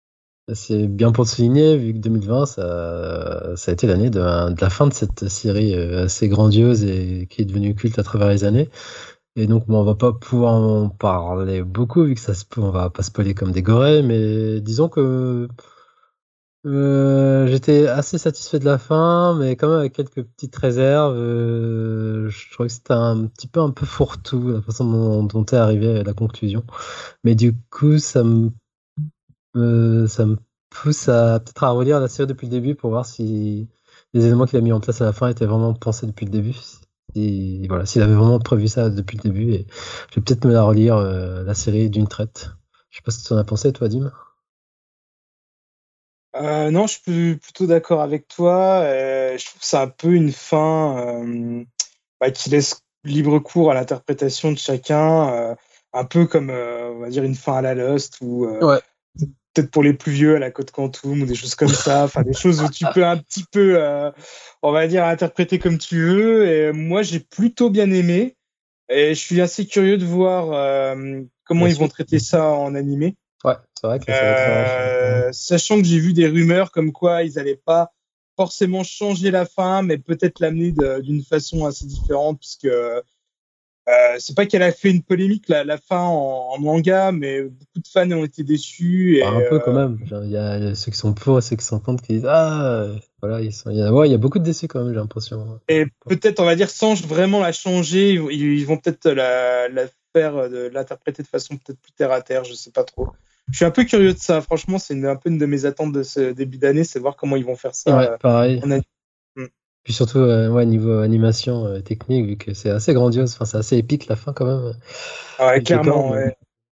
assez bien pour le souligner, vu que deux mille vingt, ça, ça a été l'année de, de la fin de cette série euh, assez grandiose et qui est devenue culte à travers les années. Et donc, bon, on va pas pouvoir en parler beaucoup, vu que ça se peut, on va pas spoiler comme des gorées, mais disons que Euh, j'étais assez satisfait de la fin, mais quand même avec quelques petites réserves. Euh, je trouvais que c'était un petit peu un peu fourre-tout la façon dont, dont est arrivé à la conclusion. Mais du coup, ça me euh, ça me pousse à peut-être à relire la série depuis le début pour voir si les éléments qu'il a mis en place à la fin étaient vraiment pensés depuis le début. Si, voilà, s'il avait vraiment prévu ça depuis le début. Et je vais peut-être me la relire euh, la série d'une traite. Je sais pas ce que tu en as pensé, toi, Dim. Euh, non, je suis plutôt d'accord avec toi. Euh, je trouve que c'est un peu une fin euh, bah, qui laisse libre cours à l'interprétation de chacun, euh, un peu comme euh, on va dire une fin à la Lost, ou euh, Ouais. peut-être pour les plus vieux à la Côte Quantum, ou des choses comme ça. Enfin, des choses où tu peux un petit peu, euh, on va dire, interpréter comme tu veux. Et moi, j'ai plutôt bien aimé. Et je suis assez curieux de voir euh, comment Bien ils vont sûr. traiter ça en animé. Ouais, c'est vrai que ça va être très riche. Euh, sachant que j'ai vu des rumeurs comme quoi ils allaient pas forcément changer la fin, mais peut-être l'amener de- d'une façon assez différente, puisque euh, c'est pas qu'elle a fait une polémique la, la fin en, en manga, mais beaucoup de fans ont été déçus. Et, Bah, un peu euh, quand même. Genre, Il y, a il y a ceux qui sont pour et ceux qui sont contre qui disent ah euh, voilà ils sont. Il y a, ouais, il y a beaucoup de déçus quand même, j'ai l'impression. et peut-être, on va dire, sans vraiment la changer, ils, ils vont peut-être la, la faire, euh, de l'interpréter de façon peut-être plus terre à terre, je sais pas trop. Je suis un peu curieux de ça. Franchement, c'est une- un peu une de mes attentes de ce début d'année, c'est de voir comment ils vont faire ça. Ouais, euh, pareil. en anime. Puis surtout euh, ouais niveau animation euh, technique, vu que c'est assez grandiose. Enfin c'est assez épique la fin quand même. Ah ouais, Le décor, clairement, mais- ouais.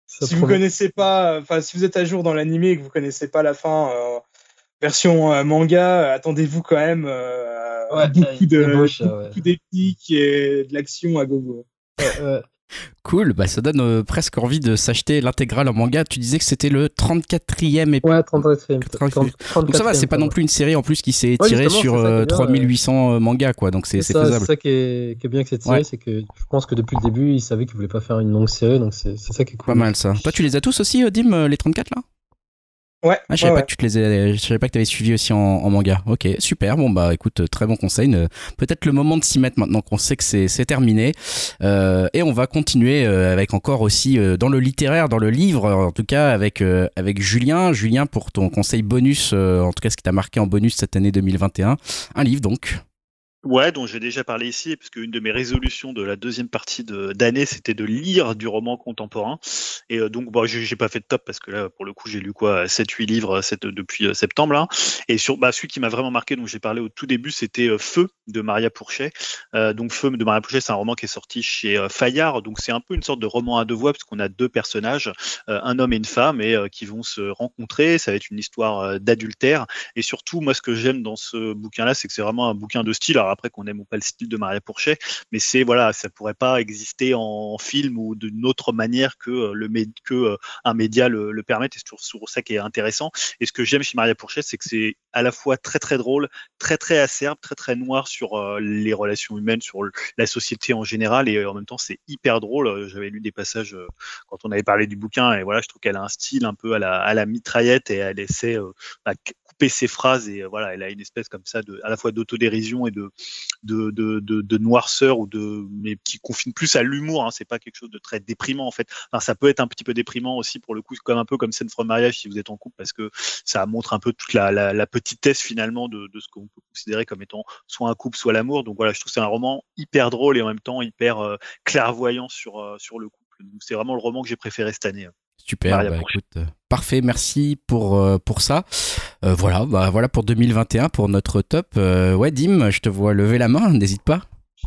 Ça si vous promet. connaissez pas, enfin si vous êtes à jour dans l'animé et que vous connaissez pas la fin euh, version euh, manga, attendez-vous quand même euh, à Ouais, beaucoup il de débauche, ouais. beaucoup d'épiques et de l'action à gogo. Ouais, ouais. Cool, bah ça donne euh, presque envie de s'acheter l'intégrale en manga. Tu disais que c'était le trente-quatrième épisode. Ouais, trente-quatrième. Donc ça va, c'est pas non plus une série en plus qui s'est Ouais, étirée justement, sur c'est ça qui est euh, bien, trois mille huit cents euh, mangas, quoi. Donc c'est C'est c'est ça, faisable. c'est ça qui est, qui est bien avec cette série, Ouais. c'est que je pense que depuis le début, ils savaient qu'ils voulaient pas faire une longue série, donc c'est c'est ça qui est cool. Pas mal ça. Toi, tu les as tous aussi, euh, Dim, euh, les trente-quatre là? Ouais. Ah, je savais ouais, pas que tu te les ai- je savais pas que t'avais suivi aussi en, en manga. Ok, super. Bon bah écoute, euh, très bon conseil. Euh, Peut-être le moment de s'y mettre maintenant qu'on sait que c'est c'est terminé. Euh, et on va continuer euh, avec encore aussi euh, dans le littéraire, dans le livre, en tout cas avec euh, avec Julien. Julien, pour ton conseil bonus, euh, en tout cas ce qui t'a marqué en bonus cette année deux mille vingt et un, un livre donc. Ouais, dont j'ai déjà parlé ici, parce qu'une de mes résolutions de la deuxième partie de- d'année, c'était de lire du roman contemporain. Et euh, donc, bon, j'ai j'ai pas fait de top, parce que là, pour le coup, j'ai lu quoi, sept huit livres sept, depuis euh, septembre. Là. Et sur, bah, celui qui m'a vraiment marqué, dont j'ai parlé au tout début, c'était euh, Feu de Maria Pourchet. Euh, donc, Feu de Maria Pourchet, c'est un roman qui est sorti chez euh, Fayard. Donc, c'est un peu une sorte de roman à deux voix, parce qu'on a deux personnages, euh, un homme et une femme, et euh, qui vont se rencontrer. Ça va être une histoire euh, d'adultère. Et surtout, moi, ce que j'aime dans ce bouquin-là, c'est que c'est vraiment un bouquin de style. Alors après, qu'on aime ou pas le style de Maria Pourchet, mais c'est voilà, ça pourrait pas exister en film ou d'une autre manière que euh, le mé- que euh, un média le, le permette. Et c'est toujours, toujours ça qui est intéressant. Et ce que j'aime chez Maria Pourchet, c'est que c'est à la fois très très drôle, très très acerbe, très très noir sur euh, les relations humaines, sur le- la société en général, et euh, en même temps c'est hyper drôle. Euh, J'avais lu des passages euh, quand on avait parlé du bouquin, et voilà, je trouve qu'elle a un style un peu à la, à la mitraillette, et elle essaie euh, bah, couper ses phrases, et euh, voilà, elle a une espèce comme ça de, à la fois d'autodérision et de de, de, de, de noirceur, ou de, mais qui confine plus à l'humour, hein. C'est pas quelque chose de très déprimant en fait. Enfin, ça peut être un petit peu déprimant aussi pour le coup, comme un peu comme Scène from Mariage si vous êtes en couple, parce que ça montre un peu toute la, la, la petitesse finalement de, de ce qu'on peut considérer comme étant soit un couple, soit l'amour. Donc voilà, je trouve que c'est un roman hyper drôle et en même temps hyper euh, clairvoyant sur, euh, sur le couple. Donc c'est vraiment le roman que j'ai préféré cette année. Super, Maria bah, Pourchet. écoute, euh, parfait, merci pour, euh, pour ça. Euh, voilà, bah, voilà pour deux mille vingt et un, pour notre top. Euh, ouais, Dim, je te vois lever la main, n'hésite pas.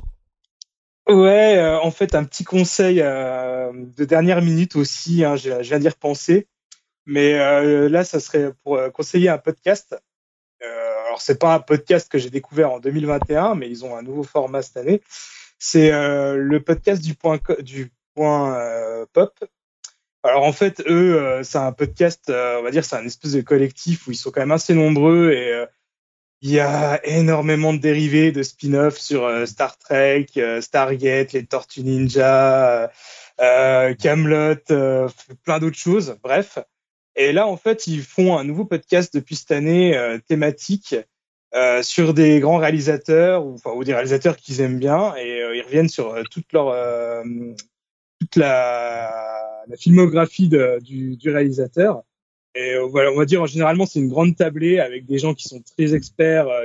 Ouais, euh, en fait, un petit conseil euh, de dernière minute aussi, hein, je, je viens d'y repenser. Mais euh, là, ça serait pour euh, conseiller un podcast. Euh, alors, c'est pas un podcast que j'ai découvert en deux mille vingt et un, mais ils ont un nouveau format cette année. C'est euh, le podcast du point, co- du point euh, pop. Alors, en fait, eux, euh, c'est un podcast, euh, on va dire, c'est un espèce de collectif où ils sont quand même assez nombreux et euh, il y a énormément de dérivés, de spin-off sur euh, Star Trek, euh, Stargate, les Tortues Ninja, euh, Camelot, euh, plein d'autres choses. Bref. Et là, en fait, ils font un nouveau podcast depuis cette année euh, thématique euh, sur des grands réalisateurs ou, enfin, ou des réalisateurs qu'ils aiment bien, et euh, ils reviennent sur euh, toute leur euh, toute la, la filmographie de, du, du réalisateur. Et euh, voilà, on va dire, généralement, c'est une grande tablée avec des gens qui sont très experts, euh,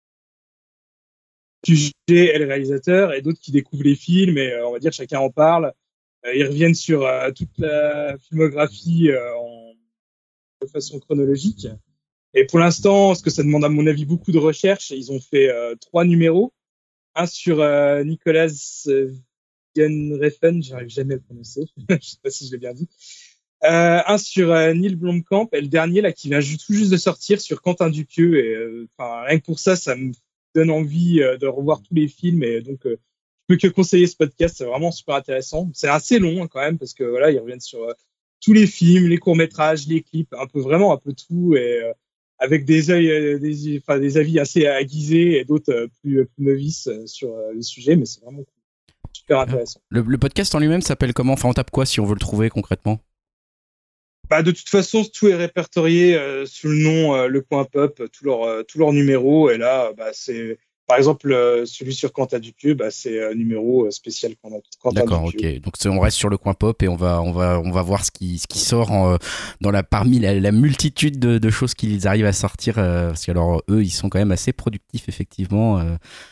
qui jugent le réalisateur, et d'autres qui découvrent les films, et euh, on va dire, chacun en parle. Euh, ils reviennent sur euh, toute la filmographie euh, en, de façon chronologique. Et pour l'instant, ce que ça demande à mon avis beaucoup de recherche, ils ont fait euh, trois numéros. Un sur euh, Nicolas euh, Van Refn, j'arrive jamais à le prononcer, je sais pas si je l'ai bien dit. Euh, un sur euh, Neil Blomkamp, et le dernier là qui vient tout juste de sortir sur Quentin Dupieux. Et enfin euh, rien que pour ça, ça me donne envie euh, de revoir tous les films. Et donc, euh, je peux que conseiller ce podcast, c'est vraiment super intéressant. C'est assez long hein, quand même, parce que voilà, ils reviennent sur euh, tous les films, les courts métrages, les clips, un peu vraiment un peu tout, et euh, avec des œils, euh, des, enfin des avis assez aiguisés et d'autres euh, plus, plus novices euh, sur euh, le sujet, mais c'est vraiment cool. Super intéressant. Le, le podcast en lui-même s'appelle comment? Enfin, on tape quoi si on veut le trouver concrètement? Bah, de toute façon, tout est répertorié euh, sous le nom euh, Le Point Pop, tous leurs euh, tous leurs numéros. Et là, bah, c'est par exemple euh, celui sur Quentin Dupieux, bah, c'est un numéro spécial Quentin D'accord, Dupieux. ok. Donc on reste sur Le Coin Pop et on va on va on va voir ce qui ce qui sort en, dans la parmi la, la multitude de, de choses qu'ils arrivent à sortir, euh, parce que alors eux ils sont quand même assez productifs effectivement. Euh,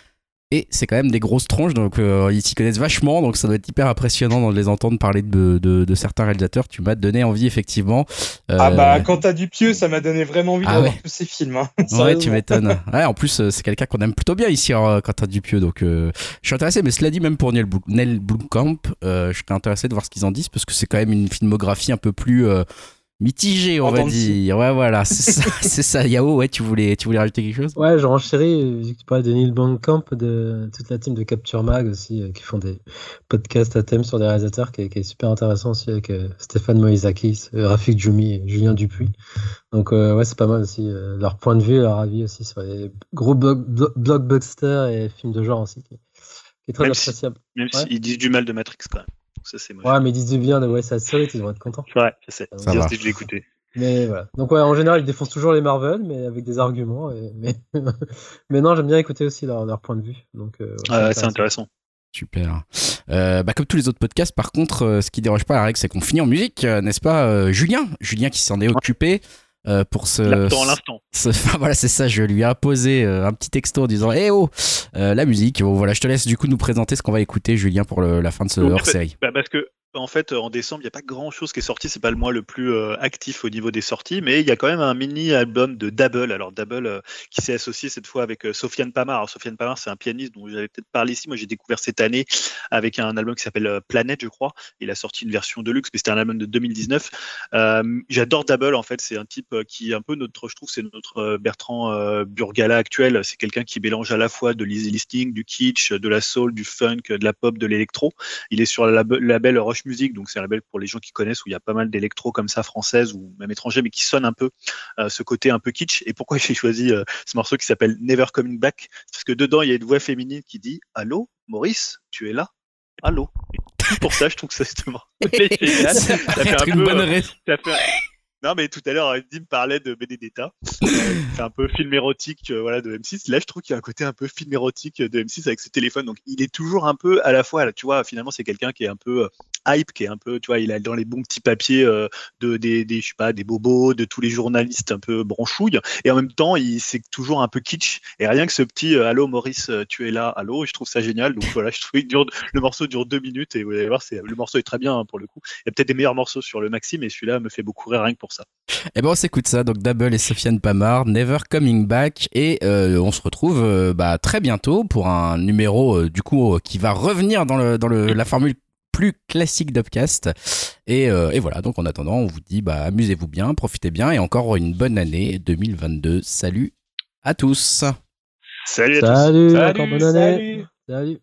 Et c'est quand même des grosses tronches, donc euh, ils s'y connaissent vachement, donc ça doit être hyper impressionnant de les entendre parler de, de, de certains réalisateurs. Tu m'as donné envie, effectivement. Euh... Ah bah, Quentin Dupieux, ça m'a donné vraiment envie ah de voir ouais. tous ces films. Hein. Ouais, tu m'étonnes. Ouais, en plus, c'est quelqu'un qu'on aime plutôt bien ici, hein, Quentin Dupieux, donc euh, je suis intéressé. Mais cela dit, même pour Neil, Blou- Neil Blomkamp, euh, je serais intéressé de voir ce qu'ils en disent, parce que c'est quand même une filmographie un peu plus... Euh, mitigé, on va dire. Ouais, voilà, c'est ça, c'est ça. Yao, ouais, tu voulais, tu voulais rajouter quelque chose ? Ouais, je renchéris, vu que tu parlais de Neil Blomkamp, de toute la team de Capture Mag aussi, euh, qui font des podcasts à thème sur des réalisateurs, qui est, qui est super intéressant aussi, avec euh, Stéphane Moïsakis, euh, Rafik Djoumi et Julien Dupuis. Donc, euh, ouais, c'est pas mal aussi, euh, leur point de vue, leur avis aussi sur les gros block, block, blockbusters et films de genre aussi, qui, qui est très même appréciable. Si, même ouais. s'ils disent du mal de Matrix quand même. Ça, c'est moche. Ouais, mais ils disent du bien de West Side Story, ils devraient être contents. Ouais, je sais. Ça Dire va. si je l'ai écouté. Mais voilà. Donc ouais, en général, ils défoncent toujours les Marvel, mais avec des arguments. Et... Mais... mais non, j'aime bien écouter aussi leur, leur point de vue. Donc, euh, ouais, c'est, euh, c'est intéressant. Super. Euh, bah, comme tous les autres podcasts, par contre, euh, ce qui déroge pas à la règle, c'est qu'on finit en musique, euh, n'est-ce pas, euh, Julien Julien qui s'en est ouais. occupé. Euh, pour ce, l'instant, l'instant. Ce, enfin, voilà, c'est ça. Je lui ai imposé euh, un petit texto en disant "Eh oh, euh, la musique." Bon, voilà, je te laisse du coup nous présenter ce qu'on va écouter, Julien, pour le, la fin de ce hors-série. Bah, parce que en fait, en décembre, il n'y a pas grand-chose qui est sorti. C'est pas le mois le plus euh, actif au niveau des sorties, mais il y a quand même un mini-album de Dabble. Alors Dabble, euh, qui s'est associé cette fois avec euh, Sofiane Pamar. Alors Sofiane Pamar, c'est un pianiste dont j'avais peut-être parlé ici. Moi, j'ai découvert cette année avec un album qui s'appelle euh, Planète, je crois. Il a sorti une version de luxe, mais c'était un album de deux mille dix-neuf. Euh, j'adore Dabble. En fait, c'est un type euh, qui est un peu notre, je trouve, c'est notre euh, Bertrand euh, Burgala actuel. C'est quelqu'un qui mélange à la fois de l'easy listening, du kitsch, de la soul, du funk, de la pop, de l'électro. Il est sur le lab- label Rush Music, donc c'est un label pour les gens qui connaissent, où il y a pas mal d'électro comme ça, française ou même étrangère, mais qui sonne un peu euh, ce côté un peu kitsch. Et pourquoi j'ai choisi euh, ce morceau qui s'appelle Never Coming Back? Parce que dedans, il y a une voix féminine qui dit « Allô, Maurice, tu es là? Allô ?» Et pour ça, je trouve que ça, justement, c'est génial. Ça, ça fait un une peu, bonne euh, raison. ça fait... Non, mais tout à l'heure, Dim parlait de Benedetta. Euh, c'est un peu film érotique, euh, voilà, de M six. Là, je trouve qu'il y a un côté un peu film érotique de M six avec ce téléphone. Donc, il est toujours un peu, à la fois, là, tu vois, finalement, c'est quelqu'un qui est un peu euh, hype, qui est un peu, tu vois, il a dans les bons petits papiers euh, de, des, des, je sais pas, des bobos, de tous les journalistes un peu branchouilles. Et en même temps, il, c'est toujours un peu kitsch. Et rien que ce petit, euh, allô, Maurice, tu es là, allô, je trouve ça génial. Donc, voilà, je trouve qu'il dure, le morceau dure deux minutes et vous allez voir, c'est, le morceau est très bien, hein, pour le coup. Il y a peut-être des meilleurs morceaux sur le maxi, mais celui-là me fait beaucoup rire rien que pour ça. Eh ben on s'écoute ça, donc Dabble et Sofiane Pamar, Never Coming Back, et euh, on se retrouve euh, bah, très bientôt pour un numéro euh, du coup euh, qui va revenir dans, le, dans le, la formule plus classique d'Upcast. Et, euh, et voilà, donc en attendant, on vous dit bah, amusez-vous bien, profitez bien, et encore une bonne année deux mille vingt-deux. Salut à tous. Salut à Salut, tous. encore bonne année. Salut. Salut.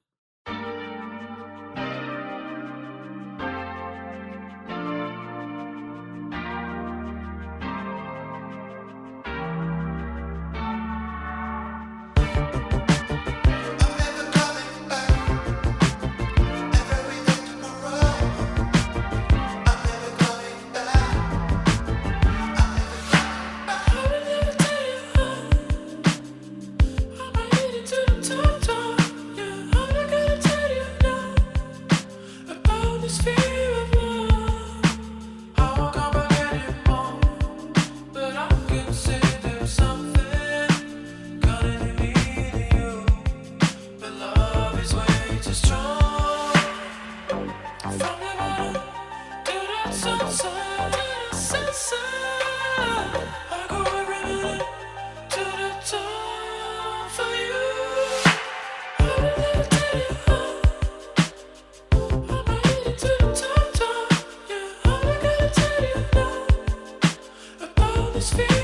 This feeling